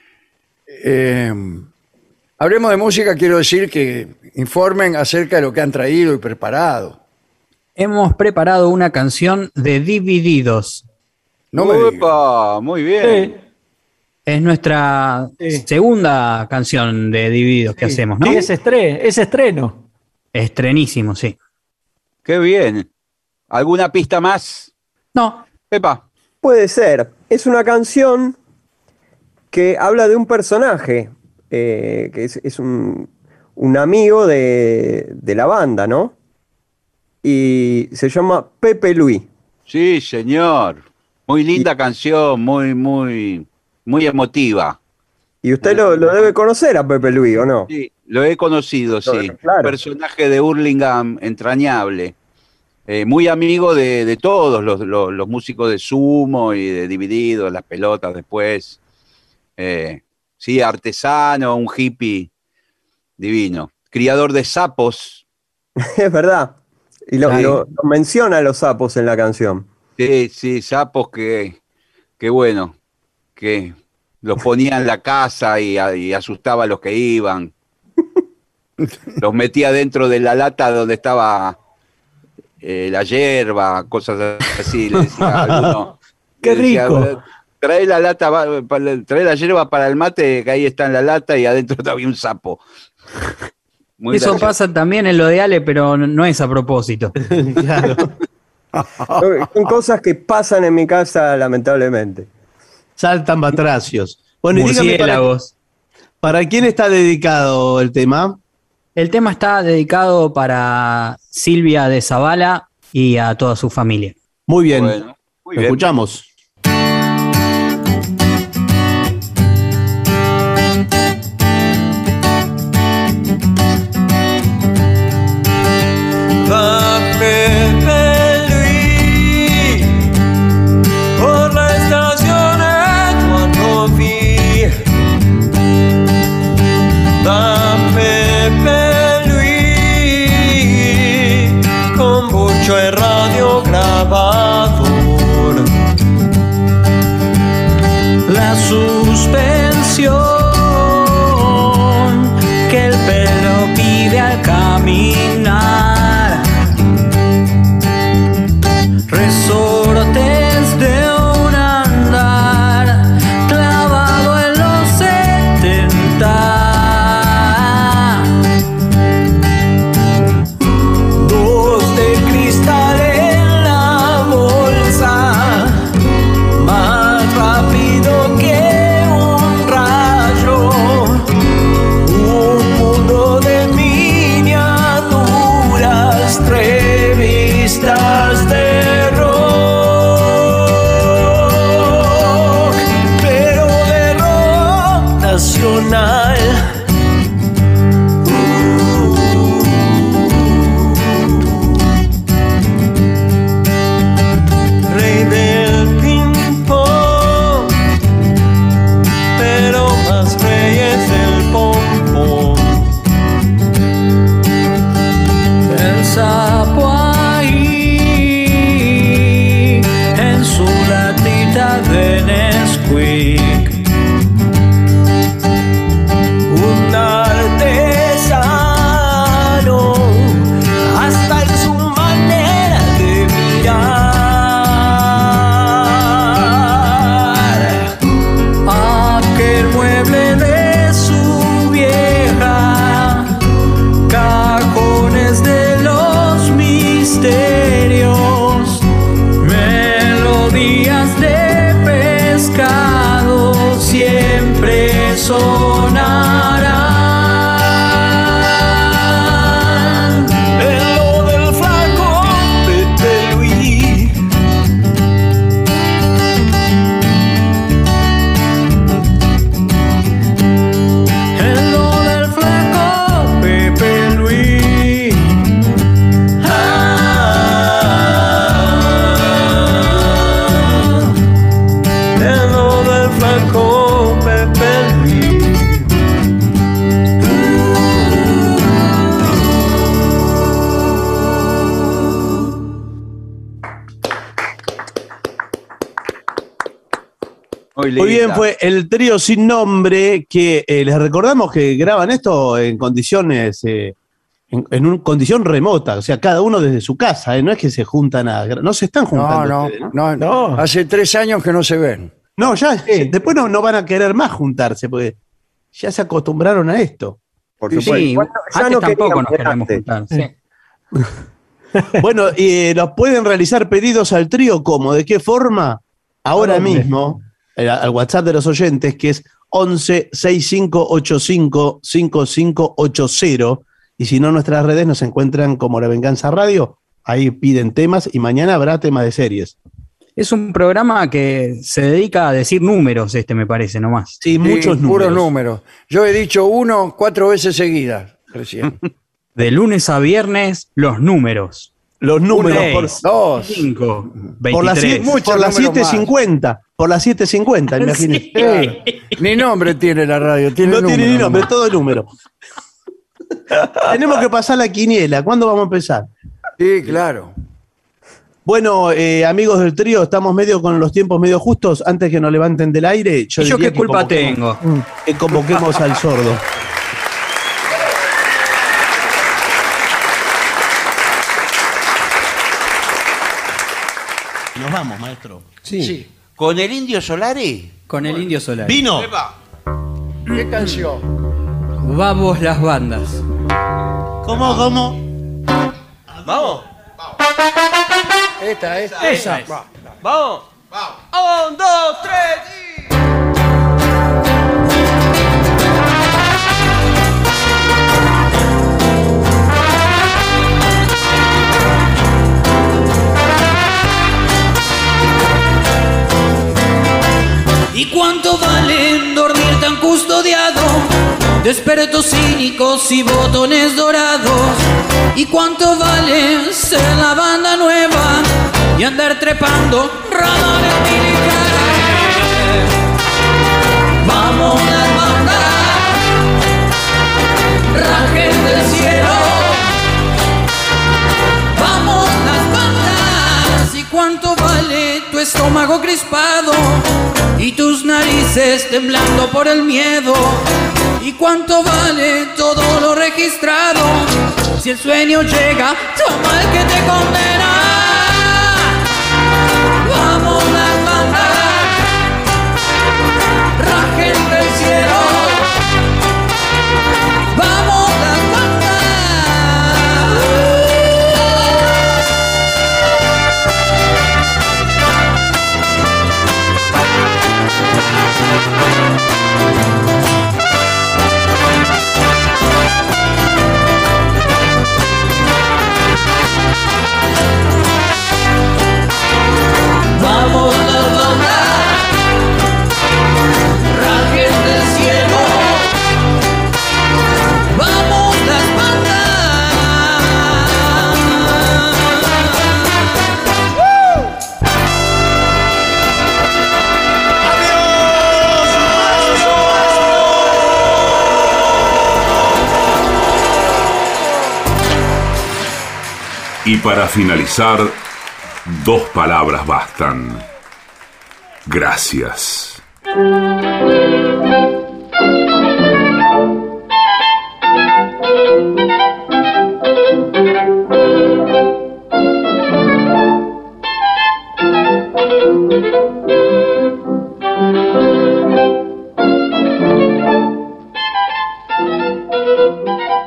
Hablemos de música, quiero decir que informen acerca de lo que han traído y preparado. Hemos preparado una canción de Divididos. No me digas. Muy bien. Es nuestra segunda canción de Divididos que hacemos, ¿no? Sí, es estreno. Estrenísimo, sí. Qué bien. ¿Alguna pista más? No. Pepa. Puede ser. Es una canción que habla de un personaje, que es un amigo de la banda, ¿no? Y se llama Pepe Luis. Sí, señor. Muy linda canción, muy emotiva. Y usted lo debe conocer a Pepe Luis, ¿o no? Sí, lo he conocido, sí. Claro. Un personaje de Hurlingham entrañable. Muy amigo de todos los músicos de Sumo y de Divididos, Las Pelotas después. Sí, artesano, un hippie divino. Criador de sapos. Es verdad. Y lo menciona los sapos en la canción. Sí, sapos que bueno, que los ponía en la casa y asustaba a los que iban. Los metía dentro de la lata donde estaba la hierba, cosas así. Le decía a alguno. ¡Qué rico! Trae la hierba para el mate, que ahí está en la lata y adentro había un sapo. Muy Eso gracioso. Pasa también en lo de Ale, pero no es a propósito. Claro. Son cosas que pasan en mi casa, lamentablemente. Saltan batracios. Bueno, y dígame, ¿para quién está dedicado el tema? El tema está dedicado para Silvia de Zavala y a toda su familia. Muy bien. Bueno, muy bien. Escuchamos. El radio grabador, la suspensión que el pelo pide al caminar, resortes de un andar clavado en los 70. Rey del ping pong, pero más rey es el pom pom. El sapo ahí en su latita de Nesquik. Muy Muy bien, linda. fue el trío sin nombre que les recordamos que graban esto en condiciones, en una condición remota, o sea, cada uno desde su casa, no es que se juntan no se están juntando ustedes, No. Hace 3 años que no se ven. No, ya, después no van a querer más juntarse, porque ya se acostumbraron a esto. Por Sí, supuesto. Bueno, ya antes no tampoco nos queríamos queríamos antes. juntar. Sí. Bueno, y los pueden realizar pedidos al trío, ¿cómo? ¿De qué forma? Ahora mismo, al WhatsApp de los oyentes, que es 11 6585 5580, y si no, en nuestras redes nos encuentran como La Venganza Radio, ahí piden temas, y mañana habrá temas de series. Es un programa que se dedica a decir números, me parece, nomás. Sí, Puros números. Yo he dicho 1 4 veces seguidas recién. De lunes a viernes, los números. Los números, por 2, 5, por las 23. por las 7:50. Por las 7:50, imagínense. Claro. Ni nombre tiene la radio, tiene No número tiene ni nombre, nomás. todo el número. Tenemos que pasar la quiniela. ¿Cuándo vamos a empezar? Sí, claro. Bueno, amigos del trío, estamos medio con los tiempos medio justos. Antes que nos levanten del aire, ¿Y yo diría qué que culpa convoquemos- tengo? Que convoquemos al sordo. Nos vamos, maestro. Sí. ¿Con el Indio Solari? Con el Indio Solar. ¡Vino! ¿Qué canción? Vamos las bandas. ¿Cómo? ¿Vamos? Esta. Esa. ¿Vamos? ¡1, 2, 3 y... ¿Y cuánto vale dormir tan custodiado de expertos cínicos y botones dorados? ¿Y cuánto vale ser la banda nueva y andar trepando radares militares? Vamos las bandas, rajen del cielo. Vamos las bandas. ¿Y cuánto vale tu estómago crispado y tus narices temblando por el miedo? ¿Y cuánto vale todo lo registrado si el sueño llega tan mal que te condena? Vamos las bandas, rajen del cielo. Vamos las bandas. Vamos las bandas, rajen del cielo. Vamos las bandas. Y para finalizar, 2 palabras bastan. Gracias. Thank you.